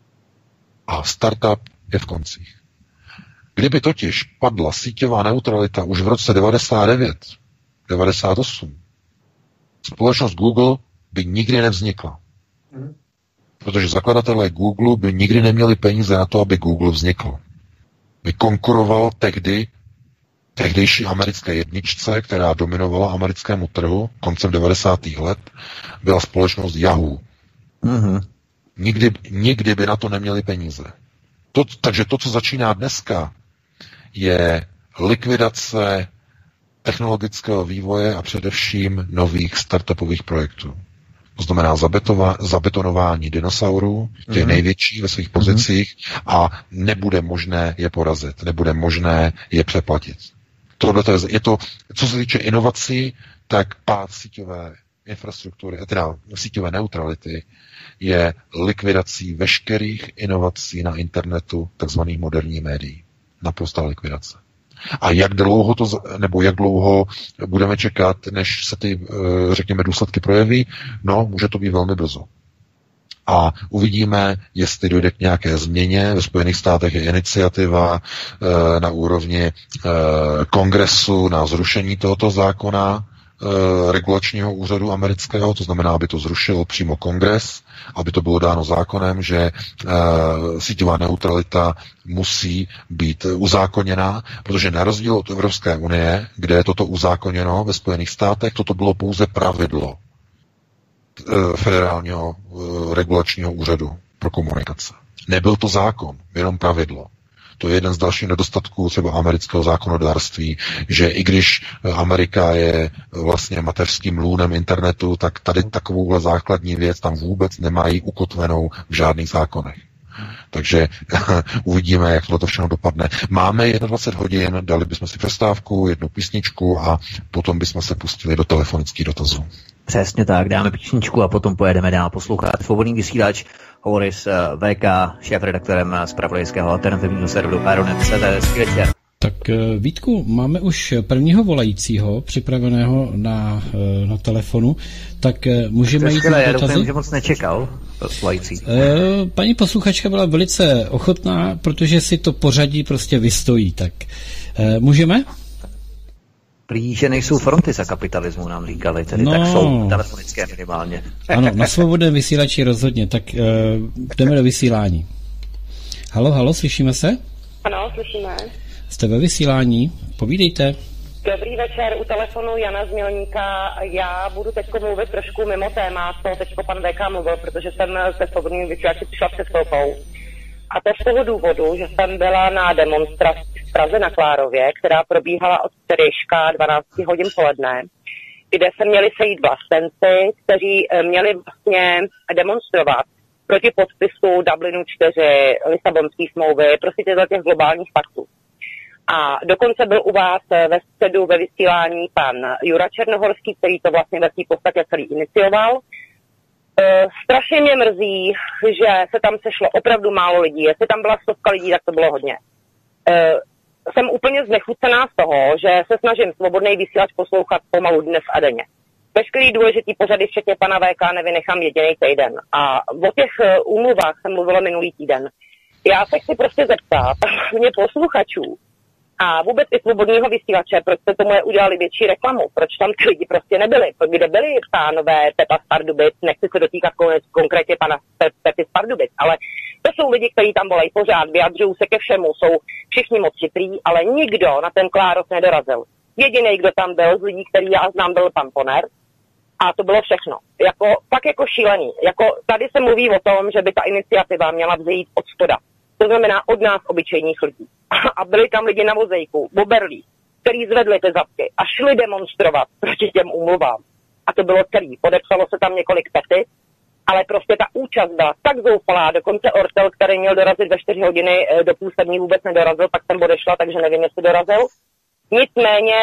A startup je v koncích. Kdyby totiž padla síťová neutralita už v roce devadesát devět, devadesát osm, společnost Google by nikdy nevznikla. Protože zakladatelé Google by nikdy neměli peníze na to, aby Google vznikl. By konkuroval tehdy tehdejší americké jedničce, která dominovala americkému trhu koncem devadesátých let, byla společnost Yahoo. Mm-hmm. Nikdy, nikdy by na to neměli peníze. To, takže to, co začíná dneska, je likvidace technologického vývoje a především nových startupových projektů. To znamená zabetova, zabetonování dinosaurů, těch mm-hmm. největších ve svých pozicích, mm-hmm. a nebude možné je porazit, nebude možné je přeplatit. Tohle to je, je to, co se týče inovací, tak pád síťové infrastruktury, teda síťové neutrality, je likvidací veškerých inovací na internetu, takzvaných moderních médií. Naprostá likvidace. A jak dlouho to, nebo jak dlouho budeme čekat, než se ty, řekněme, důsledky projeví? No, může to být velmi brzo. A uvidíme, jestli dojde k nějaké změně. Ve Spojených státech je iniciativa e, na úrovni e, kongresu na zrušení tohoto zákona e, regulačního úřadu amerického, to znamená, aby to zrušil přímo kongres, aby to bylo dáno zákonem, že e, síťová neutralita musí být uzákoněná, protože na rozdíl od Evropské unie, kde je toto uzákoněno ve Spojených státech, toto bylo pouze pravidlo federálního regulačního úřadu pro komunikace. Nebyl to zákon, jenom pravidlo. To je jeden z dalších nedostatků třeba amerického zákonodárství, že i když Amerika je vlastně mateřským lůnem internetu, tak tady takovouhle základní věc tam vůbec nemají ukotvenou v žádných zákonech. Takže uvidíme, jak to všechno dopadne. Máme dvacet jedna hodin, dali bychom si přestávku, jednu písničku a potom bychom se pustili do telefonických dotazů. Přesně tak, dáme písničku a potom pojedeme dál poslouchat Svobodný vysílač, hovory s V K, šéfredaktorem zpravodajského alternativního serveru Aeronet tečka cé zet. Hezký večer. Tak Vítku, máme už prvního volajícího připraveného na, na telefonu, tak můžeme jít na dotazy. Já doufám, že moc nečekal volající. Paní posluchačka byla velice ochotná, protože si to pořadí prostě vystojí, tak můžeme? Prý, že nejsou fronty za kapitalismu, nám říkali, tedy no, tak jsou telefonické minimálně. Ano, na svobodném vysílači rozhodně, tak uh, jdeme do vysílání. Halo, halo, slyšíme se? Ano, slyšíme. Jste ve vysílání, povídejte. Dobrý večer, u telefonu Jana z Mělníka. Já budu teď mluvit trošku mimo téma, co teď pan V K mluvil, protože jsem se svobodným vysílači přišla před chvilkou. A to z toho důvodu, že jsem byla na demonstraci v Praze na Klárově, která probíhala od včerejška dvanáct hodin poledne, kde se měli sejít vlastenci, kteří měli vlastně demonstrovat proti podpisu Dublinu čtyři, Lisabonské smlouvy, prostě těchto těch globálních paktů. A dokonce byl u vás ve středu ve vysílání pan Jura Černohorský, který to vlastně ve své podstatě celý inicioval. E, strašně mě mrzí, že se tam sešlo opravdu málo lidí. Jestli tam byla stovka lidí, tak to bylo hodně. E, jsem úplně znechucená z toho, že se snažím svobodný vysílač poslouchat pomalu dnes a denně. Veškerý důležitý pořady, včetně pana V K, nevynechám jediný týden. A o těch úmluvách jsem mluvila minulý týden. Já se chci prostě zeptat mě posluchačů, a vůbec i svobodného vysílače, proč se tomu udělali větší reklamu, proč tam ty lidi prostě nebyli, kde byli pánové Pepa z Pardubic, nechci se dotýkat konkrétně pana Pepy z Pardubic, ale to jsou lidi, kteří tam volají pořád, vyjadřují se ke všemu, jsou všichni moc chytrý, ale nikdo na ten Klárov nedorazil. Jediný, kdo tam byl z lidí, který já znám, byl pan Poner, a to bylo všechno. Jako, fakt jako šílený. Jako, tady se mluví o tom, že by ta iniciativa měla vzejít od spoda. To znamená od nás, obyčejných lidí. A byli tam lidi na vozejku, boberlí, který zvedli ty zadky a šli demonstrovat proti těm úmluvám. A to bylo celý. Podepsalo se tam několik petic, ale prostě ta účast byla tak zoufalá. Dokonce Ortel, který měl dorazit ve čtyři hodiny do půl sedmí, vůbec nedorazil, pak jsem odešla, takže nevím, jestli dorazil. Nicméně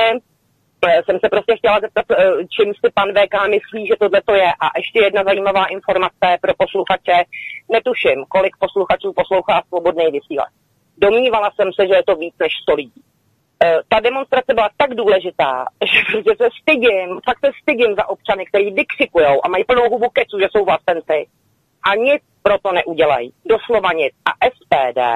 jsem se prostě chtěla zeptat, čím si pan V K myslí, že tohle to je. A ještě jedna zajímavá informace pro posluchače. Netuším, kolik posluchačů poslouchá svobodný vysílač. Domnívala jsem se, že je to víc než sto lidí. Ta demonstrace byla tak důležitá, že prostě se stydím, fakt se stydím za občany, kteří vykřikujou a mají plnou hubu keců, že jsou vlastenci. A nic pro to neudělají. Doslova nic. A S P D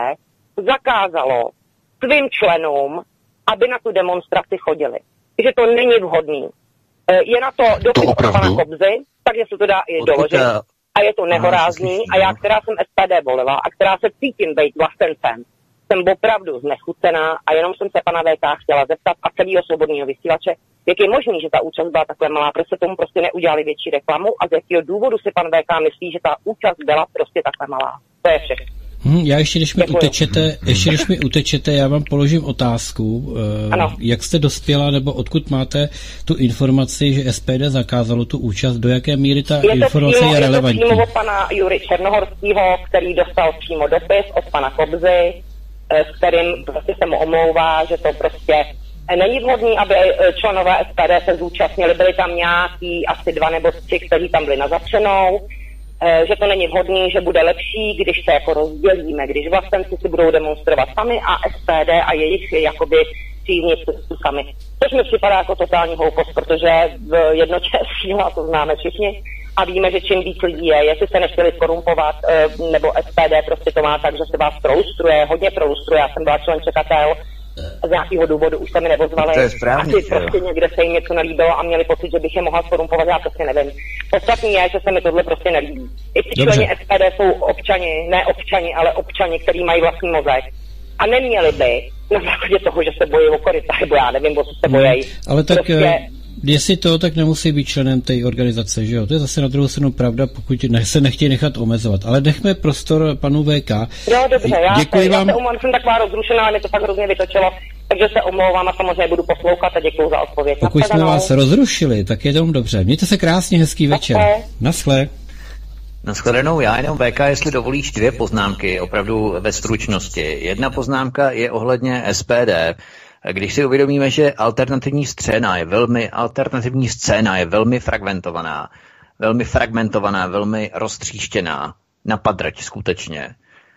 zakázalo svým členům, aby na tu demonstraci chodili. Že to není vhodný. Je na to dopis od pana Kobzy, takže se to dá i doložit. A je to nehorázný. A já, která jsem S P D volila a která se cítím být vlastencem, jsem opravdu znechucená a jenom jsem se pana V K chtěla zeptat a celého svobodného vysílače, jak je možný, že ta účast byla takhle malá, proč se tomu prostě neudělali větší reklamu a z jakého důvodu si pan V K myslí, že ta účast byla prostě takhle malá. To je všechno. Hmm, já ještě když, mi utečete, ještě když mi utečete, já vám položím otázku. Ano. Jak jste dospěla, nebo odkud máte tu informaci, že S P D zakázalo tu účast, do jaké míry ta je informace přímo, je relevantní? Je to přímo od pana Jury Černohorského, který dostal přímo dopis od pana Kobzy, s kterým prostě se mu omlouvá, že to prostě není vhodný, aby členové S P D se zúčastnili. Byli tam nějaký asi dva nebo tři, kteří tam byli na zapřenou, že to není vhodný, že bude lepší, když se jako rozdělíme, když vlastenci si budou demonstrovat sami a S P D a jejich jakoby příznivci sami. Což mi připadá jako totální hloupost, protože v jednotě síla, to známe všichni, a víme, že čím víc lidí je, jestli se nechtěli skorumpovat, nebo S P D prostě to má tak, že se vás prolustruje, hodně prolustruje, já jsem byla člen čekatel, z nějakého důvodu už se mi nevozvali. To je správně, asi prostě někde se jim něco nelíbilo a měli pocit, že bych je mohla skorumpovat, já prostě nevím. Podstatný je, že se mi tohle prostě nelíbí. I ty členi S P D jsou občani, ne občani, ale občani, kteří mají vlastní mozek. A neměli by na základě toho, že se bojí o koryta, nebo já nevím, o co se bojí. Hmm, ale tak prostě, jestli to, tak nemusí být členem té organizace, že jo? To je zase na druhou stranu pravda, pokud se nechtějí nechat omezovat. Ale nechme prostor panu V K. Jo, dobře, já, děkuji se, vám. já se umám, jsem taková rozrušená, ale mě to fakt hrozně vytočilo, takže se omlouvám a samozřejmě budu poslouchat a děkuju za odpověď. Pokud jsme vás rozrušili, tak je tomu dobře. Mějte se krásně, hezký večer. Naschle. Naschledanou, já jenom V K, jestli dovolíš dvě poznámky, opravdu ve stručnosti. Jedna poznámka je ohledně S P D. Když si uvědomíme, že alternativní scéna je velmi, alternativní scéna je velmi fragmentovaná, velmi fragmentovaná, velmi roztříštěná, na padrač skutečně,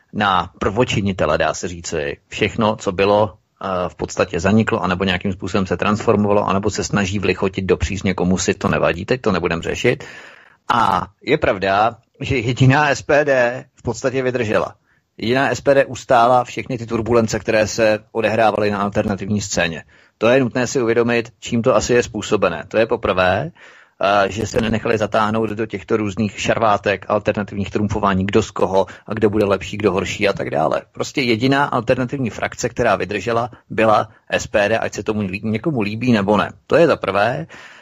na prvočinitele, dá se říci, všechno, co bylo, v podstatě zaniklo, anebo nějakým způsobem se transformovalo, anebo se snaží vlichotit do přízně komusi, to nevadí, teď to nebudeme řešit. A je pravda, že jediná S P D v podstatě vydržela. Jediná S P D ustála všechny ty turbulence, které se odehrávaly na alternativní scéně. To je nutné si uvědomit, čím to asi je způsobené. To je poprvé. že se nenechali zatáhnout do těchto různých šarvátek, alternativních trumfování, kdo z koho a kdo bude lepší, kdo horší a tak dále. Prostě jediná alternativní frakce, která vydržela, byla S P D, ať se tomu líbí, někomu líbí nebo ne. To je za prvé.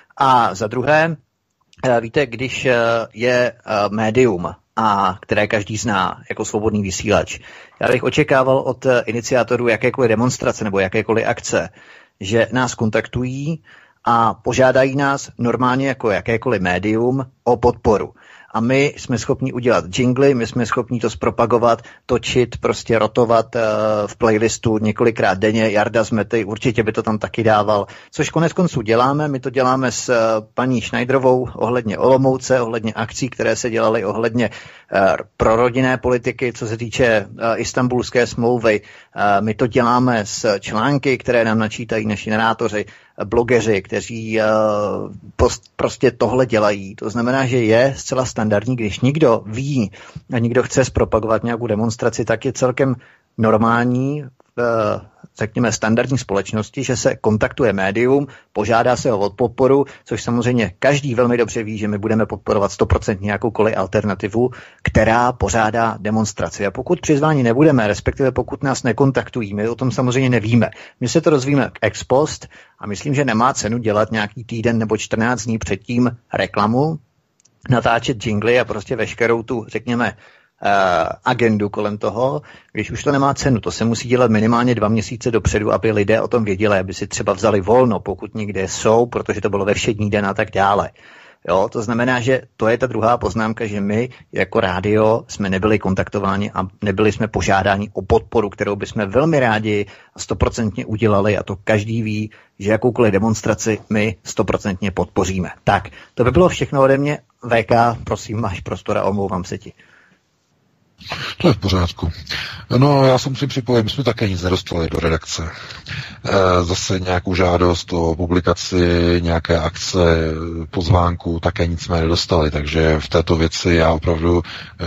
A za druhé, víte, když je médium, a které každý zná jako svobodný vysílač, já bych očekával od iniciátorů jakékoliv demonstrace nebo jakékoliv akce, že nás kontaktují a požádají nás normálně jako jakékoliv médium o podporu. A my jsme schopni udělat jingly, my jsme schopni to zpropagovat, točit, prostě rotovat uh, v playlistu několikrát denně. Jarda z Mety určitě by to tam taky dával, což konec konců děláme. My to děláme s uh, paní Schneiderovou ohledně Olomouce, ohledně akcí, které se dělaly ohledně uh, prorodinné politiky, co se týče uh, Istanbulské smlouvy. Uh, my to děláme s články, které nám načítají naši narátoři, blogeři, kteří uh, post, prostě tohle dělají. To znamená, že je zcela standardní, když někdo ví a někdo chce zpropagovat nějakou demonstraci, tak je celkem normální, uh, řekněme standardní společnosti, že se kontaktuje médium, požádá se ho o podporu, což samozřejmě každý velmi dobře ví, že my budeme podporovat sto procent nějakoukoliv alternativu, která pořádá demonstraci. A pokud přizváni nebudeme, respektive pokud nás nekontaktují, my o tom samozřejmě nevíme. My se to rozvíme ex post a myslím, že nemá cenu dělat nějaký týden nebo čtrnáct dní předtím reklamu, natáčet jingly a prostě veškerou tu, řekněme, Uh, agendu kolem toho, když už to nemá cenu. To se musí dělat minimálně dva měsíce dopředu, aby lidé o tom věděli, aby si třeba vzali volno, pokud někde jsou, protože to bylo ve všední den a tak dále. Jo, to znamená, že to je ta druhá poznámka, že my jako rádio jsme nebyli kontaktováni a nebyli jsme požádáni o podporu, kterou bychom velmi rádi stoprocentně udělali a to každý ví, že jakoukoliv demonstraci my stoprocentně podpoříme. Tak, to by bylo všechno ode mě. V K, prosím, máš prostor a omlouvám se ti. To je v pořádku. No, já se musím připojit, my jsme také nic nedostali do redakce. E, zase nějakou žádost o publikaci, nějaké akce, pozvánku, také nic jsme nedostali, takže v této věci já opravdu e,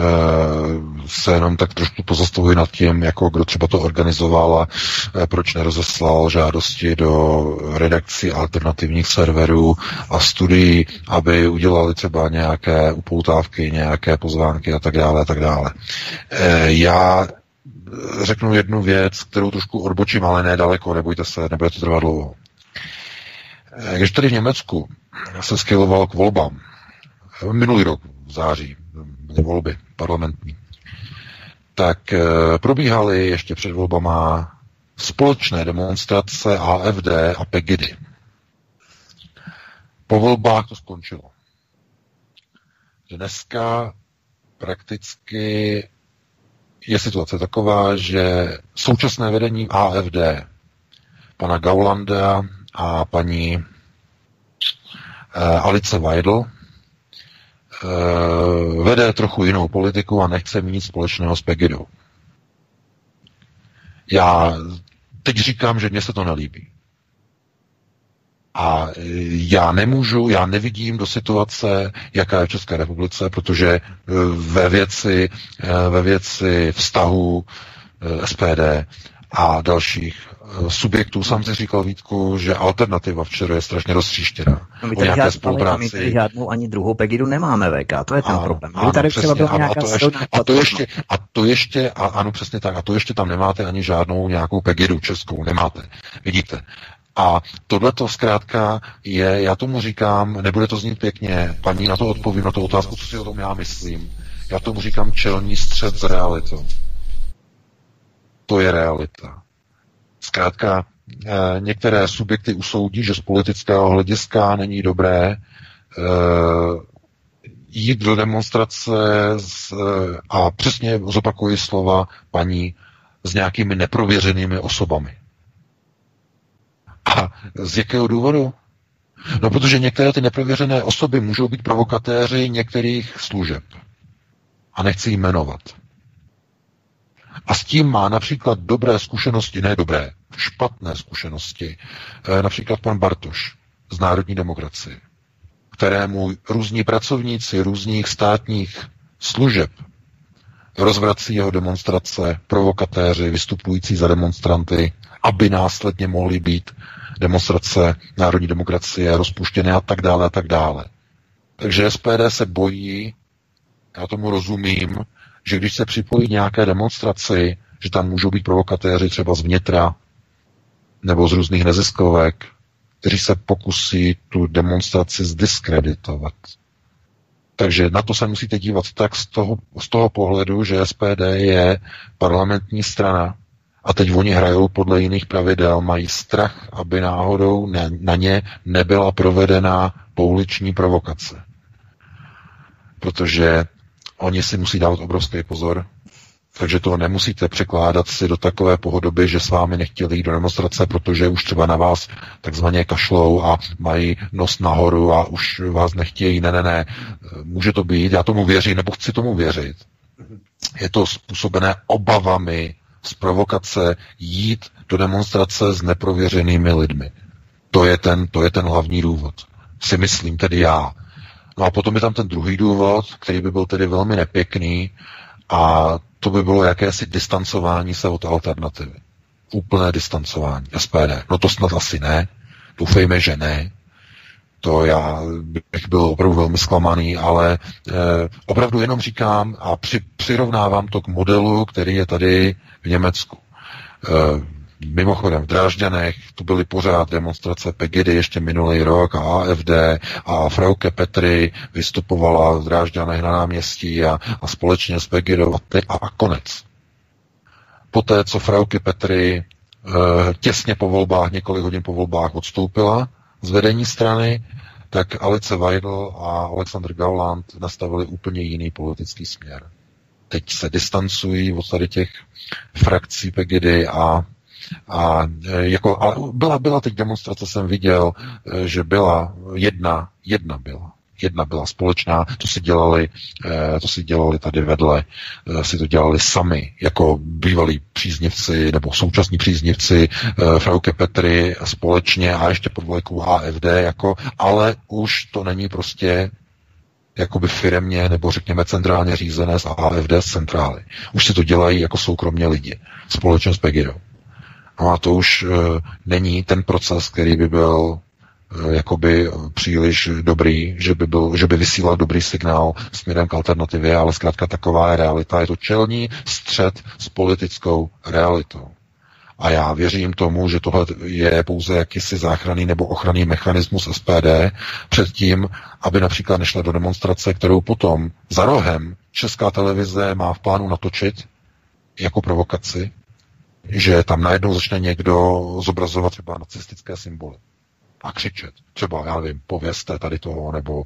se jenom tak trošku pozastavuji nad tím, jako kdo třeba to organizoval a e, proč nerozeslal žádosti do redakcí alternativních serverů a studií, aby udělali třeba nějaké upoutávky, nějaké pozvánky a tak dále a tak dále. Já řeknu jednu věc, kterou trošku odbočím, ale ne daleko, nebojte se, nebude to trvat dlouho. Když tady v Německu se skyloval k volbám, minulý rok v září, volby parlamentní, tak probíhaly ještě před volbama společné demonstrace A F D a Pegidy. Po volbách to skončilo. Dneska prakticky je situace taková, že současné vedení A F D, pana Gaulanda a paní uh, Alice Weidl, uh, vede trochu jinou politiku a nechce mít nic společného s Pegidou. Já teď říkám, že mně se to nelíbí. A já nemůžu, já nevidím do situace, jaká je v České republice, protože ve věci, ve věci vztahu S P D a dalších subjektů, sám si říkal, Vítku, že alternativa včera je strašně roztříštěná. No my o nějaké žád, spolupráci. My tady žádnou ani druhou Pegidu nemáme, V K, to je ten ano, problém. Ano, tady přesně, třeba byla ano, nějaká a, to ještě, a to ještě, a to ještě, a ano, přesně tak, a to ještě tam nemáte ani žádnou nějakou Pegidu českou, nemáte. Vidíte. A tohleto zkrátka je, já tomu říkám, nebude to znít pěkně, paní na to odpovím, na tu otázku, co si o tom já myslím. Já tomu říkám čelní střet s realitou. To je realita. Zkrátka, eh, některé subjekty usoudí, že z politického hlediska není dobré eh, jít do demonstrace z, eh, a přesně zopakuji slova paní s nějakými neprověřenými osobami. A z jakého důvodu? No, protože některé ty neprověřené osoby můžou být provokatéři některých služeb. A nechci jim jmenovat. A s tím má například dobré zkušenosti, ne dobré, špatné zkušenosti, například pan Bartoš z Národní demokracie, kterému různí pracovníci různých státních služeb rozvrací jeho demonstrace, provokatéři, vystupující za demonstranty, aby následně mohly být demonstrace národní demokracie rozpuštěné a tak dále a tak dále. Takže S P D se bojí, já tomu rozumím, že když se připojí nějaké demonstraci, že tam můžou být provokatéři třeba z vnitra nebo z různých neziskovek, kteří se pokusí tu demonstraci zdiskreditovat. Takže na to se musíte dívat tak z toho, z toho pohledu, že S P D je parlamentní strana a teď oni hrajou podle jiných pravidel, mají strach, aby náhodou ne, na ně nebyla provedena pouliční provokace. Protože oni si musí dávat obrovský pozor, takže to nemusíte překládat si do takové pohodoby, že s vámi nechtěli jít do demonstrace, protože už třeba na vás takzvaně kašlou a mají nos nahoru a už vás nechtějí. Ne, ne, ne. Může to být, já tomu věřím, nebo chci tomu věřit. Je to způsobené obavami z provokace jít do demonstrace s neprověřenými lidmi. To je ten, to je ten hlavní důvod. Si myslím tedy já. No a potom je tam ten druhý důvod, který by byl tedy velmi nepěkný, a to by bylo jakési distancování se od alternativy. Úplné distancování S P D. No to snad asi ne. Doufejme, že ne. To já bych byl opravdu velmi zklamaný, ale eh, opravdu jenom říkám a při, přirovnávám to k modelu, který je tady v Německu. Eh, Mimochodem v Drážďanech tu byly pořád demonstrace Pegida ještě minulý rok a A F D a Frauke Petry vystupovala v Drážďanech na náměstí a, a společně s Pegidou a, a, a konec. Poté, co Frauke Petry e, těsně po volbách, několik hodin po volbách odstoupila z vedení strany, tak Alice Weidel a Alexander Gauland nastavili úplně jiný politický směr. Teď se distancují od tady těch frakcí Pegidy a A jako, ale byla, byla teď demonstrace, jsem viděl, že byla jedna, jedna byla, jedna byla společná, to si dělali, to si dělali tady vedle, si to dělali sami, jako bývalí příznivci, nebo současní příznivci Frauke Petry společně a ještě pod vlajkou A F D, jako, ale už to není prostě jakoby firemně, nebo řekněme centrálně řízené z A F D z centrály. Už si to dělají jako soukromně lidi, společně s Pegidou. No a to už e, není ten proces, který by byl e, jakoby příliš dobrý, že by, byl, že by vysílal dobrý signál směrem k alternativě, ale zkrátka taková je realita. Je to čelní střet s politickou realitou. A já věřím tomu, že tohle je pouze jakýsi záchranný nebo ochranný mechanismus S P D před tím, aby například nešla do demonstrace, kterou potom za rohem Česká televize má v plánu natočit jako provokaci, že tam najednou začne někdo zobrazovat třeba nacistické symboly a křičet. Třeba, já nevím, povězte tady toho, nebo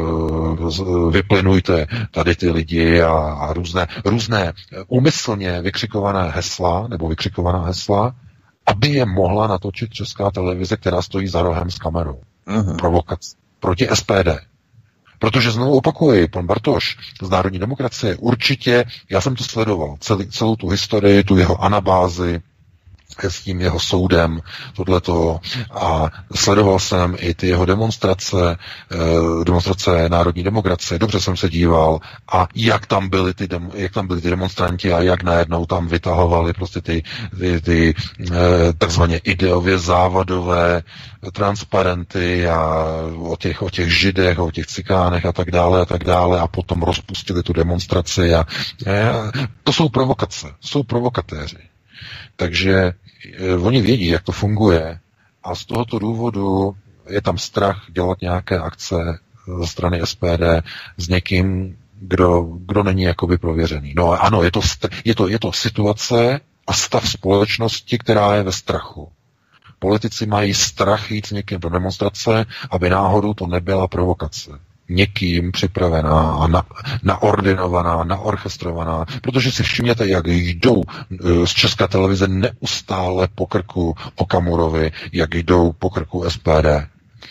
uh, vyplynujte tady ty lidi a, a různé, různé úmyslně vykřikované hesla, nebo vykřikovaná hesla, aby je mohla natočit Česká televize, která stojí za rohem s kamerou. Uh-huh. Provokace proti S P D. Protože znovu opakuji, pan Bartoš z Národní demokracie, určitě, já jsem to sledoval, celý, celou tu historii, tu jeho anabázi, s tím jeho soudem, tohleto, a sledoval jsem i ty jeho demonstrace, demonstrace Národní demokracie, dobře jsem se díval, a jak tam byli ty, demo, jak tam byli ty demonstranti a jak najednou tam vytahovali prostě ty, ty, ty takzvaně ideově závadové transparenty a o těch, o těch židech, o těch cikánech a tak dále a tak dále a potom rozpustili tu demonstraci a, a to jsou provokace, jsou provokatéři. Takže eh, oni vědí, jak to funguje a z tohoto důvodu je tam strach dělat nějaké akce ze strany S P D s někým, kdo, kdo není jakoby prověřený. No ano, je to, je, to, je to situace a stav společnosti, která je ve strachu. Politici mají strach jít s někým do demonstrace, aby náhodou to nebyla provokace. Někým připravená a na, naordinovaná, naorchestrovaná, protože si všimněte, jak jdou z České televize neustále po krku Okamurovi, jak jdou po krku S P D.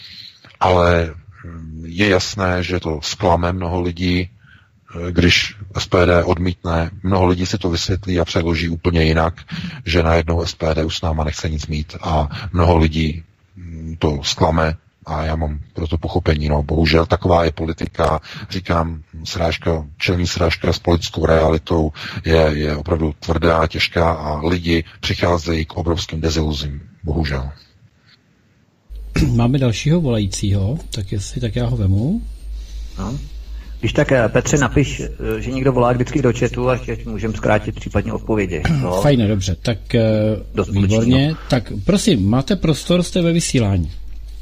Ale je jasné, že to zklame mnoho lidí, když S P D odmítne, mnoho lidí si to vysvětlí a přeloží úplně jinak, že najednou S P D už s náma nechce nic mít a mnoho lidí to zklame. A já mám proto pochopení, no bohužel taková je politika, říkám, srážka, čelní srážka s politickou realitou je, je opravdu tvrdá, těžká a lidi přicházejí k obrovským deziluzím, bohužel. Máme dalšího volajícího, tak jestli tak já ho vemu. No. Když tak, Petře, napiš, že někdo volá vždycky do chatu a můžeme zkrátit případně odpovědi. No. Fajně, dobře, tak výborně. Tak prosím, máte prostor, jste ve vysílání.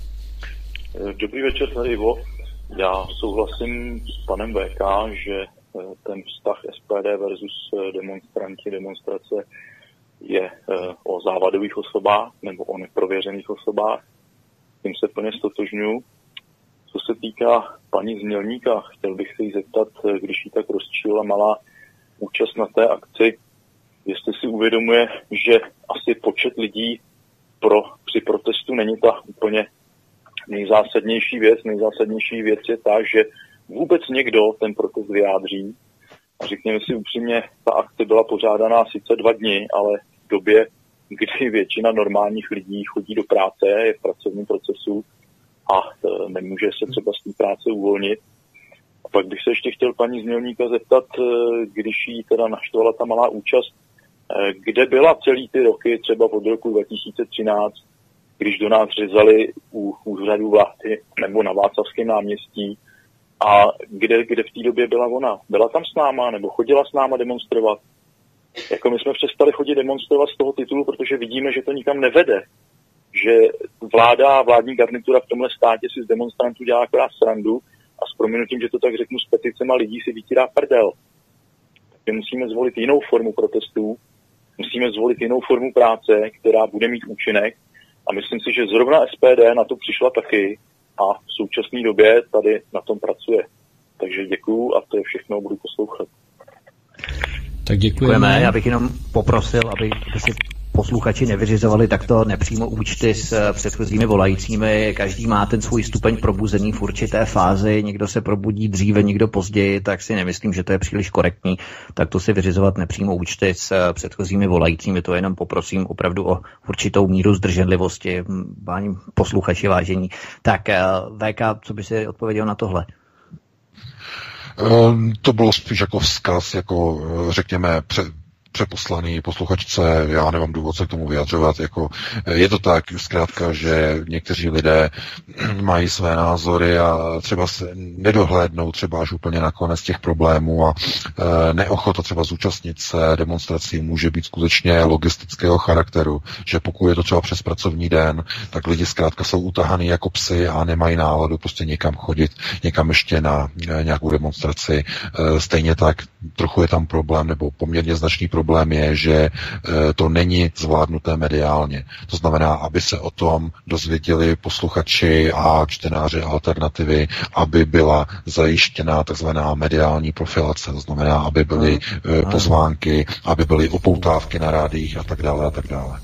Dobrý večer, tady Ivo. Já souhlasím s panem V K, že ten vztah S P D versus demonstranti, demonstrace je o závadových osobách nebo o neprověřených osobách. Tím se plně stotožňuji. Co se týká paní z Mělníka, chtěl bych se jí zeptat, když jí tak rozčíla malá účast na té akci, jestli si uvědomuje, že asi počet lidí pro, při protestu není ta úplně nejzásadnější věc. Nejzásadnější věc je ta, že vůbec někdo ten protest vyjádří. A řekněme si upřímně, ta akce byla pořádaná sice dva dny, ale v době, kdy většina normálních lidí chodí do práce, je v pracovním procesu a nemůže se třeba z té práce uvolnit. A pak bych se ještě chtěl paní z Mělníka zeptat, když jí teda naštvala ta malá účast, kde byla celý ty roky, třeba od roku dva tisíce třináct, když do nás řezali u úřadu vlády nebo na Václavském náměstí, a kde, kde v té době byla ona? Byla tam s náma nebo chodila s náma demonstrovat? Jako my jsme přestali chodit demonstrovat z toho titulu, protože vidíme, že to nikam nevede. Že vláda a vládní garnitura v tomhle státě si z demonstrantů dělá akorát srandu a s prominutím, že to tak řeknu, s peticema lidí si vytírá prdel. Takže musíme zvolit jinou formu protestů, musíme zvolit jinou formu práce, která bude mít účinek a myslím si, že zrovna S P D na to přišla taky a v současné době tady na tom pracuje. Takže děkuju a to je všechno, budu poslouchat. Tak děkujeme. děkujeme. Já bych jenom poprosil, aby, aby si posluchači nevyřizovali takto nepřímo účty s předchozími volajícími. Každý má ten svůj stupeň probuzení v určité fázi, někdo se probudí dříve, někdo později, tak si nemyslím, že to je příliš korektní, tak to si vyřizovat nepřímo účty s předchozími volajícími. To jenom poprosím opravdu o určitou míru zdrženlivosti, páni posluchači vážení. Tak V K, co by si odpověděl na tohle? To bylo spíš jako vzkaz, jako řekněme pře- přeposlaný posluchačce, já nemám důvod se k tomu vyjadřovat, jako je to tak zkrátka, že někteří lidé mají své názory a třeba se nedohlédnou třeba až úplně nakonec těch problémů a e, neochota třeba zúčastnit se demonstrací může být skutečně logistického charakteru, že pokud je to třeba přes pracovní den, tak lidi zkrátka jsou utahaný jako psy a nemají náladu prostě někam chodit, někam ještě na e, nějakou demonstraci. E, stejně tak trochu je tam problém, nebo poměrně značný problém Problém je, že to není zvládnuté mediálně. To znamená, aby se o tom dozvěděli posluchači a čtenáři Alternativy, aby byla zajištěná takzvaná mediální profilace. To znamená, aby byly pozvánky, aby byly upoutávky na rádiích a tak dále a tak dále.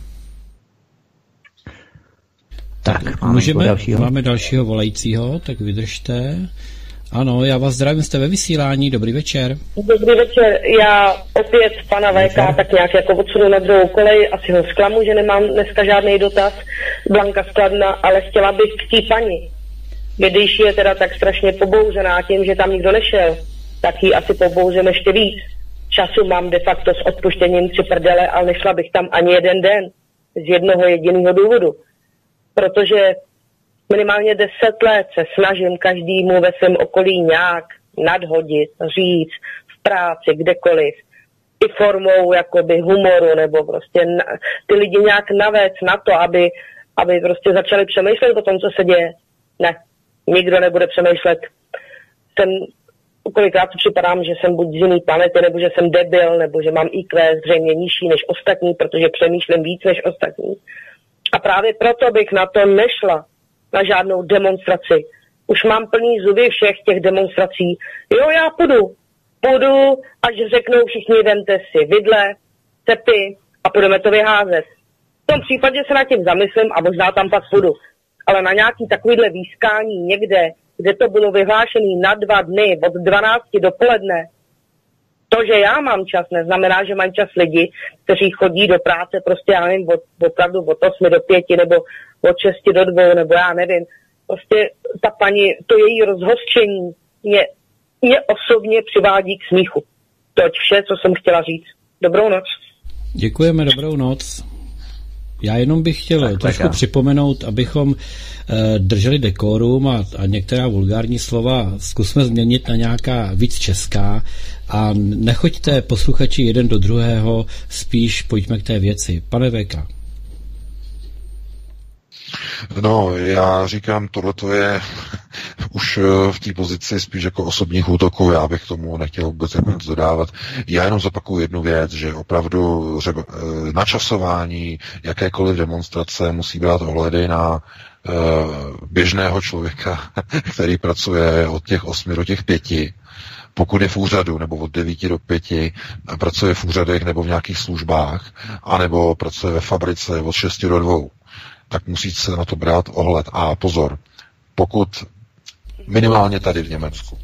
Tak, tak můžeme, dalšího? Máme dalšího volajícího, tak vydržte. Ano, já vás zdravím, jste ve vysílání, dobrý večer. Dobrý večer, já opět pana V K tak nějak jako odsunu na druhou kolej, asi ho zklamu, že nemám dneska žádný dotaz, Blanka Skladna, ale chtěla bych k té paní, když je teda tak strašně pobouřená tím, že tam nikdo nešel, tak ji asi pobouřím ještě víc. Času mám de facto s odpuštěním tři prdele, ale nešla bych tam ani jeden den, z jednoho jediného důvodu, protože minimálně deset let se snažím každému ve svém okolí nějak nadhodit, říct, v práci, kdekoliv, i formou jakoby humoru, nebo prostě na, ty lidi nějak navést na to, aby, aby prostě začali přemýšlet o tom, co se děje. Ne, nikdo nebude přemýšlet. Jsem, kolikrát si připadám, že jsem buď z jiný planety, nebo že jsem debil, nebo že mám í kvé zřejmě nižší než ostatní, protože přemýšlím víc než ostatní. A právě proto bych na to nešla, na žádnou demonstraci. Už mám plný zuby všech těch demonstrací. Jo, já půjdu. Půjdu, až řeknou všichni, vemte si vidle, cepy a budeme to vyházet. V tom případě se nad tím zamyslím a možná tam pak půjdu. Ale na nějaký takovýhle výskání někde, kde to bylo vyhlášené na dva dny, od dvanácti dopoledne, to, že já mám čas, neznamená, že mám čas lidi, kteří chodí do práce prostě, já nevím, od, opravdu od osmi do pěti, nebo od šesti do dvou, nebo já nevím. Prostě ta paní, to její rozhořčení mě, mě osobně přivádí k smíchu. To je vše, co jsem chtěla říct. Dobrou noc. Děkujeme, dobrou noc. Já jenom bych chtěl tak, trošku tak připomenout, abychom e, drželi dekorum a, a některá vulgární slova zkusme změnit na nějaká víc česká a nechoďte posluchači jeden do druhého, spíš pojďme k té věci. Pane V K. No, já říkám, tohleto je už v té pozici spíš jako osobních útoků, já bych tomu nechtěl vůbec jako nic dodávat. Já jenom zopakuju jednu věc, že opravdu třeba, načasování jakékoliv demonstrace musí brát ohledy na uh, běžného člověka, který pracuje od těch osmi do těch pěti. Pokud je v úřadu, nebo od devíti do pěti, pracuje v úřadech nebo v nějakých službách, anebo pracuje ve fabrice od šesti do dvou, tak musí se na to brát ohled. A pozor, pokud minimálně tady v Německu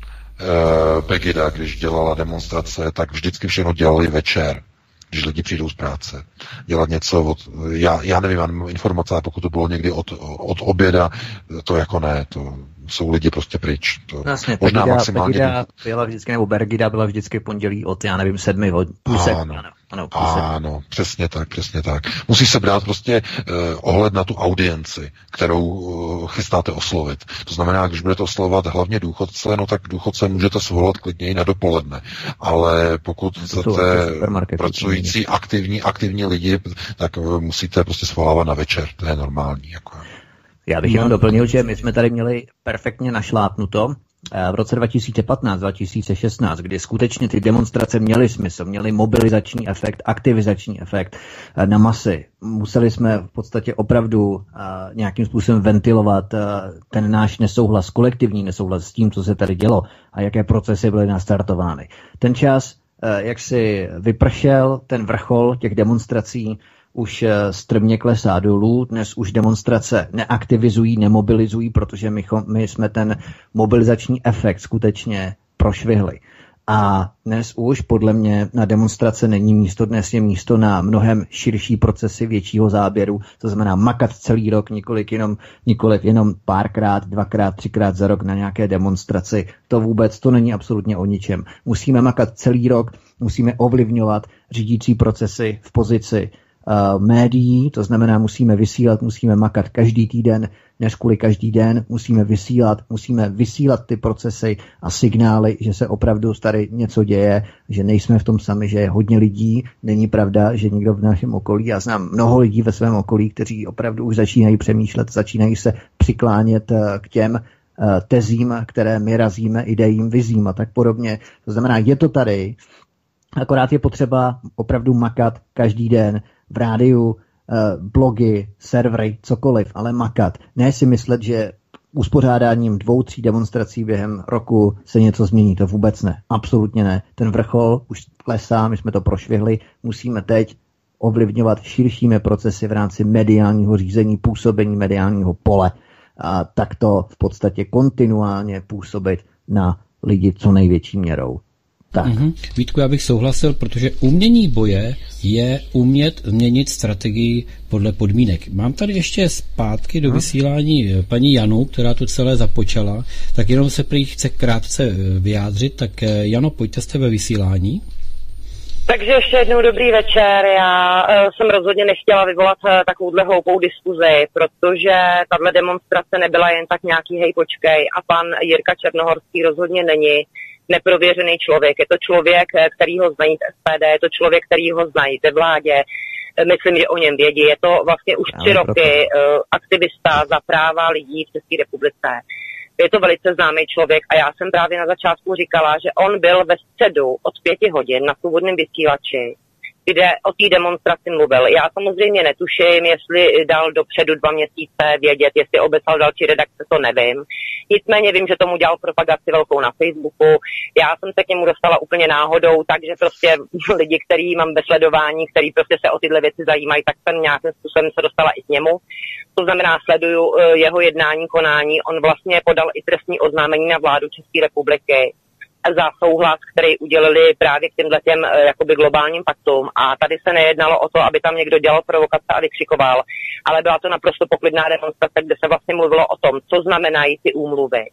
eh, Pegida, když dělala demonstrace, tak vždycky všechno dělali večer, když lidi přijdou z práce. Dělat něco od, já, já nevím, já nemám informace, pokud to bylo někdy od, od oběda, to jako ne, to jsou lidi prostě pryč. To vlastně, možná Pegida, maximálně... Pegida byla vždycky, nebo Bergida byla vždycky pondělí od, já nevím, sedmi od půlsek. Ano, ano, ano, ano, přesně tak, přesně tak. Musí se brát prostě uh, ohled na tu audienci, kterou uh, chystáte oslovit. To znamená, když budete oslovovat hlavně důchodce, no tak důchodce můžete svolat klidně i na dopoledne. Ale pokud chcete pracující, aktivní, aktivní lidi, tak uh, musíte prostě svolávat na večer. To je normální. Jako. Já bych jenom doplnil, že my jsme tady měli perfektně našlápnuto v roce dva tisíce patnáct dva tisíce šestnáct, kdy skutečně ty demonstrace měly smysl, měly mobilizační efekt, aktivizační efekt na masy. Museli jsme v podstatě opravdu nějakým způsobem ventilovat ten náš nesouhlas, kolektivní nesouhlas s tím, co se tady dělo a jaké procesy byly nastartovány. Ten čas, jak si vypršel, ten vrchol těch demonstrací, už strmě klesá dolů, dnes už demonstrace neaktivizují, nemobilizují, protože my, my jsme ten mobilizační efekt skutečně prošvihli. A dnes už podle mě na demonstrace není místo, dnes je místo na mnohem širší procesy většího záběru, to znamená makat celý rok, nikoliv jenom, nikoliv jenom párkrát, dvakrát, třikrát za rok na nějaké demonstraci. To vůbec, to není absolutně o ničem. Musíme makat celý rok, musíme ovlivňovat řídící procesy v pozici Uh, médií, to znamená, musíme vysílat, musíme makat každý týden, než kvůli každý den, musíme vysílat, musíme vysílat ty procesy a signály, že se opravdu tady něco děje, že nejsme v tom sami, že je hodně lidí, není pravda, že někdo v našem okolí, já znám mnoho lidí ve svém okolí, kteří opravdu už začínají přemýšlet, začínají se přiklánět uh, k těm uh, tezím, které my razíme, idejím, vizím a tak podobně. To znamená, je to tady, akorát je potřeba opravdu makat každý den, v rádiu, blogy, servery, cokoliv, ale makat. Ne si myslet, že uspořádáním dvou, tří demonstrací během roku se něco změní. To vůbec ne. Absolutně ne. Ten vrchol už klesá, my jsme to prošvihli, musíme teď ovlivňovat širšími procesy v rámci mediálního řízení, působení mediálního pole a takto v podstatě kontinuálně působit na lidi co největší měrou. Tak. Mm-hmm. Vítku, já bych souhlasil, protože umění boje je umět změnit strategii podle podmínek. Mám tady ještě zpátky do vysílání paní Janu, která to celé započala, tak jenom se prý chce krátce vyjádřit, tak Jano, pojďte jste ve vysílání. Takže ještě jednou dobrý večer. Já uh, jsem rozhodně nechtěla vyvolat uh, takovouhle hloupou diskuzi, protože tahle demonstrace nebyla jen tak nějaký hej počkej a pan Jirka Černohorský rozhodně není neprověřený člověk. Je to člověk, který ho znají v S P D, je to člověk, který ho znají ve vládě. Myslím, že o něm vědí. Je to vlastně už tři roky uh, aktivista za práva lidí v České republice. Je to velice známý člověk a já jsem právě na začátku říkala, že on byl ve středu od pěti hodin na svobodném vysílači, kde o té demonstraci mluvil. Já samozřejmě netuším, jestli dal dopředu dva měsíce vědět, jestli obeslal další redakce, to nevím. Nicméně vím, že tomu dělal propagaci velkou na Facebooku. Já jsem se k němu dostala úplně náhodou, takže prostě lidi, který mám ve sledování, který prostě se o tyhle věci zajímají, tak jsem nějakým způsobem se dostala i k němu. To znamená, sleduju jeho jednání, konání. On vlastně podal i trestní oznámení na vládu České republiky za souhlas, který udělili právě k těmhle těm jakoby globálním paktům. A tady se nejednalo o to, aby tam někdo dělal provokace a vykřikoval, ale byla to naprosto poklidná demonstrace, kde se vlastně mluvilo o tom, co znamenají ty úmluvy,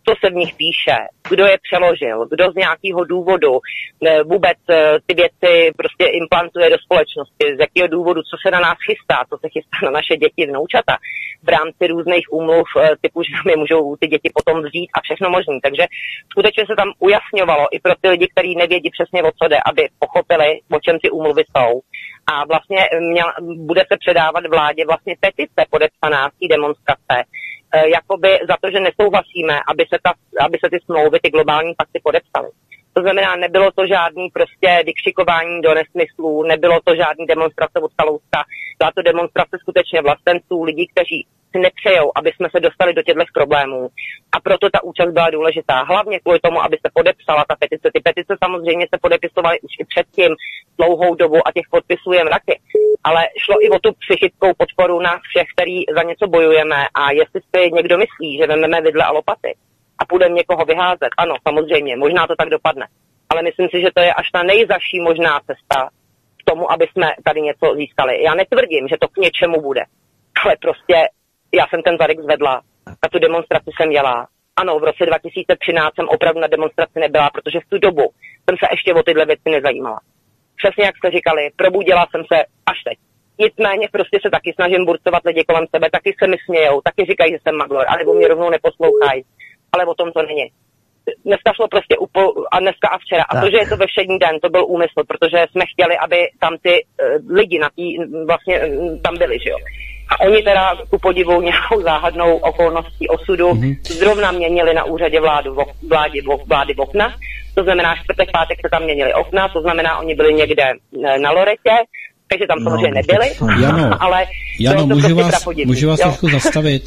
co se v nich píše, kdo je přeložil, kdo z nějakého důvodu vůbec ty věci prostě implantuje do společnosti, z jakého důvodu, co se na nás chystá, co se chystá na naše děti, vnoučata, v rámci různých úmluv typu, že mi můžou ty děti potom vzít a všechno možné. Takže skutečně se tam ujasňovalo i pro ty lidi, kteří nevědí přesně, o co jde, aby pochopili, o čem ty úmluvy jsou. A vlastně měl, bude se předávat vládě vlastně petice podepsaná z té demonstrace, jakoby za to, že nesouhlasíme, aby se, ta, aby se ty smlouvy, ty globální pakty podepsaly. To znamená, nebylo to žádný prostě dikšikování do nesmyslů, nebylo to žádný demonstrace od Kalouska, byla to demonstrace skutečně vlastenců, lidí, kteří si nepřejou, aby jsme se dostali do těchto problémů. A proto ta účast byla důležitá. Hlavně kvůli tomu, aby se podepsala ta petice. Ty petice samozřejmě se podepisovaly už i předtím dlouhou dobu a těch podpisů je mraky. Ale šlo i o tu psychickou podporu nás všech, který za něco bojujeme. A jestli si někdo myslí, že vezmeme vidle a lopaty a půjdeme někoho vyházet, ano, samozřejmě, možná to tak dopadne. Ale myslím si, že to je až ta nejzaší možná cesta k tomu, aby jsme tady něco získali. Já netvrdím, že to k něčemu bude, ale prostě já jsem ten zadek zvedla a tu demonstraci jsem dělala. Ano, v roce dva tisíce třináct jsem opravdu na demonstraci nebyla, protože v tu dobu jsem se ještě o tyhle věci nezajímala. Přesně jak jste říkali, probudila jsem se až teď. Nicméně prostě se taky snažím burcovat lidi kolem sebe, taky se mi smějou, taky říkají, že jsem maglor, anebo mě rovnou neposlouchají. Ale o tom to není. Dneska šlo prostě upo, a dneska a včera. A tak. To, že je to ve všední den, to byl úmysl, protože jsme chtěli, aby tam ty uh, lidi na tý, vlastně uh, tam byli, že jo. A oni teda ku podivu nějakou záhadnou okolností osudu mm-hmm. zrovna měnili na úřadě vládu, vlády, vlády v okna. To znamená, čtvrtek, pátek se tam měnili okna, to znamená, oni byli někde na Loretě, takže tam samozřejmě no, nebyli, Jano, ale Jano, to můžu, prostě vás, můžu vás trošku zastavit.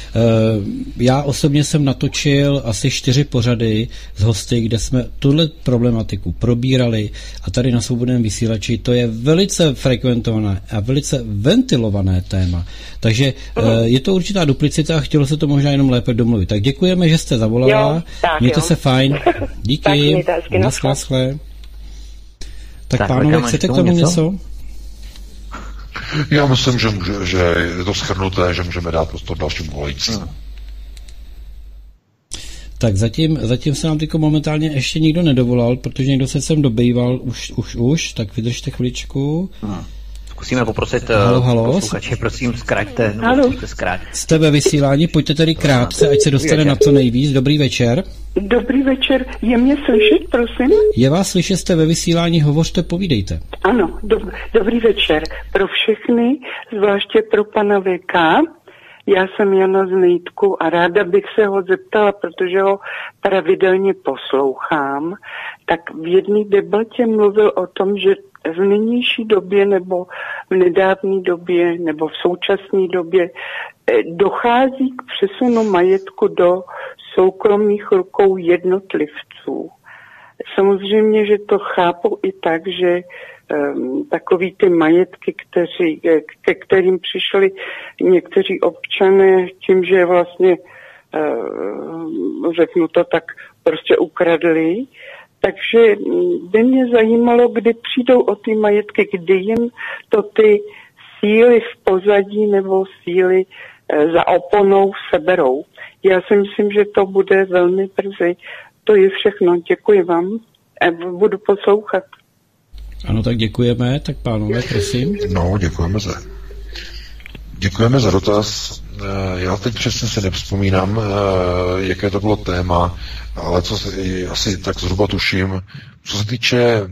Uh, já osobně jsem natočil asi čtyři pořady z hosty, kde jsme tuhle problematiku probírali a tady na Svobodném vysílači to je velice frekventované a velice ventilované téma. Takže uh, je to určitá duplicita a chtělo se to možná jenom lépe domluvit. Tak děkujeme, že jste zavolala. Jo, tak mějte jo. se fajn. Díky. Naschle. Tak, tak pánové, chcete k tomu něco? něco? Já myslím, že, může, že je to shrnuté, že můžeme dát prostor dalšímu volajícímu. No. Tak zatím, zatím se nám tyko momentálně ještě nikdo nedovolal, protože někdo se sem dobejval už, už, už, tak vydržte chviličku. No. Zkusíme poprosit halo, halo. posluchače, prosím, zkraťte. No, Jste ve vysílání, pojďte tedy krátce, ať se dostane na co nejvíc. Dobrý večer. Dobrý večer, je mě slyšet, prosím? Je vás slyšet, jste ve vysílání, hovořte, povídejte. Ano, dob- dobrý večer. Pro všechny, zvláště pro pana V K. Já jsem Jana z Nejtku a ráda bych se ho zeptala, protože ho pravidelně poslouchám, tak v jedné debatě mluvil o tom, že v nynější době nebo v nedávné době nebo v současné době dochází k přesunu majetku do soukromých rukou jednotlivců. Samozřejmě, že to chápu i tak, že um, takový ty majetky, kteří, ke kterým přišli někteří občané tím, že vlastně, uh, řeknu to tak, prostě ukradli. Takže by mě zajímalo, kdy přijdou o ty majetky, kdy jim to ty síly v pozadí nebo síly uh, za oponou seberou. Já si myslím, že to bude velmi brzy. To je všechno. Děkuji vám. Budu poslouchat. Ano, tak děkujeme. Tak pánové, prosím. No, děkujeme za... Děkujeme za dotaz. Já teď přesně si nevzpomínám, jaké to bylo téma, ale co si, asi tak zhruba tuším. Co se týče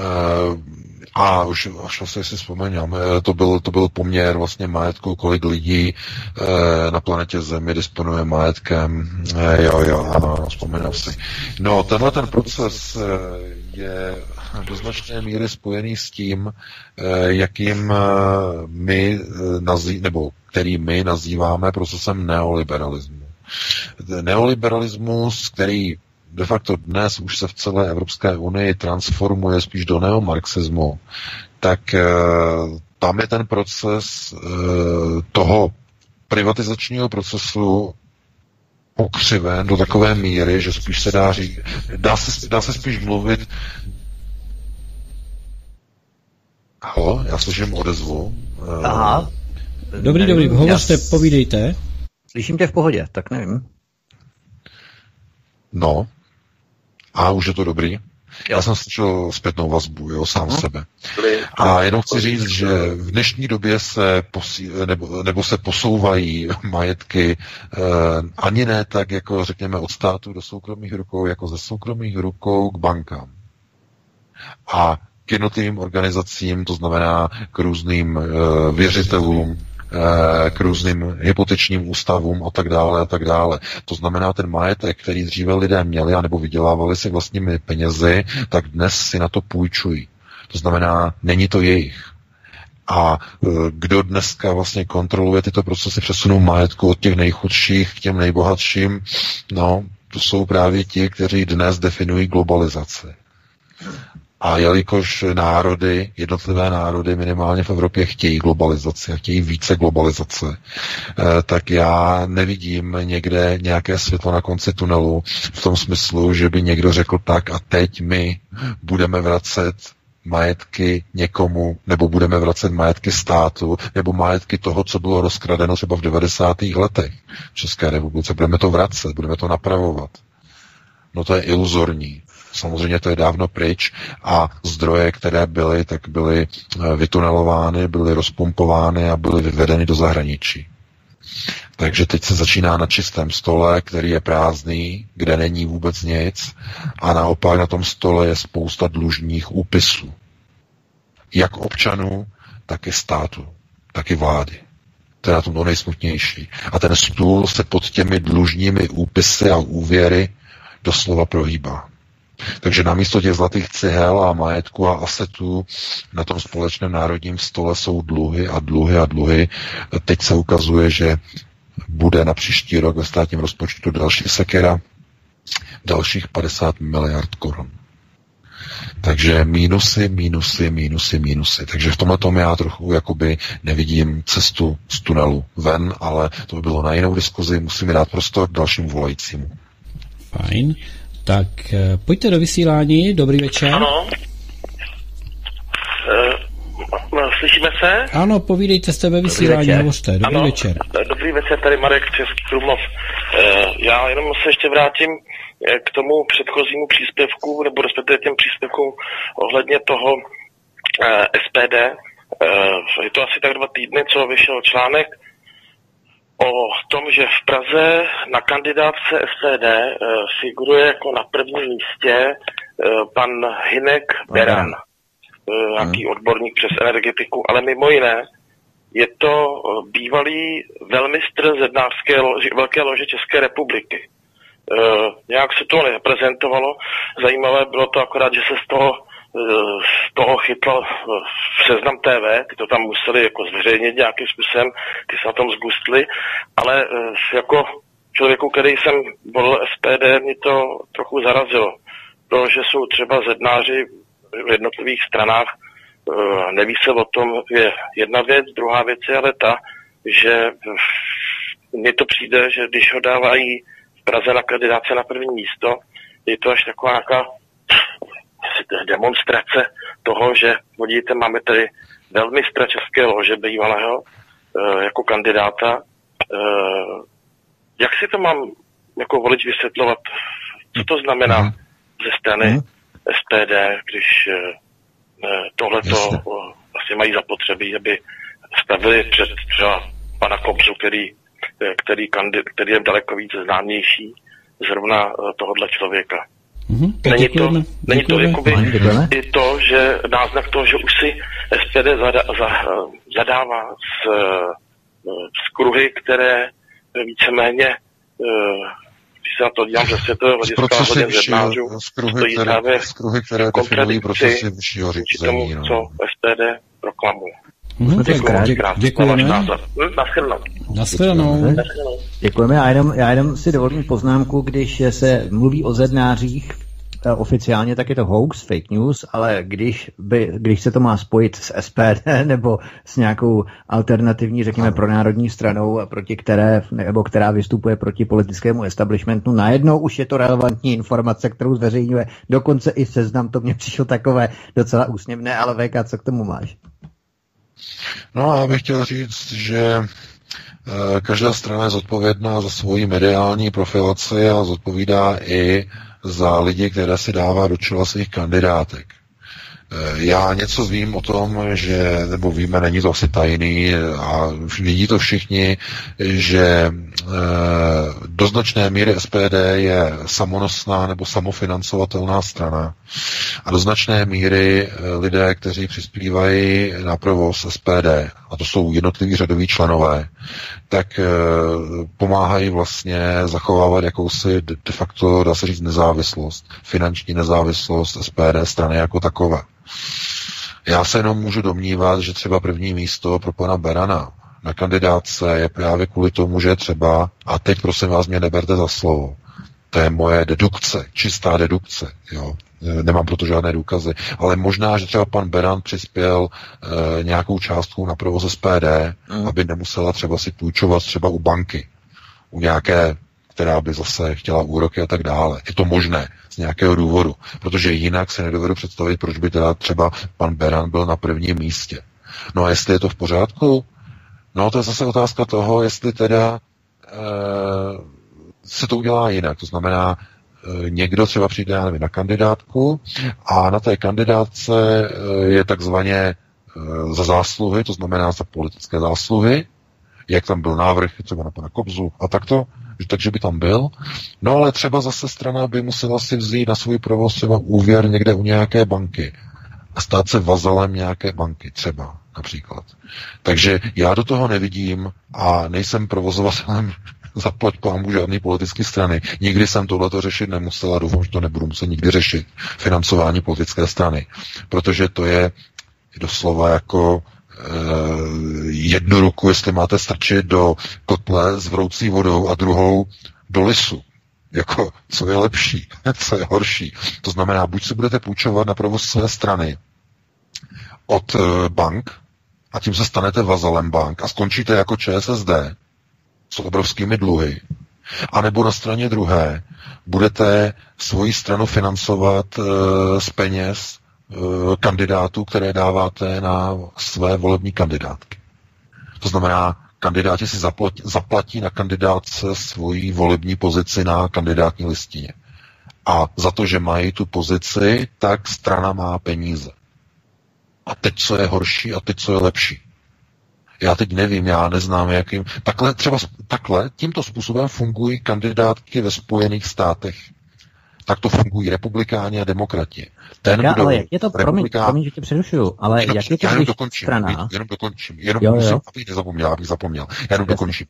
a už, až vlastně si vzpomínám, to byl, to byl poměr vlastně majetku, kolik lidí e, na planetě Zemi disponuje majetkem. E, jo, jo, ano, ano, vzpomínám si. No, tenhle ten proces e, je do značné míry spojený s tím, e, jakým my nazý, nebo který my nazýváme procesem neoliberalismu. Neoliberalismus, který de facto dnes už se v celé Evropské unii transformuje spíš do neomarxismu, tak e, tam je ten proces e, toho privatizačního procesu pokřiven do takové míry, že spíš se dá říct, dá se, dá se spíš mluvit. Halo, já slyším odezvu. Aha. Dobrý, dobrý, hovořte, povídejte. Slyším tě v pohodě, tak nevím. No, a už je to dobrý. Já jsem slyšel zpětnou vazbu, jo, sám no. sebe. A jenom chci říct, že v dnešní době se posí, nebo, nebo se posouvají majetky eh, ani ne tak, jako řekněme od státu do soukromých rukou, jako ze soukromých rukou k bankám. A k jednotlivým organizacím, to znamená k různým eh, věřitelům, k různým hypotečním ústavům a tak dále a tak dále. To znamená, ten majetek, který dříve lidé měli anebo vydělávali si vlastními penězi, tak dnes si na to půjčují. To znamená, není to jejich. A kdo dneska vlastně kontroluje tyto procesy přesunu majetku od těch nejchudších k těm nejbohatším, no, to jsou právě ti, kteří dnes definují globalizaci. A jelikož národy, jednotlivé národy minimálně v Evropě chtějí globalizaci a chtějí více globalizace, tak já nevidím někde nějaké světlo na konci tunelu v tom smyslu, že by někdo řekl tak a teď my budeme vracet majetky někomu, nebo budeme vracet majetky státu, nebo majetky toho, co bylo rozkradeno třeba v devadesátých letech v České republice. Budeme to vracet, budeme to napravovat. No to je iluzorní. Samozřejmě to je dávno pryč a zdroje, které byly, tak byly vytunelovány, byly rozpumpovány a byly vyvedeny do zahraničí. Takže teď se začíná na čistém stole, který je prázdný, kde není vůbec nic a naopak na tom stole je spousta dlužních úpisů. Jak občanů, tak i státu, tak i vlády. To je na tom to nejsmutnější. A ten stůl se pod těmi dlužními úpisy a úvěry doslova prohýbá. Takže namísto těch zlatých cihel a majetku a asetů na tom společném národním stole jsou dluhy a dluhy a dluhy. Teď se ukazuje, že bude na příští rok ve státním rozpočtu další sekera, dalších padesát miliard korun. Takže mínusy, mínusy, mínusy, mínusy. Takže v tomhle tomu já trochu jakoby nevidím cestu z tunelu ven, ale to by bylo na jinou diskuzi. Musíme dát prostor k dalšímu volajícímu. Fajn. Tak pojďte do vysílání, dobrý večer. Ano. E, slyšíme se? Ano, povídejte, jste ve vysílání, hovořte, dobrý ano, večer. Dobrý večer, tady Marek Český Krumlov. E, já jenom se ještě vrátím k tomu předchozímu příspěvku, nebo respektive těm příspěvkům ohledně toho e, S P D. E, je to asi tak dva týdny, co vyšel článek o tom, že v Praze na kandidátce S P D e, figuruje jako na prvním místě e, pan Hynek Beran, e, nějaký odborník přes energetiku, ale mimo jiné je to bývalý velmistr zednářské lože, velké lože České republiky. E, nějak se to neprezentovalo, zajímavé bylo to akorát, že se z toho z toho chytl Seznam T V, ty to tam museli jako zveřejnit nějakým způsobem, ty se na tom zgustli, ale jako člověku, který jsem volil S P D, mě to trochu zarazilo, protože jsou třeba zednáři v jednotlivých stranách, neví se o tom, je jedna věc, druhá věc je ale ta, že mně to přijde, že když ho dávají v Praze na kandidáce na první místo, je to až taková nějaká demonstrace toho, že podívejte, máme tady velmistra České lože bývalého e, jako kandidáta. E, jak si to mám jako volič vysvětlovat? Co to znamená mm. ze strany mm. S P D, když e, tohleto vlastně mají zapotřebí, aby stavili před třeba pana Kobzu, který, který, kandid, který je daleko víc známější zrovna tohohle člověka. Mm-hmm, není to, není to jakoby i to, že náznak toho, že už si S P D zada, za, zadává z, z kruhy, které víceméně, když se na to dívám ze světového hlediska hodně zednářů, stojí právě v kontradikci vůči tomu, no. co S P D proklamuje. Mm, děkujeme. Děkujeme. Naschledanou. Děkujeme. Já jenom, já jenom si dovolím poznámku, když se mluví o zednářích oficiálně, tak je to hoax, fake news, ale když, by, když se to má spojit s S P D nebo s nějakou alternativní, řekněme, pronárodní stranou, proti které, nebo která vystupuje proti politickému establishmentu, najednou už je to relevantní informace, kterou zveřejňuje dokonce i Seznam, to mně přišlo takové docela úsměvné, ale V K, co k tomu máš? No a já bych chtěl říct, že každá strana je zodpovědná za svoji mediální profilaci a zodpovídá i za lidi, které si dává do čela svých kandidátek. Já něco vím o tom, že, nebo víme, není to asi tajný a vidí to všichni, že do značné míry S P D je samonosná nebo samofinancovatelná strana a do značné míry lidé, kteří přispívají na provoz S P D, a to jsou jednotliví řadoví členové, tak pomáhají vlastně zachovávat jakousi de facto, dá se říct, nezávislost, finanční nezávislost S P D strany jako takové. Já se jenom můžu domnívat, že třeba první místo pro pana Berana na kandidátce je právě kvůli tomu, že třeba, a teď prosím vás, mě neberte za slovo, to je moje dedukce, čistá dedukce, jo. Nemám proto žádné důkazy, ale možná, že třeba pan Beran přispěl e, nějakou částku na provoz S P D, mm. aby nemusela třeba si půjčovat třeba u banky, u nějaké, která by zase chtěla úroky a tak dále. Je to možné z nějakého důvodu, protože jinak se nedovedu představit, proč by teda třeba pan Beran byl na prvním místě. No a jestli je to v pořádku, no to je zase otázka toho, jestli teda e, se to udělá jinak. To znamená, e, někdo třeba přijde, já nevím, na kandidátku a na té kandidátce e, je takzvaně e, za zásluhy, to znamená za politické zásluhy, jak tam byl návrh třeba na pana Kobzu a takto, takže by tam byl. No ale třeba zase strana by musela si vzít na svůj provoz třeba úvěr někde u nějaké banky a stát se vazalem nějaké banky třeba například. Takže já do toho nevidím a nejsem provozovatelem zaplať pánbůh žádný politické strany. Nikdy jsem tohleto řešit nemusel a doufám, že to nebudu muset nikdy řešit. Financování politické strany. Protože to je doslova jako jednu ruku, jestli máte strčit do kotle s vroucí vodou a druhou do lisu. Jako, co je lepší, co je horší. To znamená, buď si budete půjčovat na provoz své strany od bank a tím se stanete vazalem bank a skončíte jako Č S S D s obrovskými dluhy, anebo na straně druhé budete svoji stranu financovat z peněz kandidátů, které dáváte na své volební kandidátky. To znamená, kandidáti si zaplatí, zaplatí na kandidátce svoji volební pozici na kandidátní listině. A za to, že mají tu pozici, tak strana má peníze. A teď, co je horší a teď, co je lepší. Já teď nevím, já neznám, jakým... Takhle, třeba takhle, tímto způsobem fungují kandidátky ve Spojených státech. Tak to fungují republikáni a demokrati. Ten, já, kdo ale jak je to, promiň, promiň, že tě přerušuju, ale jenom, jak je to, já jenom když dokončím, strana... jenom dokončím, jenom jo, musím, jo. abych nezapomněl, abych zapomněl, já jenom dokončím.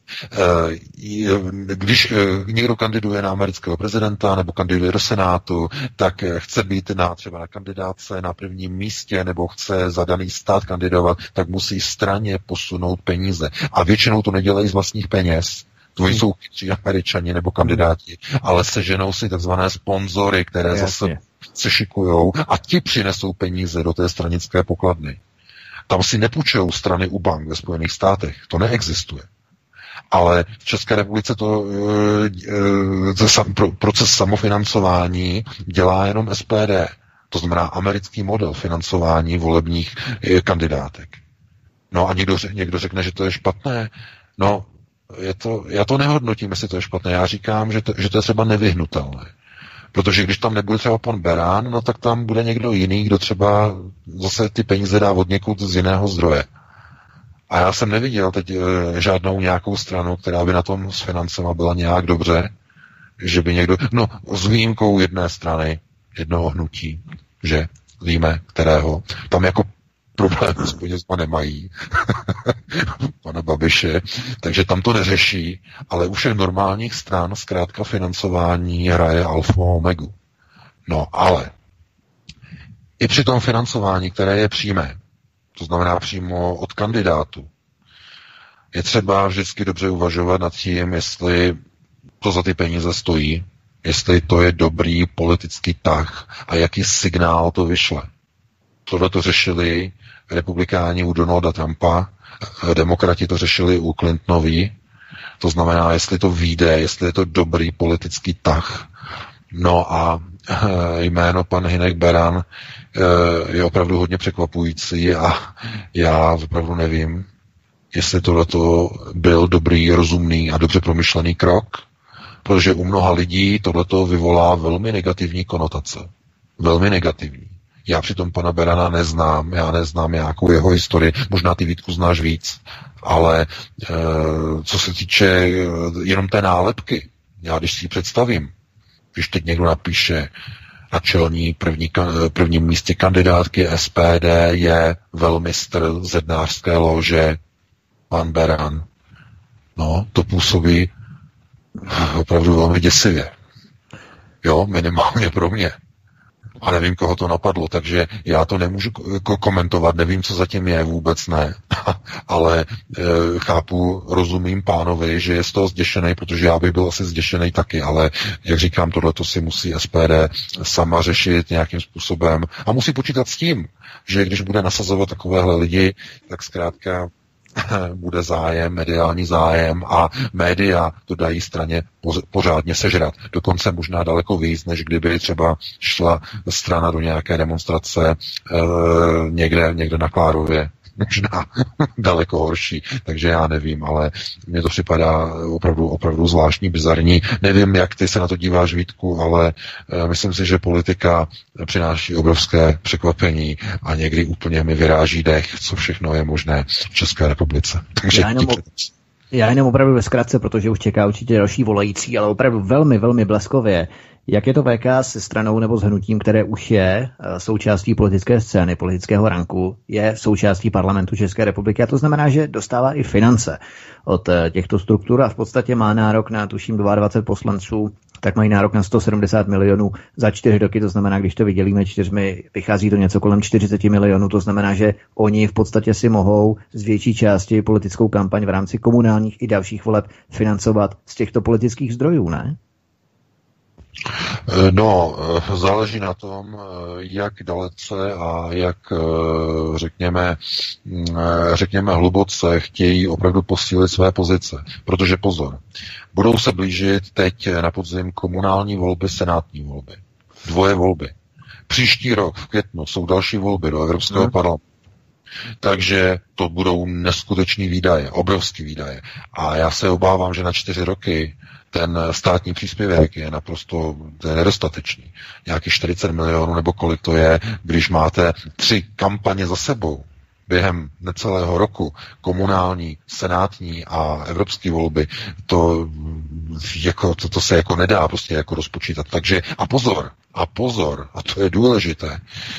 Když někdo kandiduje na amerického prezidenta nebo kandiduje do Senátu, tak chce být na, třeba na kandidátce na prvním místě nebo chce za daný stát kandidovat, tak musí straně posunout peníze. A většinou to nedělají z vlastních peněz. To jsou chytří Američani nebo kandidáti, ale seženou si takzvané sponzory, které Jasně. zase se šikujou a ti přinesou peníze do té stranické pokladny. Tam si nepůjčují strany u bank ve Spojených státech. To neexistuje. Ale v České republice to e, e, proces samofinancování dělá jenom S P D. To znamená americký model financování volebních e, kandidátek. No a někdo, někdo řekne, že to je špatné. No, je to, já to nehodnotím, jestli to je špatné. Já říkám, že to, že to je třeba nevyhnutelné. Protože když tam nebude třeba pan Beran, no tak tam bude někdo jiný, kdo třeba zase ty peníze dá od někud z jiného zdroje. A já jsem neviděl teď e, žádnou nějakou stranu, která by na tom s financema byla nějak dobře, že by někdo, no s výjimkou jedné strany, jednoho hnutí, že víme, kterého, tam jako problém s penězma nemají, pana Babiše, takže tam to neřeší, ale u všech normálních stran zkrátka financování hraje alfa a omegu. No ale i při tom financování, které je přímé, to znamená přímo od kandidátu, je třeba vždycky dobře uvažovat nad tím, jestli to za ty peníze stojí, jestli to je dobrý politický tah a jaký signál to vyšle. Tohle to řešili republikáni u Donalda Trumpa, demokrati to řešili u Clintonovi, to znamená, jestli to vyjde, jestli je to dobrý politický tah. No a jméno pan Hynek Beran je opravdu hodně překvapující a já opravdu nevím, jestli tohleto byl dobrý, rozumný a dobře promyšlený krok, protože u mnoha lidí tohleto vyvolá velmi negativní konotace. Velmi negativní. Já přitom pana Berana neznám, já neznám nějakou jeho historii, možná ty, Vítku, znáš víc, ale e, co se týče e, jenom té nálepky, já když si ji představím, když teď někdo napíše na čelní první, prvním místě kandidátky S P D je velmistr zednářské lože pan Beran, no, to působí opravdu velmi děsivě. Jo, minimálně pro mě. A nevím, koho to napadlo, takže já to nemůžu komentovat, nevím, co zatím je, vůbec ne. Ale e, chápu, rozumím pánovi, že je z toho zděšený, protože já bych byl asi zděšený taky, ale jak říkám, tohleto si musí S P D sama řešit nějakým způsobem a musí počítat s tím, že když bude nasazovat takovéhle lidi, tak zkrátka bude zájem, mediální zájem a média to dají straně pořádně sežrat. Dokonce možná daleko víc, než kdyby třeba šla strana do nějaké demonstrace e, někde, někde na Klárově. Možná daleko horší, takže já nevím, ale mně to připadá opravdu, opravdu zvláštní, bizarní. Nevím, jak ty se na to díváš, Vítku, ale e, myslím si, že politika přináší obrovské překvapení a někdy úplně mi vyráží dech, co všechno je možné v České republice. Takže já jenom, já jenom opravdu ve zkratce, protože už čeká určitě další volající, ale opravdu velmi, velmi bleskově. Jak je to V K se stranou nebo s hnutím, které už je součástí politické scény, politického ranku, je součástí parlamentu České republiky a to znamená, že dostává i finance od těchto struktur a v podstatě má nárok na, tuším, dvacet dva poslanců, tak mají nárok na sto sedmdesát milionů za čtyři roky, to znamená, když to vydělíme čtyřmi, vychází to něco kolem čtyřicet milionů, to znamená, že oni v podstatě si mohou z větší části politickou kampaň v rámci komunálních i dalších voleb financovat z těchto politických zdrojů, ne? No, záleží na tom, jak dalece a jak, řekněme, řekněme hluboce chtějí opravdu posílit své pozice. Protože pozor, budou se blížit teď na podzim komunální volby, senátní volby. Dvoje volby. Příští rok v květnu jsou další volby do Evropského hmm. parlamentu. Takže to budou neskutečný výdaje, obrovský výdaje. A já se obávám, že na čtyři roky ten státní příspěvek je naprosto nedostatečný. Nějaký čtyřicet milionů nebo kolik to je, když máte tři kampaně za sebou během necelého roku, komunální, senátní a evropské volby, to, jako, to, to se jako nedá prostě jako rozpočítat. Takže a pozor, a pozor, a to je důležité,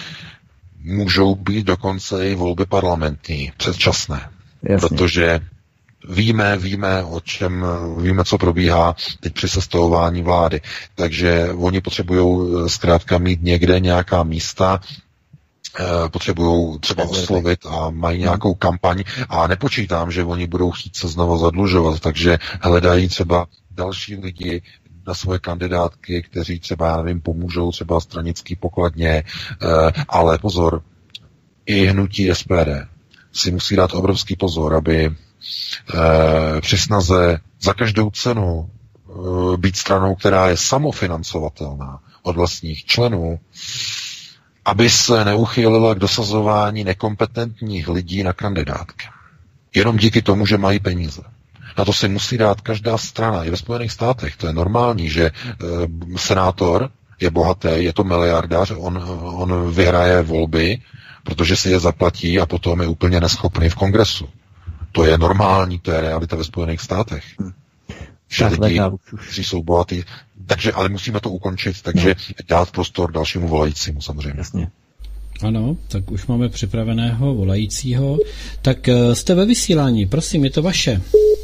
můžou být dokonce i volby parlamentní, předčasné. Jasně. Protože Víme, víme, o čem, víme, co probíhá teď při sestavování vlády. Takže oni potřebují zkrátka mít někde nějaká místa, potřebují třeba oslovit a mají nějakou kampaň a nepočítám, že oni budou chtít se znovu zadlužovat, takže hledají třeba další lidi na svoje kandidátky, kteří třeba, já nevím, pomůžou třeba stranický pokladně, ale pozor, i hnutí S P D si musí dát obrovský pozor, aby e, při snaze za každou cenu e, být stranou, která je samofinancovatelná od vlastních členů, aby se neuchýlila k dosazování nekompetentních lidí na kandidátky. Jenom díky tomu, že mají peníze. Na to si musí dát každá strana. I ve Spojených státech to je normální, že e, senátor je bohatý, je to miliardář, on, on vyhraje volby, protože si je zaplatí a potom je úplně neschopný v kongresu. To je normální, to je realita ve Spojených státech. Hmm. Že lidi, kteří jsou bohatí. Takže, ale musíme to ukončit, takže no. dát prostor dalšímu volajícímu samozřejmě. Jasně. Ano, tak už máme připraveného volajícího. Tak jste ve vysílání, prosím, je to vaše.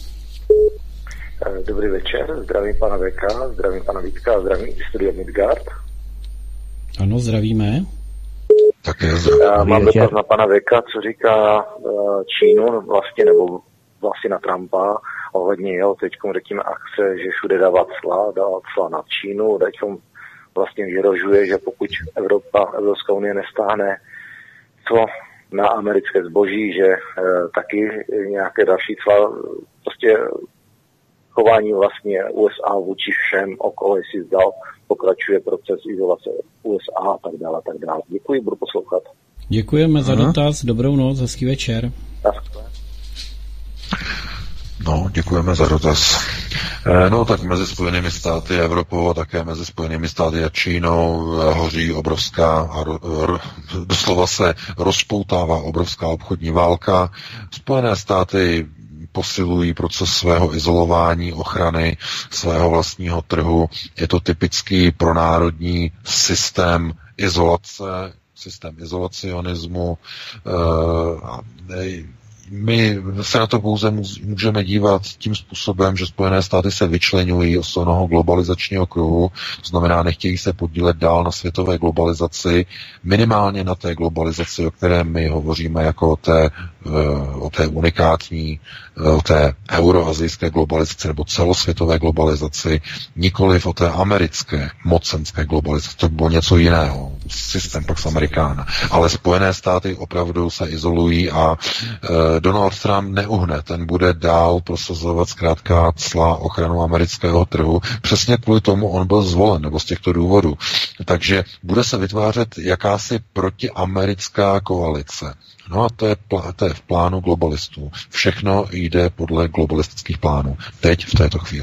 Dobrý večer, zdravím pana Veka, zdravím pana Vítka a zdravím studia Midgard. Ano, zdravíme. Také zdravím. Mám dotaz na pana Veka, co říká Čínu vlastně, nebo vlastně na Trumpa, ohledně jeho teďkom, řekněme, akce, že všude dávat cla, dávat cla na Čínu, teďkom vlastně vyhrožuje, že pokud Evropa, Evropská unie nestáhne clo na americké zboží, že e, taky nějaké další cla, prostě chování vlastně U S A vůči všem okolo, jestli zdal, pokračuje proces izolace U S A a tak dále, a tak dále. Děkuji, budu poslouchat. Děkujeme za dotaz, dobrou noc, hezký večer. No, děkujeme za dotaz. No, tak mezi Spojenými státy a Evropou a také mezi Spojenými státy a Čínou hoří obrovská a ro, ro, doslova se rozpoutává obrovská obchodní válka. Spojené státy posilují proces svého izolování, ochrany svého vlastního trhu. Je to typický pronárodní systém izolace, systém izolacionismu. My se na to pouze můžeme dívat tím způsobem, že Spojené státy se vyčleňují z onoho globalizačního kruhu, to znamená, nechtějí se podílet dál na světové globalizaci, minimálně na té globalizaci, o které my hovoříme jako o té, o té unikátní, o té euroazijské globalizaci nebo celosvětové globalizaci, nikoliv o té americké mocenské globalizaci, to bylo něco jiného, systém Pax Americana. Ale Spojené státy opravdu se izolují a Donald Trump neuhne, ten bude dál prosazovat zkrátka cla ochranu amerického trhu. Přesně kvůli tomu on byl zvolen, nebo z těchto důvodů. Takže bude se vytvářet jakási protiamerická koalice. No a to je, plá, to je v plánu globalistů. Všechno jde podle globalistických plánů. Teď, v této chvíli.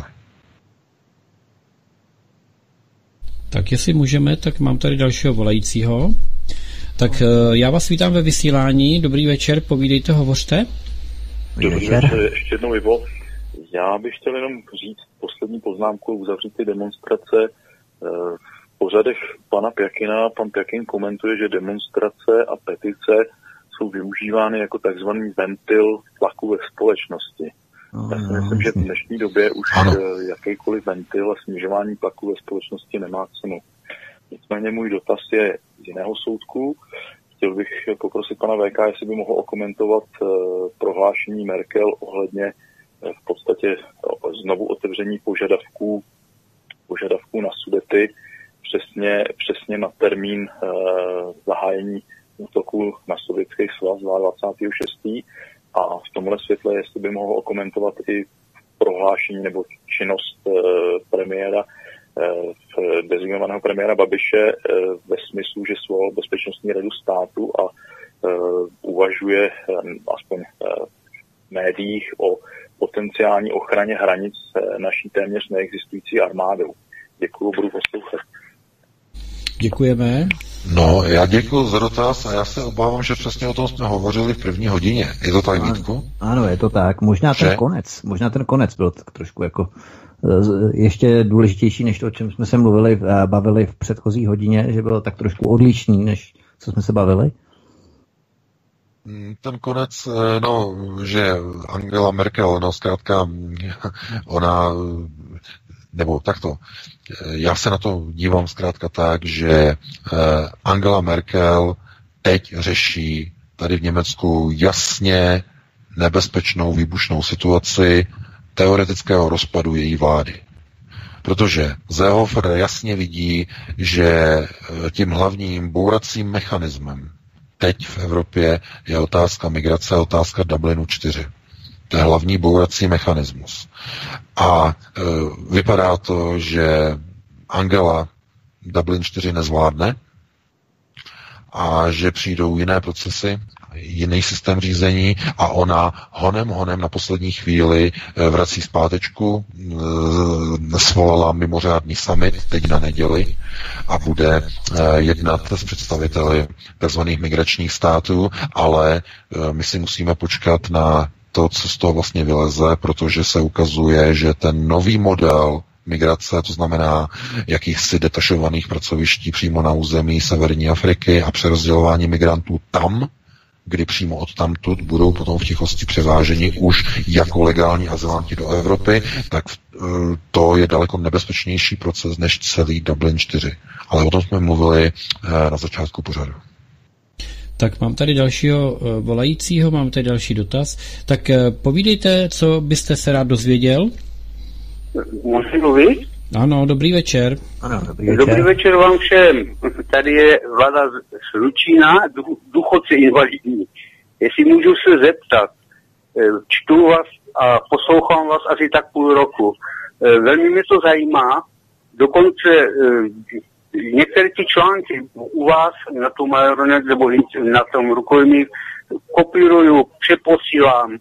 Tak jestli můžeme, tak mám tady dalšího volajícího. Tak já vás vítám ve vysílání. Dobrý večer, povídejte, hovořte. Dobrý večer, ještě jednou Ivo. Já bych chtěl jenom říct poslední poznámku, uzavřít ty demonstrace. V pořadech pana Pjakina, pan Pjakin komentuje, že demonstrace a petice jsou využívány jako takzvaný ventil tlaku ve společnosti. Já si myslím, že v dnešní době už jakýkoliv ventil a snižování tlaku ve společnosti nemá cenu. Nicméně můj dotaz je z jiného soudku. Chtěl bych poprosit pana V K, jestli by mohl okomentovat uh, prohlášení Merkel ohledně uh, v podstatě uh, znovu otevření požadavků, požadavků na Sudety přesně, přesně na termín uh, zahájení útoku na sovětský svaz dvacátého šestého A v tomhle světle, jestli by mohl okomentovat i prohlášení nebo činnost uh, premiéra designovaného premiéra Babiše ve smyslu, že svolal Bezpečnostní radu státu a uvažuje aspoň v médiích o potenciální ochraně hranic naší téměř neexistující armádou. Děkuju, budu poslouchat. Děkujeme. No, já děkuji za dotaz a já se obávám, že přesně o tom jsme hovořili v první hodině. Je to tak, Vítku? Ano, je to tak. Možná ten že? konec. Možná ten konec byl tak trošku jako ještě důležitější, než to, o čem jsme se mluvili, bavili v předchozí hodině, že bylo tak trošku odlišný, než co jsme se bavili? Ten konec, no, že Angela Merkel, no zkrátka, ona, nebo takto, já se na to dívám zkrátka tak, že Angela Merkel teď řeší tady v Německu jasně nebezpečnou výbušnou situaci teoretického rozpadu její vlády. Protože Seehofer jasně vidí, že tím hlavním bouracím mechanismem teď v Evropě je otázka migrace, otázka Dublinu čtyři. To je hlavní bourací mechanismus. A e, vypadá to, že Angela Dublin čtyři nezvládne a že přijdou jiné procesy, jiný systém řízení a ona honem, honem na poslední chvíli vrací zpátečku, svolala mimořádný summit teď na neděli a bude jednat s představiteli tzv. Migračních států, ale my si musíme počkat na to, co z toho vlastně vyleze, protože se ukazuje, že ten nový model migrace, to znamená jakýchsi detašovaných pracoviští přímo na území severní Afriky a přerozdělování migrantů tam, kdy přímo odtamtud budou potom v tichosti převáženi už jako legální azylanti do Evropy, tak to je daleko nebezpečnější proces než celý Dublin čtyři. Ale o tom jsme mluvili na začátku pořadu. Tak mám tady dalšího volajícího, mám tady další dotaz. Tak povídejte, co byste se rád dozvěděl? Můžu mluvit? Ano, dobrý večer. Ano, dobrý večer. Dobrý večer vám všem. Tady je Vlada z Lučína, důchodci invalidní. Jestli můžu se zeptat, čtu vás a poslouchám vás asi tak půl roku. Velmi mě to zajímá, dokonce některé ty články u vás na tom Aeronet nebo na tom rukojmí kopíruju, přeposílám.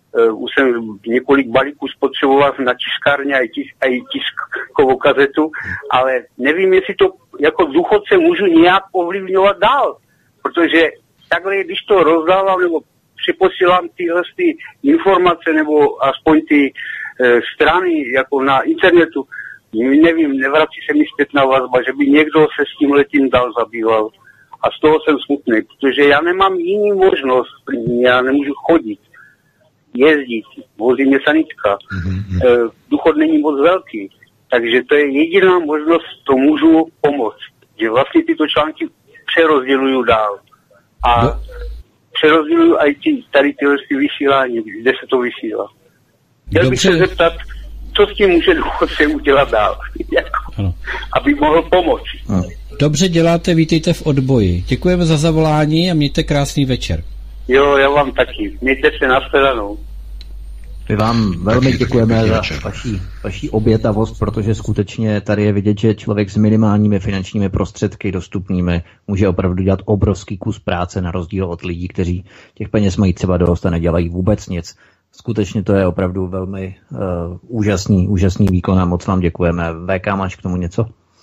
Uh, už jsem několik balíků spotřeboval na tiskárně a i, tisk, a i tiskovou kazetu, ale nevím, jestli to jako důchodce můžu nějak ovlivňovat dál, protože takhle, když to rozdávám nebo připosílám tyhle ty informace nebo aspoň ty e, strany jako na internetu, nevím, nevrací se mi zpětná vazba, že by někdo se s tím letím dál zabýval. A z toho jsem smutný, protože já nemám jiný možnost, já nemůžu chodit, jezdit, vozí mě sanitka. Mm-hmm. E, důchod není moc velký, takže to je jediná možnost, to můžu pomoct. Že vlastně tyto články přerozděluju dál. A no. přerozděluju i ty, tady tyhle vysílání, kde se to vysílá. Chtěl bych se zeptat, co s tím může důchodce udělat dál, jako, aby mohl pomoct. No. Dobře děláte, vítejte v odboji. Děkujeme za zavolání a mějte krásný večer. Jo, já vám taky. Mějte se na shledanou. My vám velmi taky, děkujeme za vaší, vaší obětavost, protože skutečně tady je vidět, že člověk s minimálními finančními prostředky dostupnými může opravdu dělat obrovský kus práce na rozdíl od lidí, kteří těch peněz mají třeba dost a nedělají vůbec nic. Skutečně to je opravdu velmi uh, úžasný, úžasný výkon a moc vám děkujeme. V K, máš k tomu něco?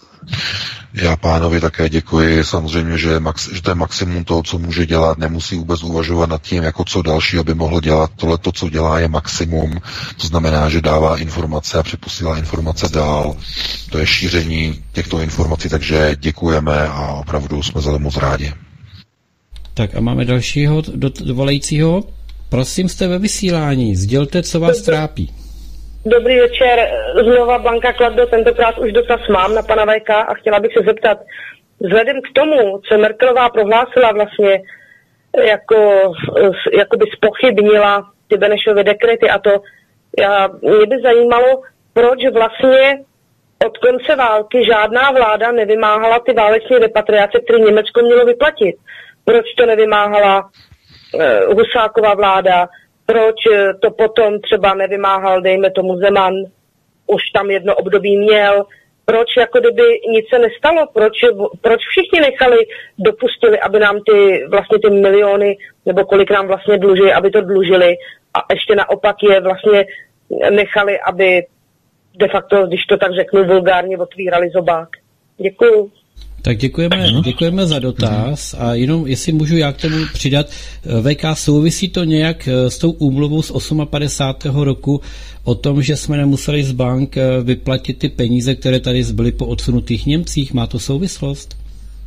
Já pánovi také děkuji. Samozřejmě, že, max, že to je maximum toho, co může dělat. Nemusí vůbec uvažovat nad tím, jako co další, aby mohl dělat. Tohle to, co dělá, je maximum. To znamená, že dává informace a přeposílá informace dál. To je šíření těchto informací, takže děkujeme a opravdu jsme za to moc rádi. Tak a máme dalšího dovolajícího. Prosím, jste ve vysílání. Sdělte, co vás trápí. Dobrý večer, znova Blanka Kladdo, tentokrát už dotaz mám na pana V K a chtěla bych se zeptat, vzhledem k tomu, co Merkelová prohlásila vlastně, jako, jako by zpochybnila ty Benešovy dekrety a to, já, mě by zajímalo, proč vlastně od konce války žádná vláda nevymáhala ty váleční repatriace, které Německo mělo vyplatit. Proč to nevymáhala uh, Husáková vláda, proč to potom třeba nevymáhal, dejme tomu Zeman, už tam jedno období měl, proč jako kdyby nic se nestalo, proč, proč všichni nechali, dopustili, aby nám ty vlastně ty miliony, nebo kolik nám vlastně dluží, aby to dlužili a ještě naopak je vlastně nechali, aby de facto, když to tak řeknu vulgárně, otvírali zobák. Děkuju. Tak děkujeme, děkujeme za dotaz a jenom, jestli můžu já k tomu přidat, V K, souvisí to nějak s tou úmluvou z padesátého osmého roku o tom, že jsme nemuseli z bank vyplatit ty peníze, které tady zbyly po odsunutých Němcích? Má to souvislost?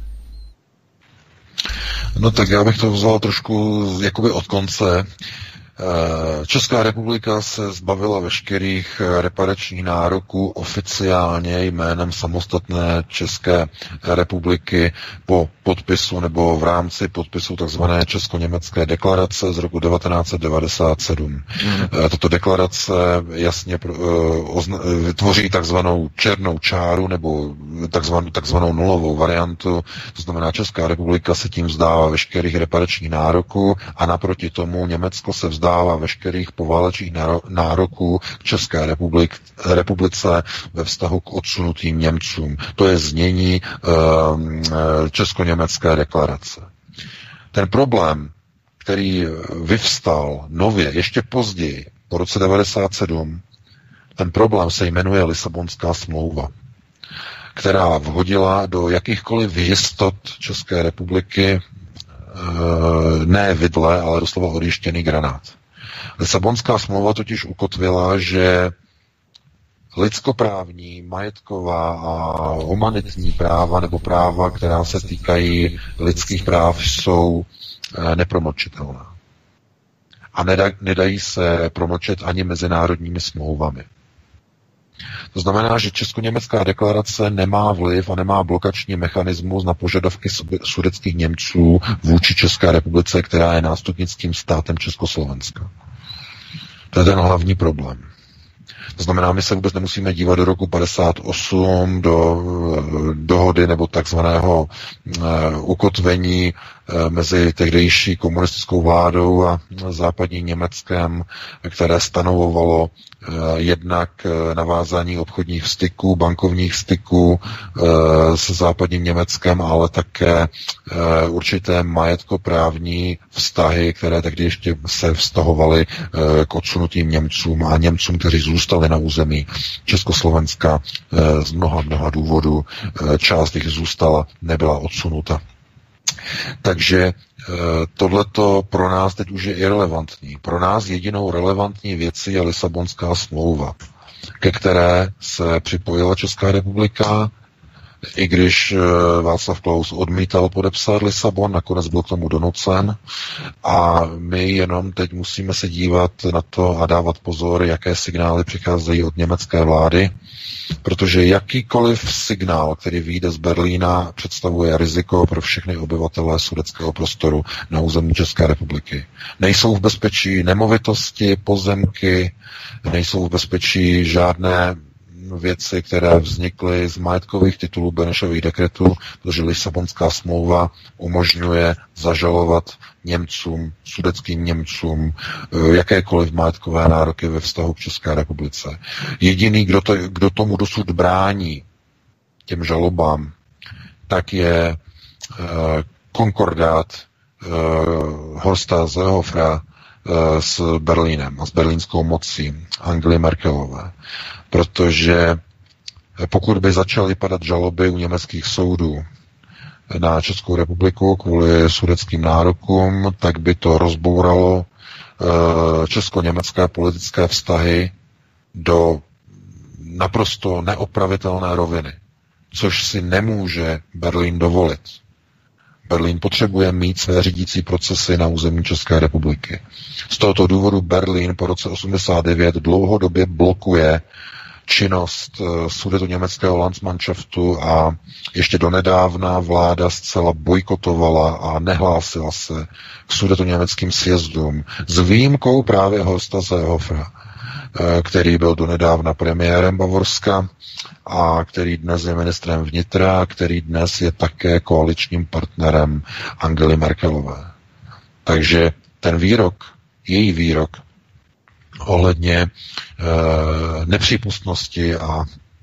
No tak já bych to vzal trošku jakoby od konce. Česká republika se zbavila veškerých reparačních nároků oficiálně jménem samostatné České republiky po podpisu nebo v rámci podpisu tzv. Česko-německé deklarace z roku devatenáct set devadesát sedm. Mm. Tato deklarace jasně vytvoří takzvanou černou čáru nebo takzvanou, takzvanou nulovou variantu, to znamená Česká republika se tím vzdává veškerých reparačních nároků a naproti tomu Německo se vzdává dává veškerých poválečných nároků k České republik, republice ve vztahu k odsunutým Němcům. To je znění uh, Česko-německé deklarace. Ten problém, který vyvstal nově, ještě později, po roce devadesát sedm, ten problém se jmenuje Lisabonská smlouva, která vhodila do jakýchkoliv jistot České republiky ne vidle, ale doslova odjištěný granát. Lisabonská smlouva totiž ukotvila, že lidskoprávní, majetková a humanitní práva nebo práva, která se týkají lidských práv, jsou nepromlčitelná. A nedají se promlčet ani mezinárodními smlouvami. To znamená, že Česko-německá deklarace nemá vliv a nemá blokační mechanismus na požadavky sudetských Němců vůči České republice, která je nástupnickým státem Československa. To je ten hlavní problém. To znamená, my se vůbec nemusíme dívat do roku padesát osm, do dohody nebo takzvaného uh, ukotvení mezi tehdejší komunistickou vládou a západním Německem, které stanovovalo jednak navázání obchodních styků, bankovních styků s západním Německem, ale také určité majetkoprávní vztahy, které tehdy ještě se vztahovaly k odsunutým Němcům a Němcům, kteří zůstali na území Československa z mnoha, mnoha důvodů. Část jich zůstala, nebyla odsunuta. Takže tohleto pro nás teď už je irelevantní. Pro nás jedinou relevantní věcí je Lisabonská smlouva, ke které se připojila Česká republika, i když Václav Klaus odmítal podepsat Lisabon, nakonec byl k tomu donucen a my jenom teď musíme se dívat na to a dávat pozor, jaké signály přicházejí od německé vlády, protože jakýkoliv signál, který vyjde z Berlína, představuje riziko pro všechny obyvatele sudetského prostoru na území České republiky. Nejsou v bezpečí nemovitosti, pozemky, nejsou v bezpečí žádné věci, které vznikly z majetkových titulů Benešových dekretů, protože Lisabonská smlouva umožňuje zažalovat Němcům, sudetským Němcům, jakékoliv majetkové nároky ve vztahu k České republice. Jediný, kdo, to, kdo tomu dosud brání, těm žalobám, tak je uh, konkordát uh, Horsta Seehofera uh, s Berlínem a s berlínskou mocí Angely Merkelové. Protože pokud by začaly padat žaloby u německých soudů na Českou republiku kvůli sudetským nárokům, tak by to rozbouralo česko-německé politické vztahy do naprosto neopravitelné roviny, což si nemůže Berlín dovolit. Berlín potřebuje mít své řídící procesy na území České republiky. Z tohoto důvodu Berlín po roce osmdesát devět dlouhodobě blokuje činnost sudetoněmeckého Landsmannschaftu a ještě donedávna vláda zcela bojkotovala a nehlásila se k sudetoněmeckým sjezdům s výjimkou právě Horsta Seehofera, který byl donedávna premiérem Bavorska a který dnes je ministrem vnitra, který dnes je také koaličním partnerem Angely Merkelové. Takže ten výrok, její výrok ohledně e, nepřípustnosti a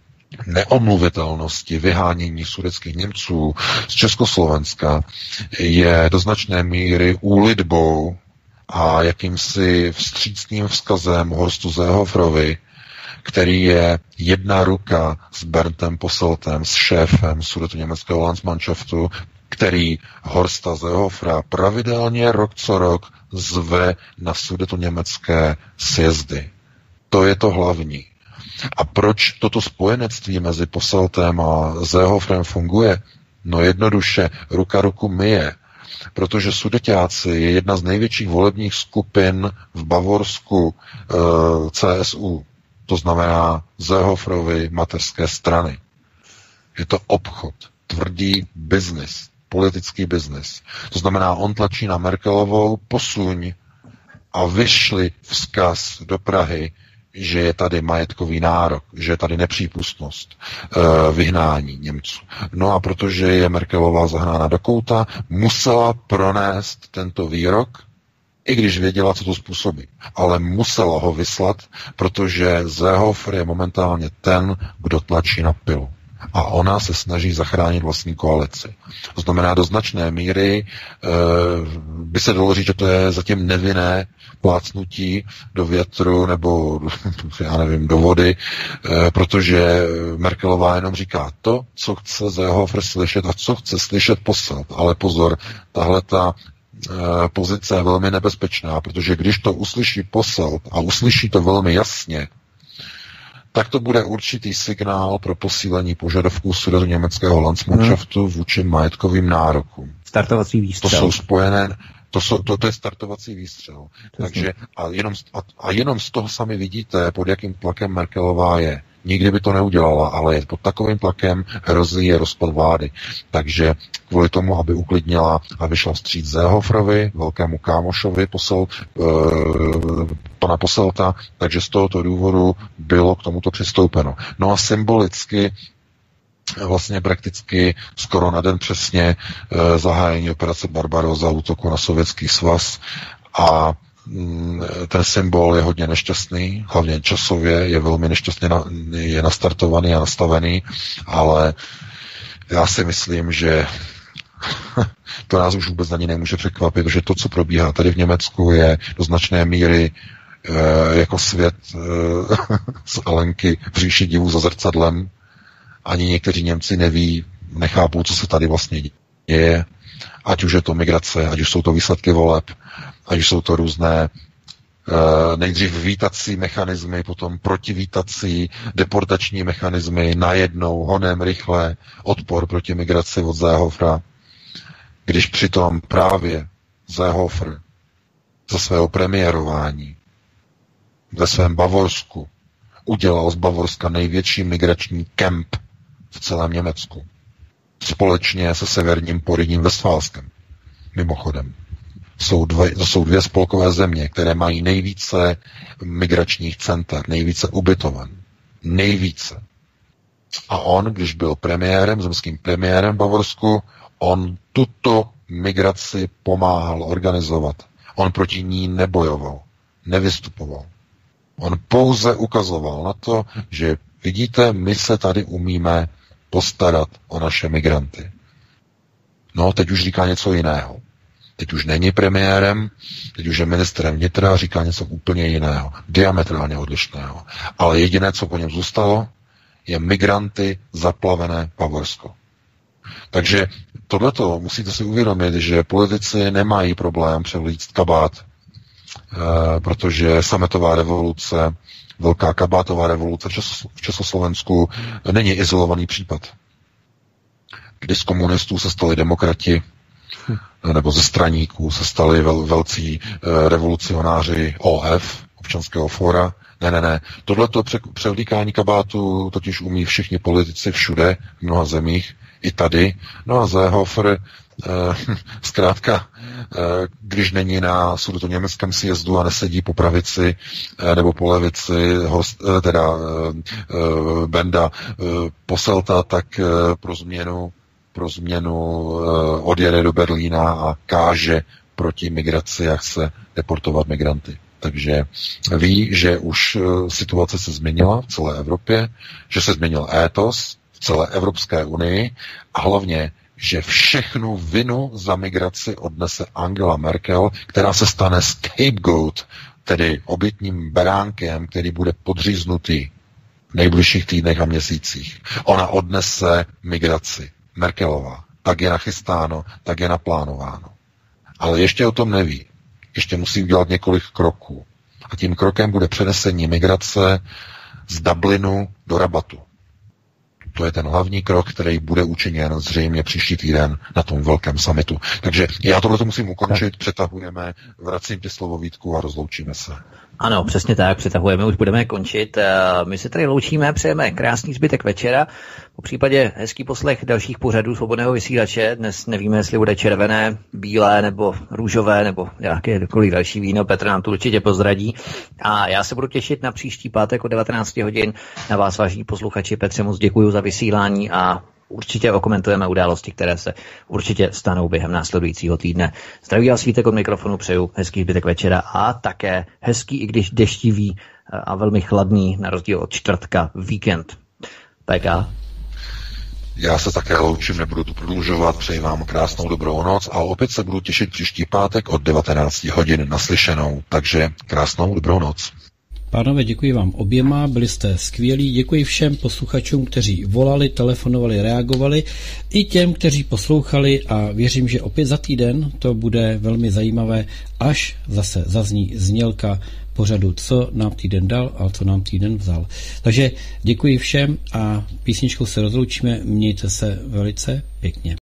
neomluvitelnosti vyhánění sudetských Němců z Československa je do značné míry úlitbou a jakýmsi vstřícným vzkazem Horstu Seehoferovi, který je jedna ruka s Berndem Posseltem, s šéfem sudetoněmeckého Landsmannschaftu, který Horsta Seehofera pravidelně rok co rok zve na sudetoněmecké sjezdy. To je to hlavní. A proč toto spojenectví mezi Posseltem a Seehoferem funguje? No jednoduše, ruka ruku myje. Protože Sudeťáci je jedna z největších volebních skupin v Bavorsku e, C S U. To znamená Seehoferovy mateřské strany. Je to obchod, tvrdý biznis, politický biznis. To znamená, on tlačí na Merkelovou, posuň a vyšli vzkaz do Prahy, že je tady majetkový nárok, že je tady nepřípustnost e, vyhnání Němců. No a protože je Merkelová zahnána do kouta, musela pronést tento výrok, i když věděla, co to způsobí. Ale musela ho vyslat, protože Seehofer je momentálně ten, kdo tlačí na pilu. A ona se snaží zachránit vlastní koalici. To znamená, do značné míry e, by se dalo říct, že to je zatím nevinné plácnutí do větru nebo, já nevím, do vody, e, protože Merkelová jenom říká to, co chce Seehofer slyšet a co chce slyšet Posselt. Ale pozor, tahle ta e, pozice je velmi nebezpečná, protože když to uslyší Posselt a uslyší to velmi jasně, tak to bude určitý signál pro posílení požadavků sudetoněmeckého Landsmannschaftu hmm. vůči majetkovým nárokům. Startovací výstřel. To jsou spojené, to, jsou, to, to je startovací výstřel. Takže a jenom, a, a jenom z toho sami vidíte, pod jakým tlakem Merkelová je. Nikdy by to neudělala, ale je pod takovým tlakem, hrozí je rozpad vlády. Takže kvůli tomu, aby uklidnila a vyšla vstříc Seehoferovi, velkému kámošovi posel, e, pana Posselta, takže z tohoto důvodu bylo k tomuto přistoupeno. No a symbolicky vlastně prakticky skoro na den přesně zahájení operace Barbarossa, útoku na Sovětský svaz, a ten symbol je hodně nešťastný, hlavně časově je velmi nešťastně na, je nastartovaný a nastavený, ale já si myslím, že to nás už vůbec ani nemůže překvapit, protože to, co probíhá tady v Německu, je do značné míry e, jako svět e, z Alenky v říši divů za zrcadlem. Ani někteří Němci neví, nechápou, co se tady vlastně děje, ať už je to migrace, ať už jsou to výsledky voleb, ať už jsou to různé Uh, nejdřív vítací mechanismy, potom protivítací, deportační mechanismy, najednou, honem, rychle, odpor proti migraci od Seehofera. Když přitom právě Seehofer za svého premiérování ve svém Bavorsku udělal z Bavorska největší migrační kemp v celém Německu. Společně se severním Porýním Vestfálskem. Mimochodem. Jsou dvě, to jsou dvě spolkové země, které mají nejvíce migračních center, nejvíce ubytoven. Nejvíce. A on, když byl premiérem, zemským premiérem v Bavorsku, on tuto migraci pomáhal organizovat. On proti ní nebojoval, nevystupoval. On pouze ukazoval na to, že vidíte, my se tady umíme postarat o naše migranty. No, teď už říká něco jiného. Teď už není premiérem, teď už je ministrem vnitra a říká něco úplně jiného, diametrálně odlišného. Ale jediné, co po něm zůstalo, je migranty zaplavené Bavorsko. Takže tohleto musíte si uvědomit, že politici nemají problém převlíct kabát, e, protože sametová revoluce, velká kabátová revoluce v, Česko, v Československu není izolovaný případ. Kdy z komunistů se stali demokrati, nebo ze straníků se stali vel, velcí e, revolucionáři O F, Občanského fóra. Ne, ne, ne. Tohleto pře, převlíkání kabátu totiž umí všichni politici všude, v mnoha zemích, i tady. No a Seehofer e, zkrátka, e, když není na sudetoněmeckém sjezdu a nesedí po pravici e, nebo po levici, host, e, teda e, e, Benda e, Poselta, tak e, pro změnu pro změnu e, odjede do Berlína a káže proti migraci a chce deportovat migranty. Takže ví, že už e, situace se změnila v celé Evropě, že se změnil étos v celé Evropské unii a hlavně, že všechnu vinu za migraci odnese Angela Merkel, která se stane scapegoat, tedy obětním beránkem, který bude podříznutý v nejbližších týdnech a měsících. Ona odnese migraci. Merkelová. Tak je nachystáno, tak je naplánováno. Ale ještě o tom neví. Ještě musí udělat několik kroků. A tím krokem bude přenesení migrace z Dublinu do Rabatu. To je ten hlavní krok, který bude učiněn zřejmě příští týden na tom velkém summitu. Takže já tohle musím ukončit, přetahujeme, vracím ty slovovítku a rozloučíme se. Ano, přesně tak, přetahujeme, už budeme končit. My se tady loučíme, přejeme krásný zbytek večera, po případě hezký poslech dalších pořadů Svobodného vysílače. Dnes nevíme, jestli bude červené, bílé nebo růžové nebo jakékoliv další víno. Petr nám to určitě pozdradí. A já se budu těšit na příští pátek o devatenáct hodin. Na vás, vážení posluchači. Petře, moc děkuji za vysílání a určitě okomentujeme události, které se určitě stanou během následujícího týdne. Zdraví vás Vítek od mikrofonu, přeju hezký zbytek večera a také hezký, i když deštivý a velmi chladný, na rozdíl od čtvrtka, víkend. P K. Já se také loučím, nebudu tu prodlužovat, přeji vám krásnou dobrou noc a opět se budu těšit příští pátek od devatenáct hodin naslyšenou. Takže krásnou dobrou noc. Pánové, děkuji vám oběma, byli jste skvělí, děkuji všem posluchačům, kteří volali, telefonovali, reagovali, i těm, kteří poslouchali a věřím, že opět za týden to bude velmi zajímavé, až zase zazní znělka pořadu, co nám týden dal a co nám týden vzal. Takže děkuji všem a písničkou se rozloučíme, mějte se velice pěkně.